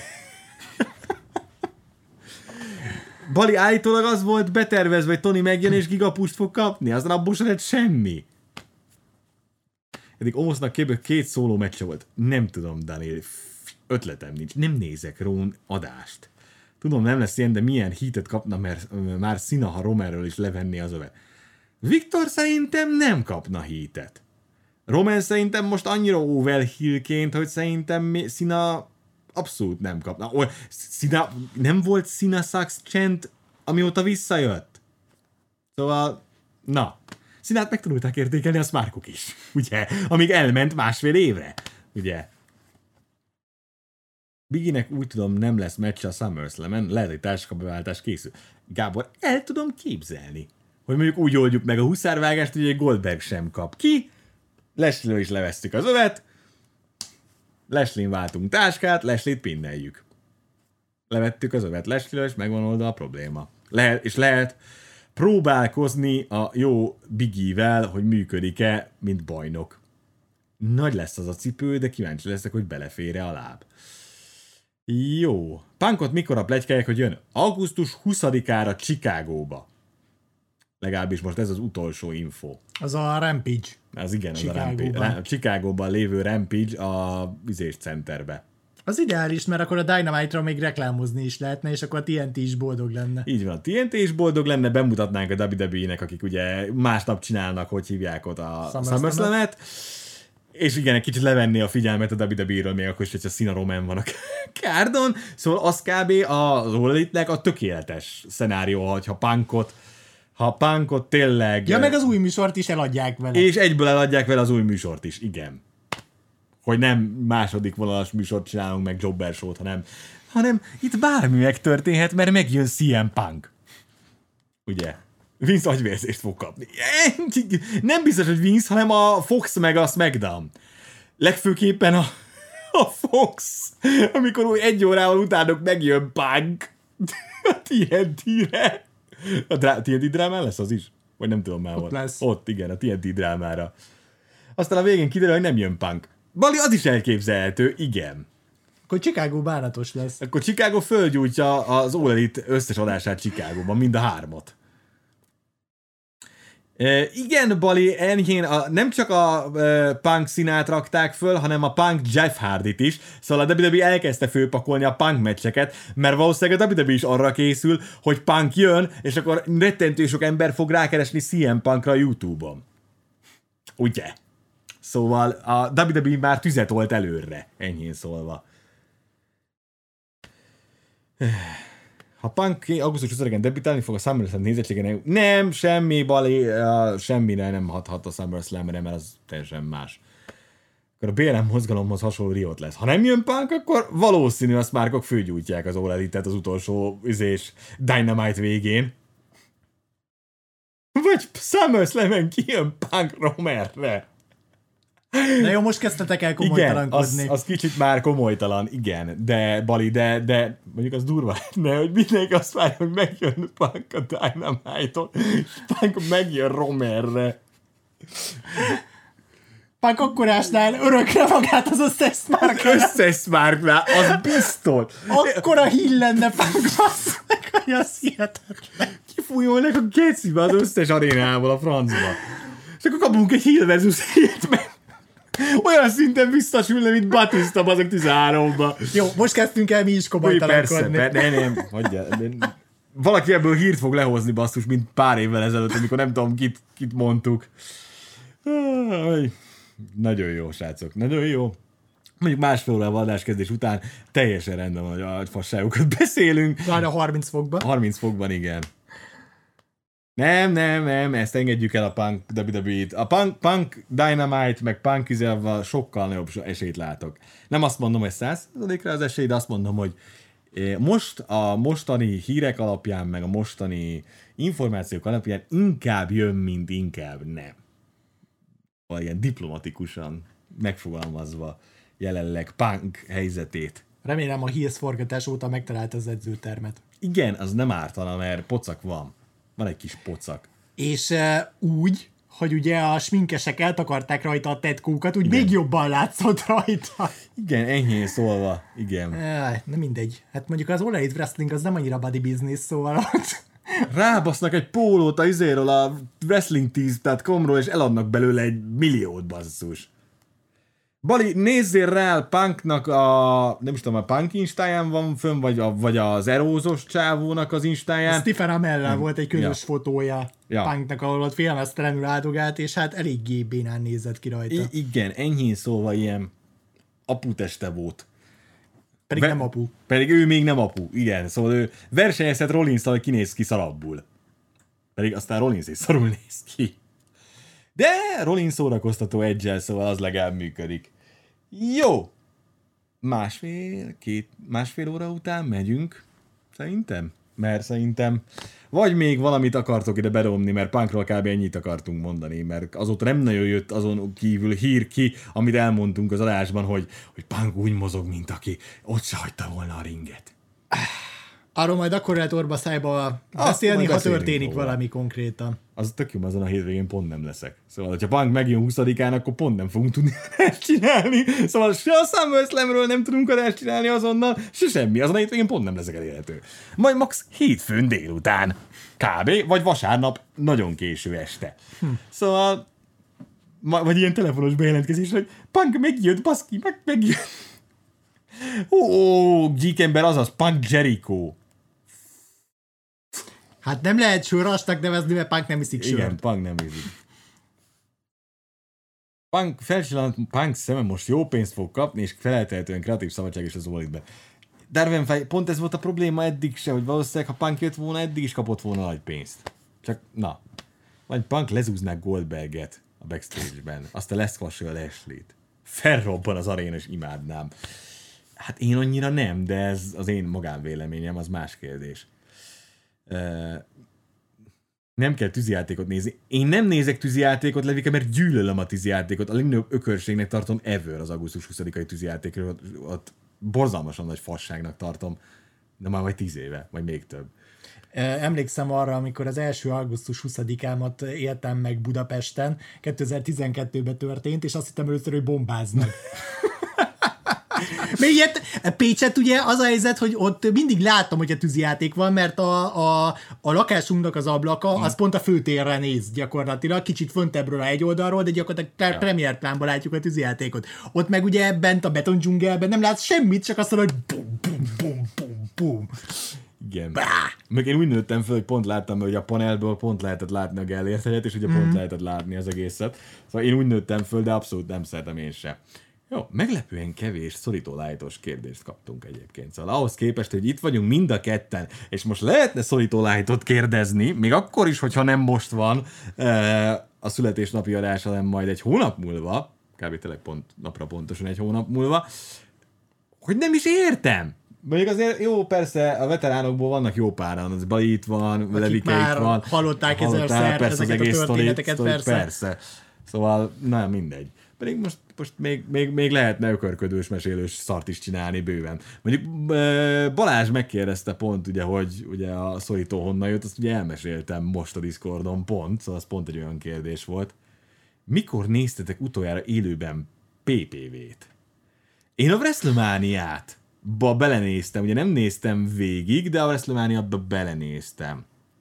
Bali állítólag az volt betervezve, hogy Tony megjön és gigapust fog kapni, aztán abból sem lett semmi. Eddig Omosnak kb. Két szóló meccse volt. Nem tudom, Daniel, ötletem nincs. Nem nézek Rón adást. Tudom, nem lesz ilyen, de milyen hitet kapna, mert már Szina, ha Romerről is levenni az övet. Viktor szerintem nem kapna hétet. Roman szerintem most annyira overhillként, hogy szerintem Cena abszolút nem kapna. O, Cena, nem volt Cena Sucks chant, amióta visszajött. Szóval, na, Cenát meg tudták értékelni a Smarkok is, ugye? Amíg elment másfél évre, ugye? Bigginek úgy tudom nem lesz meccs a SummerSlam-en, lehet, hogy társkabeváltás készül. Gábor, el tudom képzelni, hogy mondjuk úgy oldjuk meg a huszárvágást, hogy egy Goldberg sem kap ki, Lashley-ről is levesztük az övet, Lashley-n váltunk táskát, Lashley-t pinneljük. Levettük az övet Lashley-ről, és megvan oldva a probléma. Lehet, és lehet próbálkozni a jó Biggie-vel, hogy működik-e, mint bajnok. Nagy lesz az a cipő, de kíváncsi leszek, hogy belefér-e a láb. Jó. Punkot mikor a pletykálják, hogy jön? augusztus huszadikára Chicagóba. Legalábbis most ez az utolsó info. Az a Rampage. Az igen, az a Rampage. A Chicagóban lévő Rampage a vizés centerbe. Az ideális, mert akkor a Dynamite-ra még reklámozni is lehetne, és akkor a té en té is boldog lenne. Így van, a té en té is boldog lenne, bemutatnánk a dupla vé dupla é-nek, akik ugye másnap csinálnak, hogy hívják ott a SummerSlam-et. És igen, egy kicsit levenni a figyelmet a dupla vé dupla é-ről, még akkor is, hogyha Cena Roman van a kárdon. Szóval az kb. Az All Elite-nek a tökéletes szenárió, hogyha Punkot, ha Punkot tényleg... Ja, meg az új műsort is eladják vele. És egyből eladják vele az új műsort is, igen. Hogy nem második vonalas műsort csinálunk meg Jobber Show-t, hanem, hanem itt bármi megtörténhet, mert megjön cé em Punk. Ugye? Vince agyvérzést fog kapni. Nem biztos, hogy Vince, hanem a Fox meg a SmackDown. Legfőképpen a, a Fox, amikor úgy egy órával utánok megjön Punk a té en té-re. A drá- té en té drámán lesz az is? Vagy nem tudom már ott volt. Lesz. Ott, igen, a té en té drámára. Aztán a végén kiderül, hogy nem jön Punk. Bali, az is elképzelhető, igen. Akkor Chicago bánatos lesz. Akkor Chicago fölgyújtja az All Elite összes adását Chicagóban, mind a hármat. E, igen, Bali, enyhén a, nem csak a e, Punk színát rakták föl, hanem a Punk Jeff Hardyt is, szóval a dupla vé dupla é elkezdte fölpakolni a Punk meccseket, mert valószínűleg a dupla vé dupla é is arra készül, hogy Punk jön, és akkor rettentő sok ember fog rákeresni cé em Punkra a YouTube-on. Ugye? Szóval a dupla vé dupla é már tüzet olt előre, enyhén szólva. Ha Punk augusztus huszadikán debütálni fog a SummerSlam nézettségen, nem, semmi, Bali, uh, semmire nem hathat a SummerSlam-re, mert az teljesen más. Akkor a bé el em mozgalomhoz hasonló riót lesz. Ha nem jön Punk, akkor valószínű, azt már fölgyújtják az All Elite-et az utolsó üzés Dynamite végén. Vagy SummerSlam-en kijön Punk Romerre. Na jó, most kezdtetek el komolytalankodni. Igen, az, az kicsit már komolytalan, igen, de Bali, de, de mondjuk az durva lenne, hogy mindenki azt várja, hogy megjön Punk a Dynamite-on, és Punk megjön Romerre. Punk akkorásnál örökre magát az összes Smarknál. Összes Smarknál, az biztos. Akkora hill lenne Punk, basszmeg, hogy az hihetetlen. Kifújolnak a gecibe az összes arénából a francba. És akkor kapunk egy Hill versus Hill-t, meg olyan szinten visszasülne, mint Batista azok tizenháromba. Jó, most kezdtünk el mi is komolytalankodni. Persze, per, nem, nem, hagyjál. Valaki ebből hírt fog lehozni, basszus, mint pár évvel ezelőtt, amikor nem tudom, kit, kit mondtuk. Nagyon jó, srácok, nagyon jó. Mondjuk másfél órával adáskezdés után teljesen rendben van, hogy a fasságokat beszélünk. Már a harminc fokban. harminc fokban, igen. Nem, nem, nem, ezt engedjük el a Punk dupla vé dupla é-t. A Punk, Punk Dynamite, meg Punk izélval sokkal nagyobb esélyt látok. Nem azt mondom, hogy száz százalékra az esély, de azt mondom, hogy most a mostani hírek alapján, meg a mostani információk alapján inkább jön, mint inkább nem. Vagy ilyen diplomatikusan megfogalmazva jelenleg Punk helyzetét. Remélem a hírs forgatás óta megtalálta az edzőtermet. Igen, az nem ártana, mert pocak van. Van egy kis pocak. És uh, úgy, hogy ugye a sminkesek eltakarták rajta a tetkókat, úgy igen. Még jobban látszott rajta. Igen, enyhén szólva, igen. Jaj, nem mindegy. Hát mondjuk az All Elite Wrestling az nem annyira body business, szóval ott... Rábasznak egy pólót a izéről, a wrestling tees pont com-ról, és eladnak belőle egy milliót, basszus. Bali, nézzél rá, Punknak a, nem is tudom, a Punk instáján van fönn, vagy, a, vagy az erózos csávónak az instáján. Stephen Amell hmm. volt egy közös ja. fotója ja. Punknak, ahol ott félmeztelenül áldogált, és hát eléggé bénán nézett ki rajta. I- igen, enyhén szóval ilyen aputeste volt. Pedig Ve- nem apu. Pedig ő még nem apu, igen. Szóval ő versenyezhet Rollinsztal, hogy kinéz ki szarabbul. Pedig aztán Rollins is szarul néz ki. De Rollins szórakoztató edge-el, szóval az legalább működik. Jó! Másfél, két, másfél óra után megyünk. Szerintem? Mert szerintem vagy még valamit akartok ide bedobni, mert Punkról kb. Ennyit akartunk mondani, mert azóta nem nagyon jött azon kívül hír ki, amit elmondtunk az adásban, hogy, hogy Punk úgy mozog, mint aki ott se hagyta volna a ringet. Arról majd akkor lehet orba szájba beszélni, ha történik róla. Valami konkrétan. Az tök jó, azon a hétvégén pont nem leszek. Szóval, hogyha Punk megjön huszadikán, akkor pont nem fogunk tudni adást csinálni. Szóval se a SummerSlamről nem tudunk adást csinálni azonnal, se semmi. Azon a hétvégén pont nem leszek elérhető. Majd max hétfőn délután. Kb. Vagy vasárnap nagyon késő este. Hm. Szóval, vagy ilyen telefonos bejelentkezés, hogy Punk megjött, baszki, meg megjött. Ó, Geek ember, azaz Punk Jericho. Hát nem lehet sörrasnak nevezni, mert Punk nem iszik sört. Igen, Punk nem iszik. Punk felcsillant, Punk szeme most jó pénzt fog kapni, és feleltelhetően kreatív szabadság is az All-Elite-be. Darvenfej, pont ez volt a probléma eddig se, hogy valószínűleg, ha Punk jött volna, eddig is kapott volna nagy pénzt. Csak, na. Vagy Punk lezúznák Goldberget a backstage-ben, aztán leszkvasol Lashley-t. Felrobban az aréna, és imádnám. Hát én annyira nem, de ez az én magánvéleményem, az más kérdés. Uh, nem kell tűzijátékot nézni. Én nem nézek tűzijátékot, Levike, mert gyűlölöm a tűzijátékot. A legnagyobb ökörségnek tartom ever az augusztus huszadikai tűzijátékról. Ott, ott borzalmasan nagy fasságnak tartom. De már vagy tíz éve, vagy még több. Emlékszem arra, amikor az első augusztus huszadikámat éltem meg Budapesten, kétezer-tizenkettőben történt, és azt hittem először, hogy bombáznak. Még ilyet, Pécset ugye az a helyzet, hogy ott mindig láttam, hogy a tűzijáték van, mert a, a, a lakásunknak az ablaka, az pont a főtérre néz gyakorlatilag, kicsit föntebbről egy oldalról, de gyakorlatilag ja. Premier plánban látjuk a tűzijátékot. Ott meg ugye bent a betondzsungelben nem látsz semmit, csak azt mondod, hogy bum, bum, bum, bum, bum. Igen. Bah! Meg én úgy nőttem fel, hogy pont láttam, hogy a panelből pont lehetett látni a Gellért hegyet, és ugye mm. pont lehetett látni az egészet. Szóval én úgy nőttem föl, de abszolút nem szeretem én se. Jó, meglepően kevés szorító lájtos kérdést kaptunk egyébként. Szóval ahhoz képest, hogy itt vagyunk mind a ketten, és most lehetne szorító lájtot kérdezni, még akkor is, hogyha nem most van a születésnapi adás, hanem majd egy hónap múlva, kb. Tényleg pont, napra pontosan egy hónap múlva, hogy nem is értem. Mondjuk azért jó, persze, a veteránokból vannak jó páran, az Bali itt van, Levikeik van. hallották ezerszer ezeket a történeteket, sztori, persze. persze. Szóval, na mindegy. Pedig most, most még, még, még lehetne ökörködős, mesélős szart is csinálni bőven. Mondjuk Balázs megkérdezte pont, ugye, hogy ugye a szorító honnan jött, azt ugye elmeséltem most a Discordon pont, szóval az pont egy olyan kérdés volt. Mikor néztetek utoljára élőben pé pé vét? Én a WrestleManiát ba belenéztem, ugye nem néztem végig, de a WrestleMania-ba belenéztem.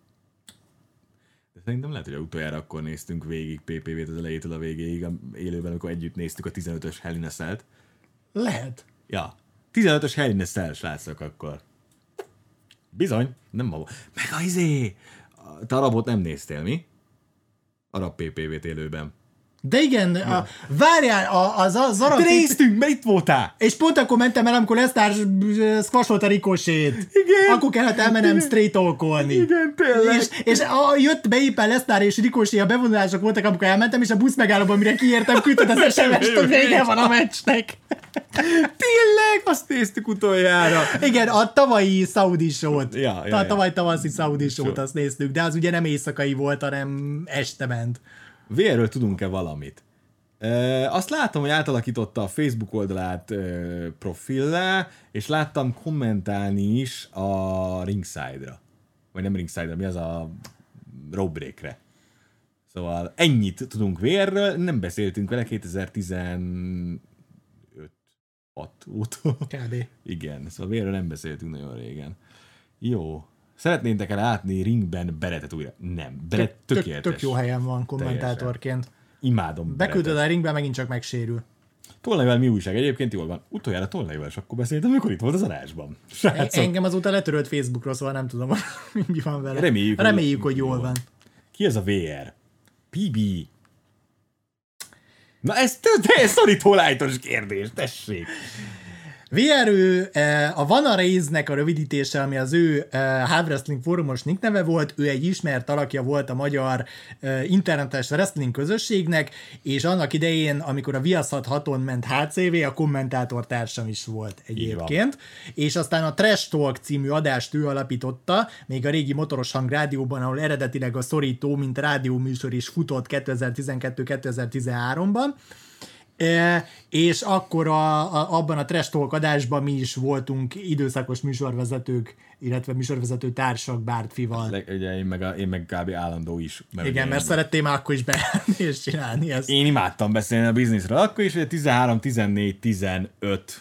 De szerintem lehet, hogy a utoljára akkor néztünk végig pé pé vét az elejétől a végéig, a élőben, amikor együtt néztük a tizenötös Hell in a Cell-t. Lehet. Ja. tizenötös Hell in a Cell, srácok, akkor. Bizony, nem ma. Meg a izé! Te arabot nem néztél, mi? Arab pé pé vét élőben. De igen, ja. a, várjál, a, az az arab... De néztünk, mert itt voltál! És pont akkor mentem el, amikor Lesztár squasholt a Rikosét. Igen. Akkor kellett elmennem straight talkolni. Igen, tényleg. És, és a, jött be éppen Lesztár és Rikosé, a bevonulások voltak, amikor elmentem, és a busz megállóban, mire kiértem, küldted az es em est, hogy vége van a meccsnek. Tényleg, azt néztük utoljára. Igen, a tavalyi Saudi show-t. Ja, ja, a tavaly tavaszi Saudi show-t azt néztük, de az ugye nem éjszakai volt, hanem este ment. vé erről tudunk-e valamit? E, azt látom, hogy átalakította a Facebook oldalát e, profillá, és láttam kommentálni is a Ringside-ra. Vagy nem Ringside-ra, mi az a Road Break-re. Szóval ennyit tudunk vé erről, nem beszéltünk vele kétezer-tizenöt hat óta. Kb. Igen, szóval vé erről nem beszéltünk nagyon régen. Jó. Szeretnétek-e látni ringben Beretet újra? Nem. Beret tökéletes. Tök, tök jó helyen van kommentátorként. Teljesen. Imádom Beküldöd a ringbe, megint csak megsérül. Tolnaival mi újság? Egyébként jól van. Utoljára Tolnaival is akkor beszéltem, amikor itt volt az adásban. Srácok. Engem azóta letörölt Facebookról, szóval nem tudom, mi van vele. Reméljük, Reméljük hogy, hogy jól van. Ki ez a vé er? pé bé. Na ez, ez szorító-lájtos kérdés, tessék. vé er ő, a Vana Raise-nek a rövidítése, ami az ő Hive Wrestling fórumos nick neve volt, ő egy ismert alakja volt a magyar internetes wrestling közösségnek, és annak idején, amikor a Viaszat haton ment há cé vé, a kommentátor társam is volt egyébként, és aztán a Trash Talk című adást ő alapította, még a régi Motoros Hang rádióban, ahol eredetileg a szorító, mint rádióműsor is futott kétezer-tizenkettő kétezer-tizenháromban, E, és akkor a, a, abban a Trash Talk adásban mi is voltunk időszakos műsorvezetők, illetve műsorvezető társak Bártfival. Ugye én meg, a, én meg kb. Állandó is. Mert igen, mert szerettél már akkor is beállni és csinálni ezt. Én imádtam beszélni a bizniszről, akkor is ugye tizenhárom, tizennégy, tizenöt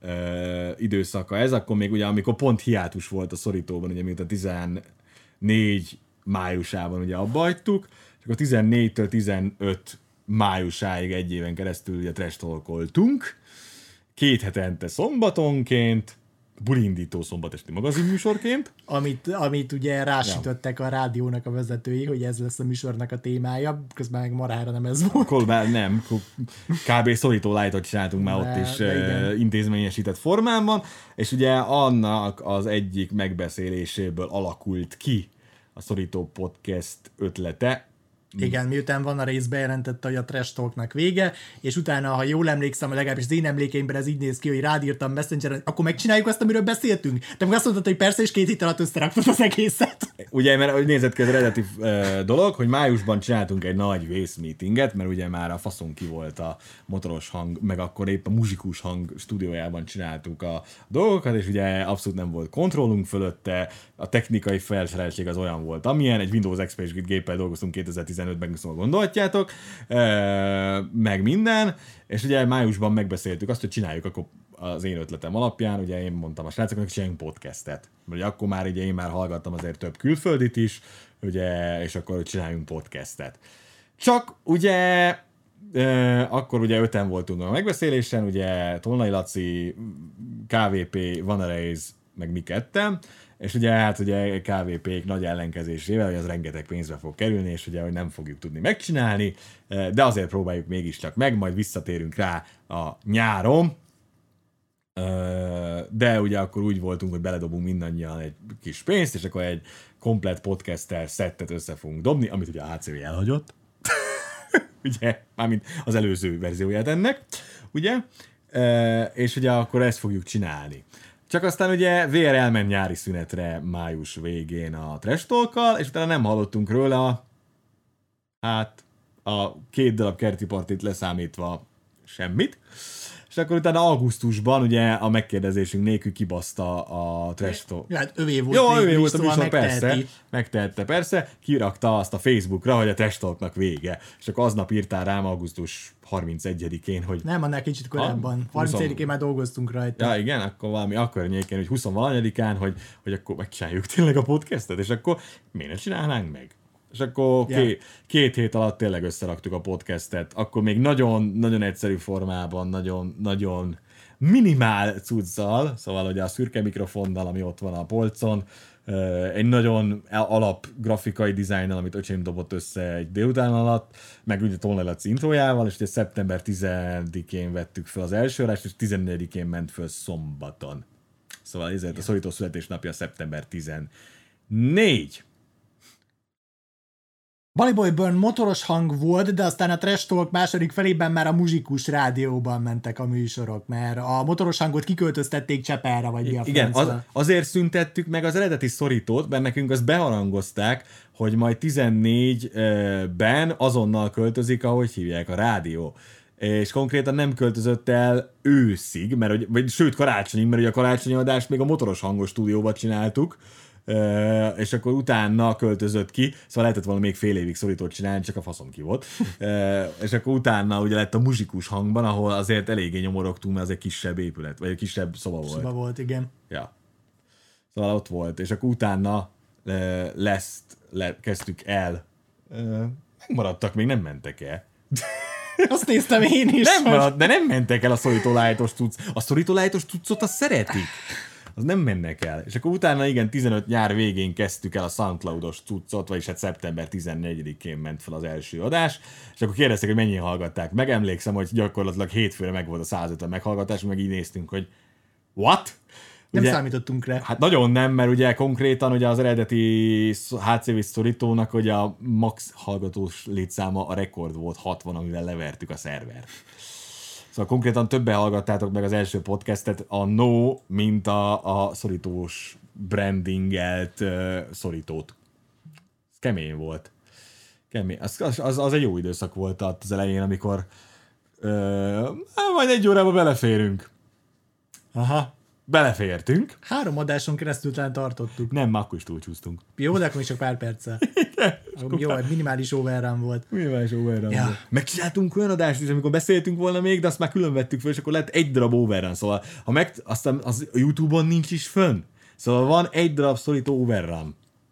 ö, időszaka ez, akkor még ugye amikor pont hiátus volt a szorítóban, ugye miután tizennégy májusában ugye abba hagytuk, és akkor tizennégytől tizenöt májusáig egy éven keresztül ugye trash talkoltunk, két hetente szombatonként, bulindító szombatesti magazinműsorként. Amit, amit ugye rásütöttek ja. a rádiónak a vezetői, hogy ez lesz a műsornak a témája, közben meg marhára nem ez volt. Kolbár nem, kb. Szorító lightot csináltunk már ott is uh, intézményesített formában, és ugye annak az egyik megbeszéléséből alakult ki a Szorító Podcast ötlete. Igen, miután van a rész bejelentette, hogy a Trash Talknak vége, és utána, ha jól emlékszem, legalábbis az én emlékeimben ez így néz ki, hogy rád írtam Messengeren, akkor megcsináljuk azt, amiről beszéltünk? Te meg azt mondtad, hogy persze, és két hét alatt összeraktad az egészet. Ugye, mert hogy nézett ki az eredeti uh, dolog, hogy májusban csináltunk egy nagy vészmeetinget, mert ugye már a faszon ki volt a Motoros Hang, meg akkor épp a Muzsikus Hang stúdiójában csináltuk a dolgokat, és ugye abszolút nem volt kontrollunk fölötte, a technikai felszereltség az olyan volt, amilyen, egy Windows exp es géppel dolgoztunk kétezer-tizenötben, szóval gondolhatjátok, meg minden, és ugye májusban megbeszéltük azt, hogy csináljuk akkor az én ötletem alapján, ugye én mondtam a srácoknak, hogy csináljunk podcastet. Ugye akkor már ugye én már hallgattam azért több külföldit is, ugye, és akkor csináljunk podcastet. Csak ugye E, akkor ugye öten voltunk a megbeszélésen, ugye Tolnai Laci, ká vé pé, Vana Raise, meg mi ketten, és ugye hát ugye ká vé pék nagy ellenkezésével, hogy az rengeteg pénzbe fog kerülni, és ugye hogy nem fogjuk tudni megcsinálni, de azért próbáljuk mégiscsak meg, majd visszatérünk rá a nyáron, de ugye akkor úgy voltunk, hogy beledobunk mindannyian egy kis pénzt, és akkor egy komplett podcaster szettet össze fogunk dobni, amit ugye a há cé vé elhagyott, ugye, mármint az előző verzióját ennek, ugye, és ugye akkor ezt fogjuk csinálni. Csak aztán ugye vé er elment nyári szünetre május végén a Trash Talkkal, és utána nem hallottunk róla, hát a két darab kerti partit leszámítva semmit, és akkor utána augusztusban ugye a megkérdezésünk nélkül kibaszta a Trash Talk. Hát övé volt. Jó, övé volt a műsor, persze, megtehette, persze, kirakta azt a Facebookra, hogy a Trash Talknak vége, és akkor aznap írtál rám augusztus harmincegyedikén, hogy... Nem, annál kicsit korábban. harmincegyedikén már dolgoztunk rajta. Ja, igen, akkor valami akkor nyéken, hogy huszonvaladikán, hogy, hogy akkor megcsináljuk tényleg a podcastet, és akkor miért ne csinálnánk meg? És akkor yeah. két, két hét alatt tényleg összeraktuk a podcastet, akkor még nagyon, nagyon egyszerű formában, nagyon, nagyon minimál cuccal, szóval ugye a szürke mikrofonnal, ami ott van a polcon, egy nagyon alap grafikai dizájnnal, amit öcsém dobott össze egy délután alatt, meg ugye Tolnai Laci intrójával, és ugye szeptember tizedikén vettük fel az első adást, és tizennegyedikén ment föl szombaton. Szóval ezért yeah. a szorító születésnapja szeptember tizennégy. Baliboy Burn motoros hang volt, de aztán a Trash Talk második felében már a Muzsikus rádióban mentek a műsorok, mert a motoros hangot kiköltöztették Csepelre, vagy mi a igen, az, azért szüntettük meg az eredeti szorítót, mert nekünk azt beharangozták, hogy majd tizennégyben azonnal költözik, ahogy hívják, a rádió. És konkrétan nem költözött el őszig, mert, vagy sőt karácsonyig, mert ugye a karácsonyi adást még a motoros hangos stúdióban csináltuk, Uh, és akkor utána költözött ki, szóval lehetett volna még fél évig szorítót csinálni, csak a faszom ki volt. Uh, és akkor utána ugye lett a Muzsikus Hangban, ahol azért eléggé nyomorogtunk, mert az egy kisebb épület, vagy egy kisebb szoba volt. Szoba volt, igen. Ja. Szóval ott volt, és akkor utána uh, lesz, le, kezdtük el. Uh, megmaradtak, még nem mentek el. Azt néztem én is. Nem maradt, de nem mentek el a szorítólájtos cucc. A szorítólájtos cuccot azt szeretik. Az nem mennek el. És akkor utána igen, tizenöt nyár végén kezdtük el a SoundCloud-os cuccot, vagyis hát szeptember tizennegyedikén ment fel az első adás, és akkor kérdeztek, hogy mennyien hallgatták. Megemlékszem, hogy gyakorlatilag hétfőre meg volt a százötven meghallgatás, meg így néztünk, hogy what? Nem ugye, számítottunk rá. Hát nagyon nem, mert ugye konkrétan ugye az eredeti há cé vé szorítónak ugye a max hallgatós létszáma a rekord volt hatvan, amivel levertük a szervert. Szóval konkrétan többen hallgattátok meg az első podcastet a No, mint a, a szorítós brandingelt uh, szorítót. Ez kemény volt. Kemény. Az, az, az egy jó időszak volt az elején, amikor uh, majd egy órába beleférünk. Aha. Belefértünk. Három adáson keresztül talán tartottuk. Nem, már akkor is túlcsúsztunk. Jó, de akkor is csak pár perccel. Jó, egy minimális overrun volt. Minimális overrun ja. volt. Megcsináltunk olyan adást is, amikor beszéltünk volna még, de azt már külön vettük fel, és akkor lett egy darab overrun. Szóval, ha meg, aztán az a YouTube-on nincs is fönn. Szóval van egy darab szorító overrun.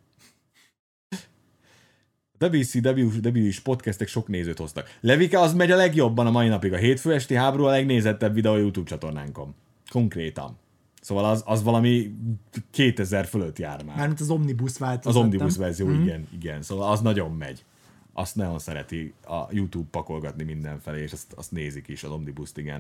A dupla vé cé dupla-is podcastek sok nézőt hoztak. Levike az megy a legjobban a mai napig. A hétfő esti háború a legnézettebb videó a YouTube csatornánkon. Konkrétan. Szóval az, az valami kétezer fölött jár már. Mármint az Omnibus változat. Az Omnibus verzió, mm-hmm. igen, igen. Szóval az nagyon megy. Azt nagyon szereti a YouTube pakolgatni mindenfelé, és azt, azt nézik is, az Omnibust, igen.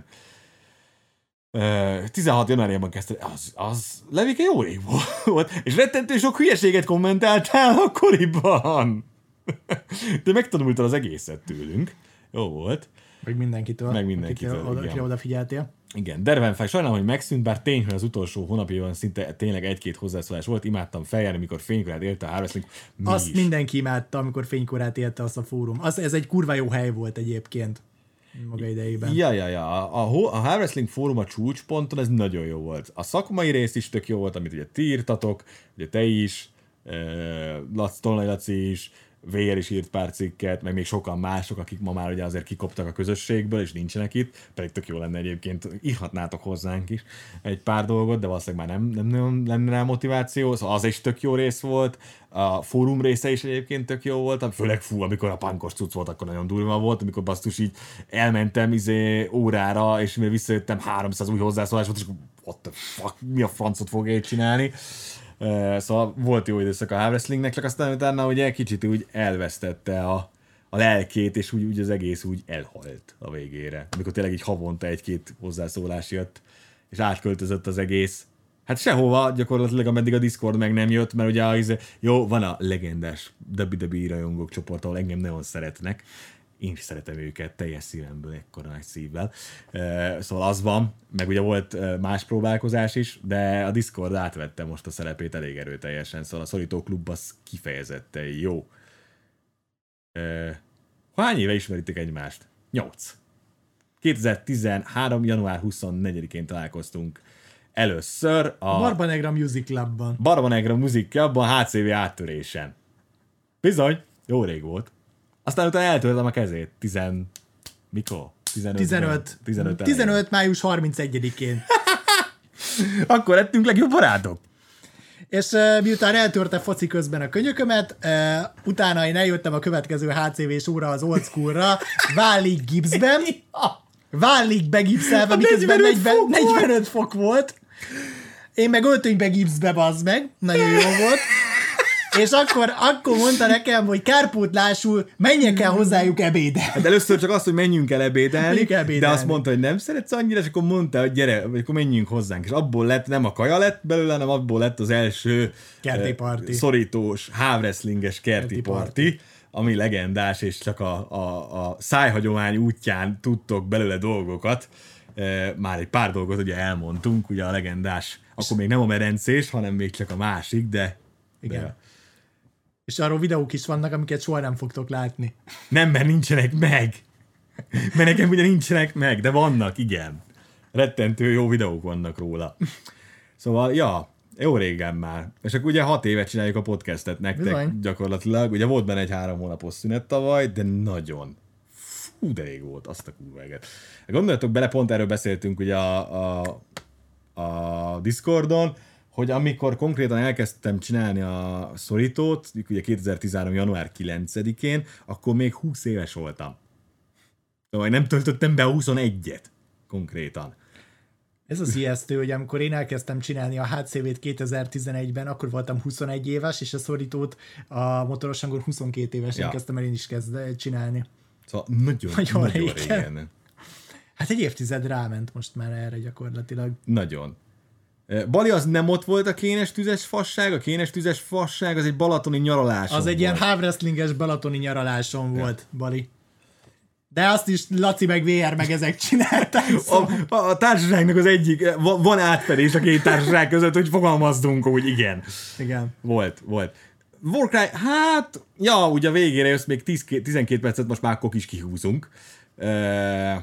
tizenhat januárjában kezdte, az, az Levike jó rég volt, és rettentő sok hülyeséget kommentáltál akkoriban. De megtanultad az egészet tőlünk. Jó volt. Meg mindenkitől. Meg mindenkitől, akitől, akire odafigyeltél. Igen, Dervenfáj, sajnálom, hogy megszűnt, bár tény, hogy az utolsó hónapjában szinte tényleg egy-két hozzászólás volt. Imádtam feljárni, amikor fénykorát élte a Harvestling. Mi Azt is. mindenki imádta, amikor fénykorát élte azt a fórum. Az, ez egy kurva jó hely volt egyébként maga idejében. Ja, ja, ja. A, a, a Harvestling fórum a csúcsponton, ez nagyon jó volt. A szakmai rész is tök jó volt, amit ugye ti írtatok, ugye te is, Lac, Tolnai Laci is, Vér is írt pár cikket, meg még sokan mások, akik ma már ugye azért kikoptak a közösségből, és nincsenek itt, pedig tök jó lenne egyébként, írhatnátok hozzánk is egy pár dolgot, de valószínűleg már nem, nem, nem lenne rá motiváció, szóval az is tök jó rész volt, a fórum része is egyébként tök jó volt, főleg fú, amikor a punkos cucc volt, akkor nagyon durva volt, amikor basszus így elmentem izé órára, és mivel visszajöttem, háromszáz új hozzászólás volt, és akkor what the fuck, mi a francot fog én csinálni? Uh, szóval volt jó időszak a Harvestlingnek, csak aztán utána ugye kicsit úgy elvesztette a, a lelkét, és úgy, úgy az egész úgy elhalt a végére. Amikor tényleg így havonta egy-két hozzászólás jött, és átköltözött az egész. Hát sehova gyakorlatilag, ameddig a Discord meg nem jött, mert ugye az, jó, van a legendás dupla vé dupla-i rajongók csoport, ahol engem nagyon szeretnek. Én is szeretem őket teljes szívemből, ekkora nagy szívvel. Szóval az van, meg ugye volt más próbálkozás is, de a Discord átvette most a szerepét elég erőteljesen, szóval a Szorító Klub az kifejezetten jó. Hány éve ismeritek egymást? Nyolc. kétezer-tizenhárom. január huszonnegyedikén találkoztunk először a Barba Negra Music Clubban. Barba Negra Music Clubban, há cé vé áttörésen. Bizony, jó rég volt. Aztán utána eltörtem a kezét. Tizen... Mikor? tizenöt. tizenöt. tizenöt, tizenöt május harmincegyedikén. Akkor lettünk legjobb barátok. És uh, miután eltörte foci közben a könyökömet, uh, utána én eljöttem a következő há cé vés óra az Old School-ra, vállig gipszben, vállig begipszelve, miközben negyven, negyvenöt fok volt. Én meg öltönybe gipszbe, bazd meg. Nagyon jó volt. És akkor, akkor mondta nekem, hogy kárpótlásul menjek el hozzájuk ebédelni. Hát először csak azt, hogy menjünk el ebédelni, ebédelni, de azt mondta, hogy nem szeretsz annyira, és akkor mondta, hogy gyere, vagy akkor menjünk hozzánk. És abból lett, nem a kaja lett belőle, hanem abból lett az első kerti party. szorítós, hávwrestlinges kerti, kerti party, party, ami legendás, és csak a, a, a szájhagyomány útján tudtok belőle dolgokat. Már egy pár dolgot ugye elmondtunk, ugye a legendás, akkor még nem a medencés, hanem még csak a másik, de... Igen. De, és arról videók is vannak, amiket soha nem fogtok látni. Nem, mert nincsenek meg. Mert nekem ugye nincsenek meg, de vannak, igen. Rettentő jó videók vannak róla. Szóval, ja, jó régen már. És akkor ugye hat évet csináljuk a podcastet nektek. Bizony. Gyakorlatilag. Ugye volt benne egy három hónapos szünet tavaly, de nagyon. Fú, de rég volt, azt a kurváget. Gondoljatok bele, pont erről beszéltünk ugye a, a, a Discordon, hogy amikor konkrétan elkezdtem csinálni a szorítót, ugye kétezer-tizenhárom. január kilencedikén, akkor még húsz éves voltam. Vagy nem töltöttem be a huszonegyet konkrétan. Ez az ijesztő, hogy amikor én elkezdtem csinálni a há cé vét kétezer-tizenegyben, akkor voltam huszonegy éves, és a szorítót a motoros hangon huszonkét évesen ja. kezdtem el én is kezd csinálni. Szóval nagyon, nagyon, nagyon régen. régen. Hát egy évtized ráment most már erre gyakorlatilag. Nagyon. Bali az nem ott volt a kénes tüzes fasság, a kénes tüzes fasság az egy balatoni nyaraláson Az volt. egy ilyen hávwrestlinges balatoni nyaraláson ja. volt, Bali. De azt is Laci meg vé er meg ezek csinálták. Szóval. A, a, a társaságnak az egyik, van átfedés a két társaság között, hogy fogalmazdunk, hogy igen. Igen. Volt, volt. Warcry, hát, ja, ugye a végére jössz még tíz, tizenkét percet, most már akkor is kihúzunk. Uh,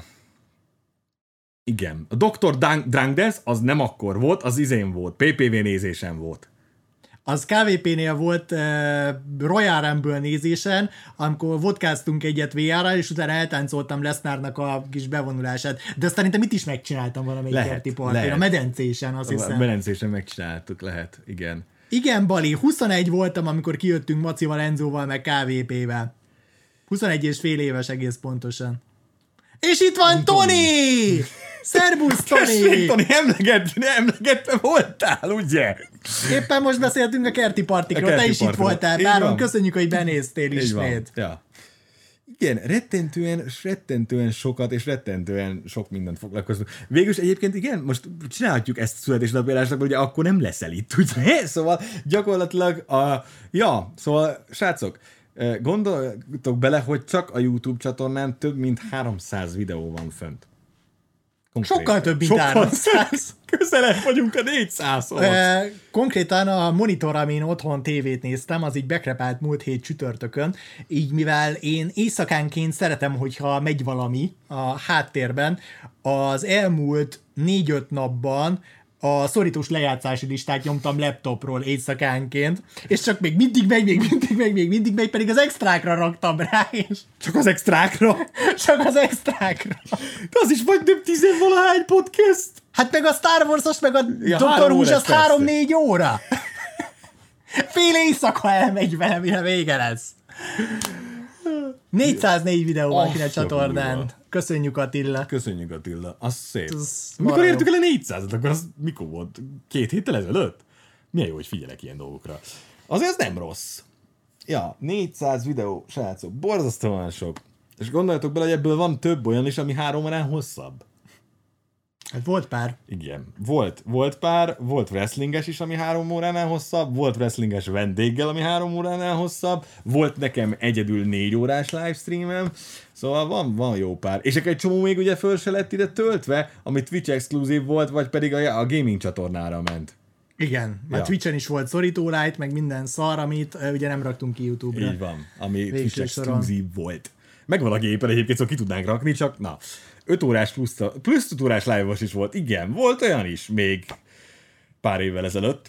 igen. A doktor Drangdes az nem akkor volt, az izén volt, pé pé vé nézésen volt. Az ká vé pénél volt uh, Royal Rumble nézésen, amikor vodkáztunk egyet vé er-rel, és utána eltáncoltam Lesnarnak a kis bevonulását. De azt szerintem itt is megcsináltam valamelyik kerti partin, a medencésen, azt hiszem. A medencésen megcsináltuk, lehet, igen. Igen, Bali, huszonegy voltam, amikor kijöttünk Macival, Enzóval, meg ká vé pével. huszonegy és fél éves egész pontosan. És itt van Toni! Szerbusz, Toni! Toni, emlegette voltál, ugye? Éppen most beszéltünk a kerti partikról, a kerti te is partikról. Itt voltál, Báron, köszönjük, hogy benéztél ismét. Ja. Igen, rettentően, rettentően sokat és rettentően sok mindent foglalkozunk. Végülis egyébként igen, most csinálhatjuk ezt születésnapjárásnak, ugye akkor nem leszel itt, ugye? Szóval gyakorlatilag a... Ja, szóval srácok, gondoltok bele, hogy csak a YouTube csatornán több mint háromszáz videó van fönt. Konkrét. Sokkal több, mint háromszáz. Közelebb vagyunk a négyszázhoz. E, konkrétan a monitor, amin otthon tévét néztem, az így bekrepált múlt hét csütörtökön, így mivel én éjszakánként szeretem, hogyha megy valami a háttérben, az elmúlt négy-öt napban a szorítós lejátszási listát nyomtam laptopról éjszakánként, és csak még mindig megy, még mindig megy, még mindig megy, pedig az extrákra raktam rá, és... Csak az extrákra? Csak az extrákra. De az is vagy nem tizenvalahány podcast? Hát meg a Star Wars-os, meg a ja, doktor Who, az három-négy óra. Fél éjszaka elmegy vele, mire vége lesz. négyszáznégy videó van oh, ki a csatornán. Újra. Köszönjük, Attila. Köszönjük, Attila. Az szép. Az mikor értük el a négyszázat? Akkor az mikor volt? Két héttel ezelőtt? Milyen jó, hogy figyelek ilyen dolgokra. Azért ez nem rossz. Ja, négyszáz videó, srácok. Borzasztóan sok. És gondoljatok bele, hogy ebből van több olyan is, ami három órán hosszabb. Hát volt pár. Igen. Volt, volt pár, volt wrestlinges is, ami három óránál hosszabb, volt wrestlinges vendéggel, ami három óránál hosszabb, volt nekem egyedül négy órás livestreamem, szóval van, van jó pár. És egy csomó még ugye föl se lett ide töltve, ami Twitch exkluzív volt, vagy pedig a, a gaming csatornára ment. Igen, mert ja. Twitchen is volt szorító light, meg minden szar, amit uh, ugye nem raktunk ki YouTube-ra. Így van, ami Twitch exkluzív volt. Megvan a gépen egyébként, szóval ki tudnánk rakni, csak na... öt órás plusz, plusz öt órás live-os is volt. Igen, volt olyan is még pár évvel ezelőtt.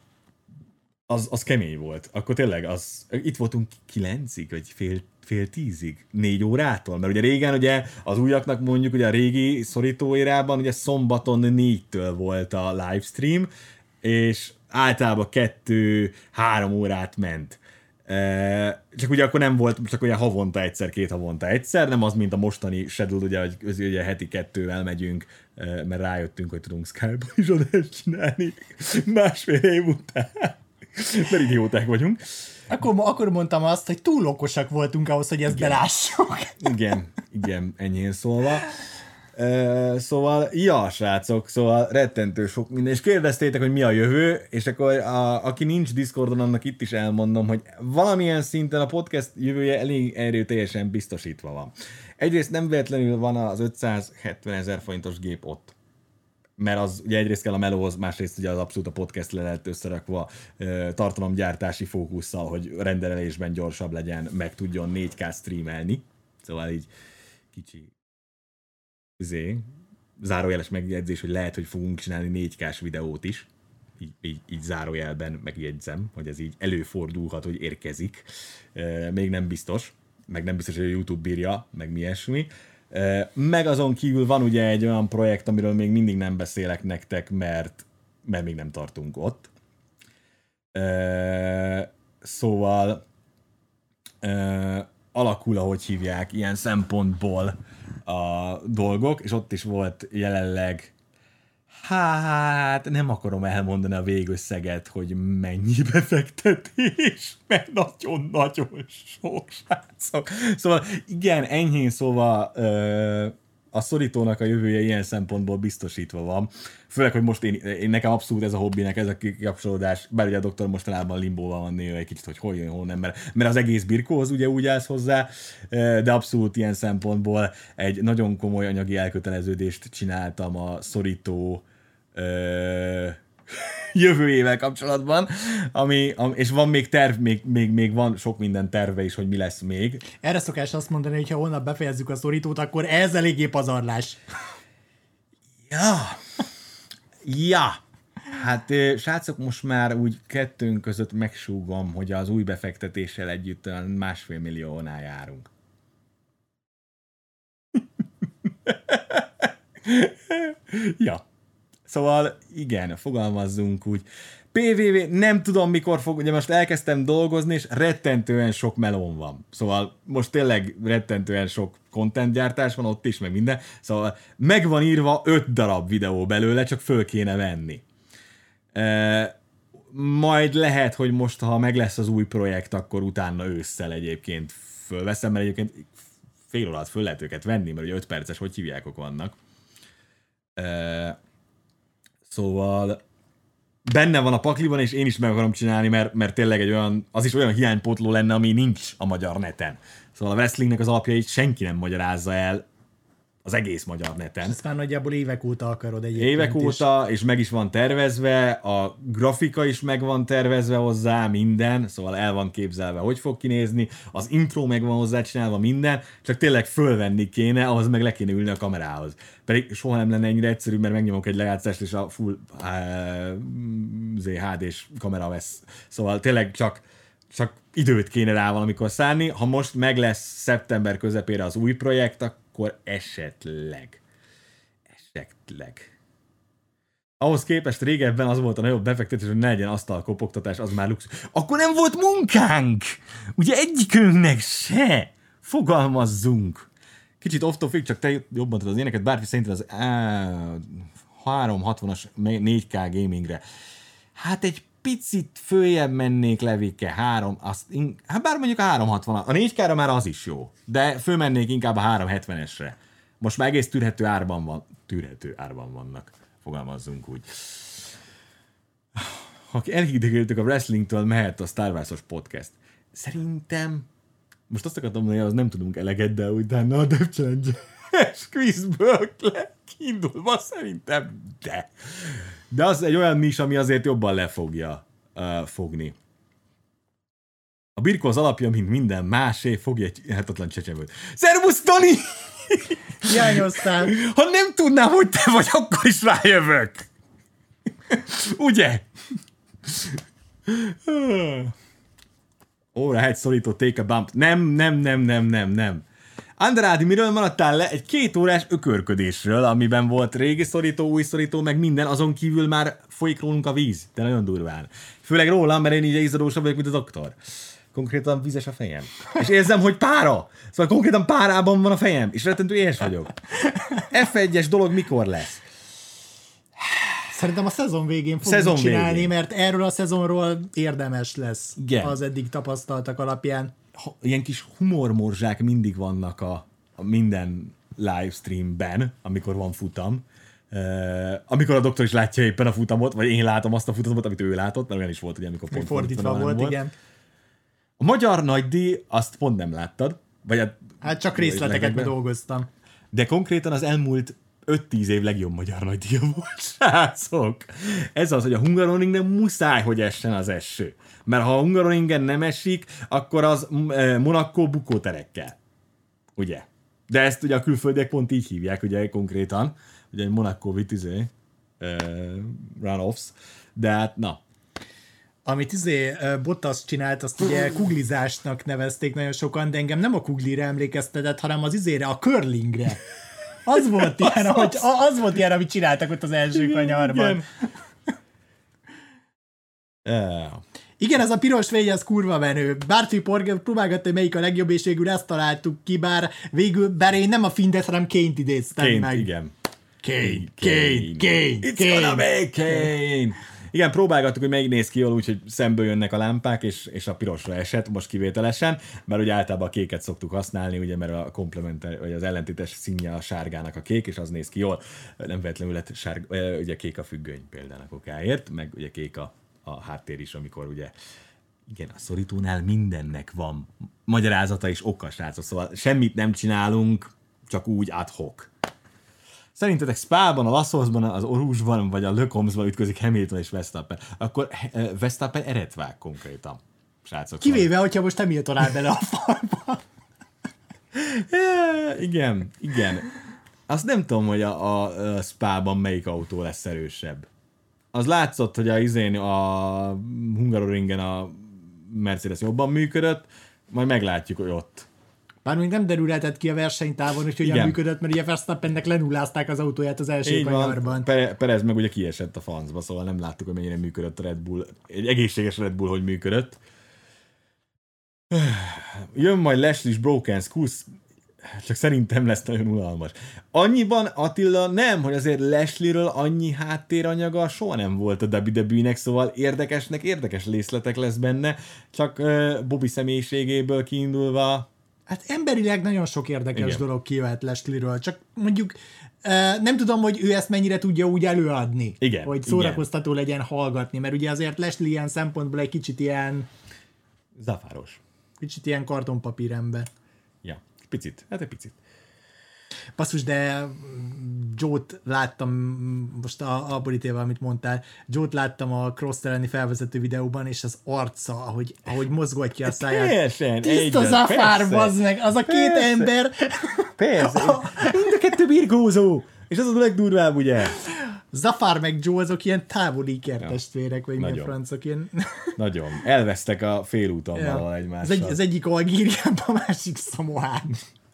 Az, az kemény volt. Akkor tényleg az, itt voltunk kilencig, vagy fél, fél tízig, négy órától. Mert ugye régen ugye az újaknak mondjuk ugye a régi szorítóérában ugye szombaton négytől volt a livestream, és általában kettő-három órát ment. Csak ugye akkor nem volt, csak ugye havonta egyszer, két havonta egyszer, nem az, mint a mostani schedule, ugye, hogy ugye heti kettővel megyünk, mert rájöttünk, hogy tudunk Skype-on is adást csinálni másfél év után, mert idióták vagyunk. Akkor, akkor mondtam azt, hogy túl okosak voltunk ahhoz, hogy ezt igen. belássuk. Igen, igen, enyhén szólva. Uh, szóval, ja, srácok, szóval rettentő sok minden, és kérdeztétek, hogy mi a jövő, és akkor a, aki nincs Discordon, annak itt is elmondom, hogy valamilyen szinten a podcast jövője elég erőteljesen biztosítva van. Egyrészt nem véletlenül van az ötszázhetven ezer forintos gép ott, mert az ugye egyrészt kell a melóhoz, másrészt ugye az abszolút a podcast le lehet összerakva uh, tartalomgyártási fókusszal, hogy rendelésben gyorsabb legyen, meg tudjon négy ká streamelni, szóval így kicsi Zé, zárójeles megjegyzés, hogy lehet, hogy fogunk csinálni négy ká-s videót is. Így, így, így zárójelben megjegyzem, hogy ez így előfordulhat, hogy érkezik. E, még nem biztos, meg nem biztos, hogy a YouTube bírja, meg mi ilyesmi. E, meg azon kívül van ugye egy olyan projekt, amiről még mindig nem beszélek nektek, mert, mert még nem tartunk ott. E, szóval e, alakul, ahogy hívják, ilyen szempontból a dolgok, és ott is volt jelenleg, hát nem akarom elmondani a végösszeget, hogy mennyi befektetés, mert nagyon-nagyon sok, srácok. Szóval igen, enyhén szóval ö, a szorítónak a jövője ilyen szempontból biztosítva van. Főleg, hogy most én, én nekem abszolút ez a hobbinek, ez a kikapcsolódás, bár ugye a doktor mostanában limbóval van néha egy kicsit, hogy hol jön, hol nem, mert, mert az egész birkóhoz ugye úgy állsz hozzá, de abszolút ilyen szempontból egy nagyon komoly anyagi elköteleződést csináltam a szorító ö, jövőjével kapcsolatban, ami, ami, és van még terv, még, még, még van sok minden terve is, hogy mi lesz még. Erre szokás azt mondani, hogy ha holnap befejezzük a szorítót, akkor ez eléggé pazarlás. Ja. Ja. Hát srácok, most már úgy kettőnk között megsúgom, hogy az új befektetéssel együtt másfél milliónál járunk. Ja. Szóval igen, fogalmazzunk úgy. pé vé vé, nem tudom mikor fog, ugye most elkezdtem dolgozni, és rettentően sok melón van. Szóval most tényleg rettentően sok content gyártás van ott is, meg minden. Szóval meg van írva öt darab videó belőle, csak föl kéne venni. E, majd lehet, hogy most, ha meg lesz az új projekt, akkor utána ősszel egyébként fölveszem, mert egyébként fél órát föl lehet őket venni, mert ugye öt perces, hogy hívjákok vannak. E, Szóval benne van a pakliban, és én is meg akarom csinálni, mert, mert tényleg egy olyan, az is olyan hiánypótló lenne, ami nincs a magyar neten. Szóval a wrestlingnek az alapjait senki nem magyarázza el az egész magyar neten. Ezt már nagyjából évek óta akarod egyébként. Évek óta, és meg is van tervezve, a grafika is meg van tervezve hozzá, minden, szóval el van képzelve, hogy fog kinézni, az intro meg van hozzá csinálva, minden, csak tényleg fölvenni kéne, ahhoz meg le kéne ülni a kamerához. Pedig soha nem lenne ennyire egyszerű, mert megnyomok egy lejátszást, és a full uh, há dés kamera vesz. Szóval tényleg csak, csak időt kéne rá valamikor szállni. Ha most meg lesz szeptember közepére az új projekt, akkor esetleg. Esetleg. Ahhoz képest régebben az volt a nagyobb befektetés, hogy ne legyen asztalkopogtatás, az már luxus. Akkor nem volt munkánk! Ugye egyikünknek se! Fogalmazzunk! Kicsit off-topic, csak te jobban tudod az éneket, bárki szerintem az háromszázhatvanas négy ká gamingre. Hát egy picit följebb mennék Levike, három, azt, hát bár mondjuk a háromszázhatvan, a négy ká-ra már az is jó, de fölmennék inkább a háromszázhetvenesre. Most már egész tűrhető árban van, tűrhető árban vannak, fogalmazzunk úgy. Ha elhidegültük a wrestlingtől, mehet a Star Wars-os podcast. Szerintem, most azt akartam mondani, hogy az nem tudunk eleget, de utána a Death Challenge-es quizből kiindulva szerintem, de. De az egy olyan nis, ami azért jobban le fogja uh, fogni. A birkó az alapja, mint minden másé, fogja egy hetetlen csecsemőt. Szervusz, Toni! Hiányoztál. Ha nem tudnám, hogy te vagy, akkor is rájövök. Ugye? Alright, szorító, take a bump. Nem, nem, nem, nem, nem, nem. Andrádi, miről maradtál le? Egy két órás ökörködésről, amiben volt régi szorító, új szorító, meg minden, azon kívül már folyik rólunk a víz. De nagyon durván. Főleg rólam, mert én így izzadósabb vagyok, mint a doktor. Konkrétan vizes a fejem. És érzem, hogy pára. Szóval konkrétan párában van a fejem. És rettentő éhes vagyok. ef egyes dolog mikor lesz? Szerintem a szezon végén fogunk szezon csinálni, végén. Mert erről a szezonról érdemes lesz. Igen. Az eddig tapasztaltak alapján. Ilyen kis humormorzsák mindig vannak a, a minden livestreamben, amikor van futam. Uh, amikor a doktor is látja éppen a futamot, vagy én látom azt a futamot, amit ő látott, mert olyan is volt, ugye, amikor pont fordítva volt, volt, igen. A magyar nagydíj, azt pont nem láttad. Vagy a, hát csak részletekben dolgoztam. De konkrétan az elmúlt öt-tíz év legjobb magyar nagydíja volt, srácok. Ez az, hogy a Hungaroringen muszáj, hogy essen az eső. Mert ha a Hungaroringen nem esik, akkor az eh, Monaco bukóterekkel. Ugye? De ezt ugye a külföldiek pont így hívják, ugye konkrétan. Ugye Monaco with izé, eh, runoffs. De hát, na. Amit izé Bottas csinált, azt ugye kuglizásnak nevezték nagyon sokan, de engem nem a kuglire emlékeztetett, hanem az izére, a curlingre. Az volt ilyen, az, ahogy, az volt ilyen, amit csináltak ott az első kanyarban. Yeah. Igen, ez a piros vény, ez kurva menő. Bárti próbálgatta, hogy melyik a legjobb, és végül ezt találtuk ki, bár végül, bár én nem a Findet, hanem Kane-t idéztem Kane, meg. igen. Kane, Kane, Kane, It's Kane. gonna be Kane! Igen, próbálgattuk, hogy melyik néz ki jól, úgyhogy szemből jönnek a lámpák, és, és a pirosra esett, most kivételesen, mert ugye általában a kéket szoktuk használni, ugye, mert a komplementer, vagy az ellentétes színje a sárgának a kék, és az néz ki jól. Nem véletlenül lett sárga, ugye kék a függöny például a kokáért, meg ugye kék a, a háttér is, amikor ugye igen, a szorítónál mindennek van magyarázata és oka, srácok, szóval semmit nem csinálunk, csak úgy ad hoc. Szerintetek Spa-ban, a Lassoszban, az Orúsban, vagy a Lecombe-ban ütközik Hamilton és Verstappen, akkor uh, Verstappen eret vág konkrétan, srácok. Kivéve, hogyha most Hamilton áll bele a falba. yeah, igen, igen. Azt nem tudom, hogy a, a, a Spa-ban melyik autó lesz erősebb. Az látszott, hogy a izén a Hungaroringen a Mercedes jobban működött, majd meglátjuk, hogy ott. Bár még nem derülhetett ki a versenytávon, hogy hogyan működött, mert ugye Verstappennek lenullázták az autóját az első kanyarban. Perez meg ugye kiesett a francba, szóval nem láttuk, hogy mennyire működött a Red Bull. Egy egészséges Red Bull, hogy működött. Jön majd Leslie Broken Skusz, csak szerintem lesz nagyon unalmas. Annyiban, Attila, nem, hogy azért Leslie-ről annyi háttéranyaga soha nem volt a dupla vé dupla vé-nek, szóval érdekesnek érdekes részletek lesz benne, csak uh, Bobby személyiségéből kiindulva. Hát emberileg nagyon sok érdekes igen. dolog kijöhet Leslie-ről, csak mondjuk uh, nem tudom, hogy ő ezt mennyire tudja úgy előadni, igen, hogy szórakoztató igen. legyen hallgatni, mert ugye azért Leslie ilyen szempontból egy kicsit ilyen zafáros. Kicsit ilyen kartonpapír ember. Ja, picit, hát egy picit. Basszus, de Joe-t láttam, most a, a borítéval, amit mondtál, Joe-t láttam a Cross elleni felvezető videóban, és az arca, ahogy, ahogy mozgatja a száját. Teljesen, tiszta zafár, bazd meg, az a két persze. ember. Persze, mind a kettő birkózó, és az a legdurvább, ugye? Zafár meg Joe azok ilyen távoli ikertestvérek, vagy milyen francok, ilyen... Nagyon. Elvesztek a félúton ja. valahol egymással. Az, egy, az egyik Algériában, a másik Szamoán.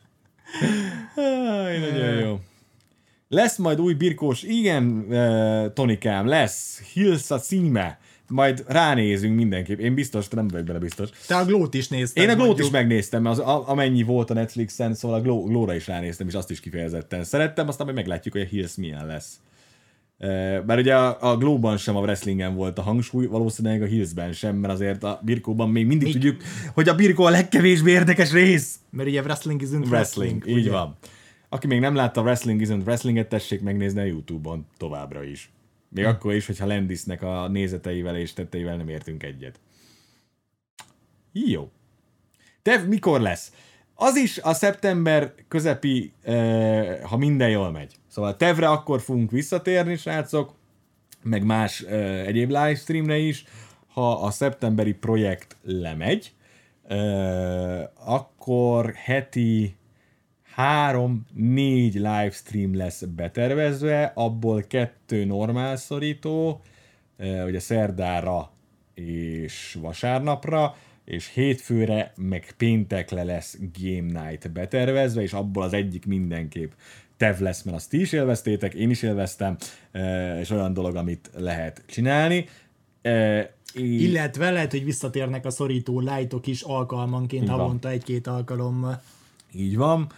Háj, nagyon jó. Lesz majd új birkós, igen, uh, Tonikám, lesz Hills a címe, majd ránézünk mindenképp. Én biztos, te nem vagyok bele biztos. Te a Glót is nézted. Én a Glót is megnéztem, az, a, amennyi volt a Netflixen, szóval a Gló, Glóra is ránéztem, és azt is kifejezetten szerettem, aztán majd meglátjuk, hogy a Hills milyen lesz. Uh, bár ugye a, a Glóban sem a wrestlingen volt a hangsúly, valószínűleg a Hillsben sem, mert azért a birkóban még mindig még... tudjuk, hogy a birkó a legkevésbé érdekes rész. Mert ugye wrestling isn't wrestling. wrestling így ugye? Van. Aki még nem látta a Wrestling isn't Wrestlinget, tessék megnézni a YouTube-on továbbra is. Még hm. akkor is, hogyha Landisnek a nézeteivel és tetteivel nem értünk egyet. Jó. Tev, mikor lesz? Az is a szeptember közepi, eh, ha minden jól megy. Szóval Tevre akkor fogunk visszatérni, srácok, meg más eh, egyéb livestreamre is, ha a szeptemberi projekt lemegy, eh, akkor heti három-négy livestream lesz betervezve, abból kettő normál szorító, eh, ugye szerdára és vasárnapra, és hétfőre meg péntekre lesz Game Night betervezve, és abból az egyik mindenképp Tev lesz, mert azt ti is élveztétek, én is élveztem, és olyan dolog, amit lehet csinálni. Így... Illetve lehet, hogy visszatérnek a szorító lightok is alkalmanként, így havonta van. Egy-két alkalommal. Így van.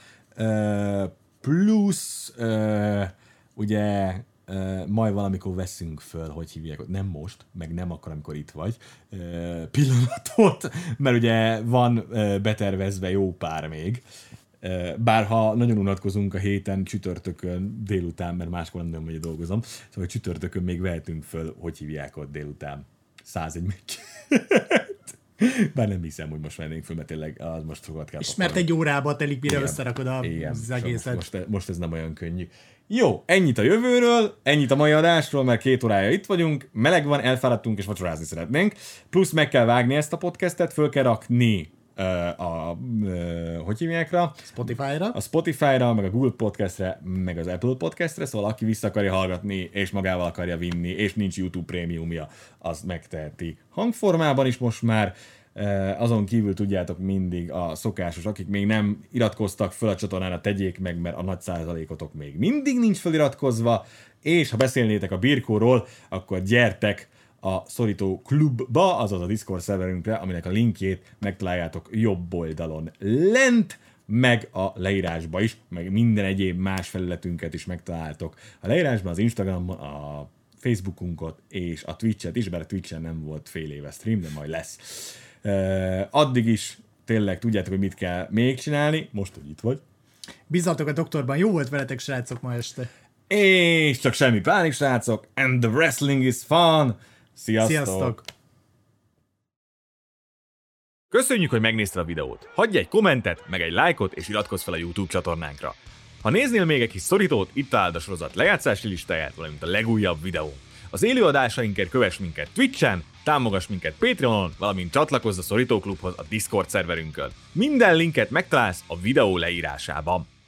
Plusz, ugye Uh, majd valamikor veszünk föl, hogy hívják, nem most, meg nem akkor, amikor itt vagy, uh, pillanatot, mert ugye van uh, betervezve jó pár még. Uh, bár ha nagyon unatkozunk a héten, csütörtökön délután, mert máskor nem nagyon hogy dolgozom, szóval csütörtökön még vehetünk föl, hogy hívják ott délután százegy meccs. Bár nem hiszem, hogy most vennénk föl, mert tényleg az most sokat kell. És mert egy órába telik, mire igen, összerakod a igen, az egészet. Most, most, most ez nem olyan könnyű. Jó, ennyit a jövőről, ennyit a mai adásról, mert két órája itt vagyunk, meleg van, elfáradtunk és vacsorázni szeretnénk. Plusz meg kell vágni ezt a podcastet, föl kell rakni uh, a, uh, hogy hívják rá? Spotify-ra. A Spotify-ra, meg a Google Podcastre, meg az Apple Podcastre, szóval aki vissza akarja hallgatni, és magával akarja vinni, és nincs YouTube prémiumja, az megteheti hangformában is most már. Azon kívül tudjátok mindig a szokásos, akik még nem iratkoztak föl a csatornára, tegyék meg, mert a nagy százalékotok még mindig nincs feliratkozva, és ha beszélnétek a birkóról, akkor gyertek a Szorító Klubba, azaz a Discord szerverünkre, aminek a linkjét megtaláljátok jobb oldalon lent, meg a leírásba is, meg minden egyéb más felületünket is megtaláltok a leírásban, az Instagramon, a Facebookunkat és a Twitch-et is, bár a Twitch-en nem volt fél éve stream, de majd lesz. Uh, addig is tényleg tudjátok, hogy mit kell még csinálni, most, hogy itt vagy. Bízzatok a doktorban, jó volt veletek, srácok, ma este. És csak semmi pánik, srácok, and the wrestling is fun! Sziasztok! Sziasztok! Köszönjük, hogy megnézted a videót! Hagyj egy kommentet, meg egy lájkot, és iratkozz fel a YouTube csatornánkra. Ha néznél még egy kis szorítót, itt találd a sorozat lejátszási listáját, valamint a legújabb videó. Az élőadásainkért kövess minket Twitchen, támogass minket Patreonon, valamint csatlakozz a Szorító Klubhoz a Discord szerverünkön. Minden linket megtalálsz a videó leírásában.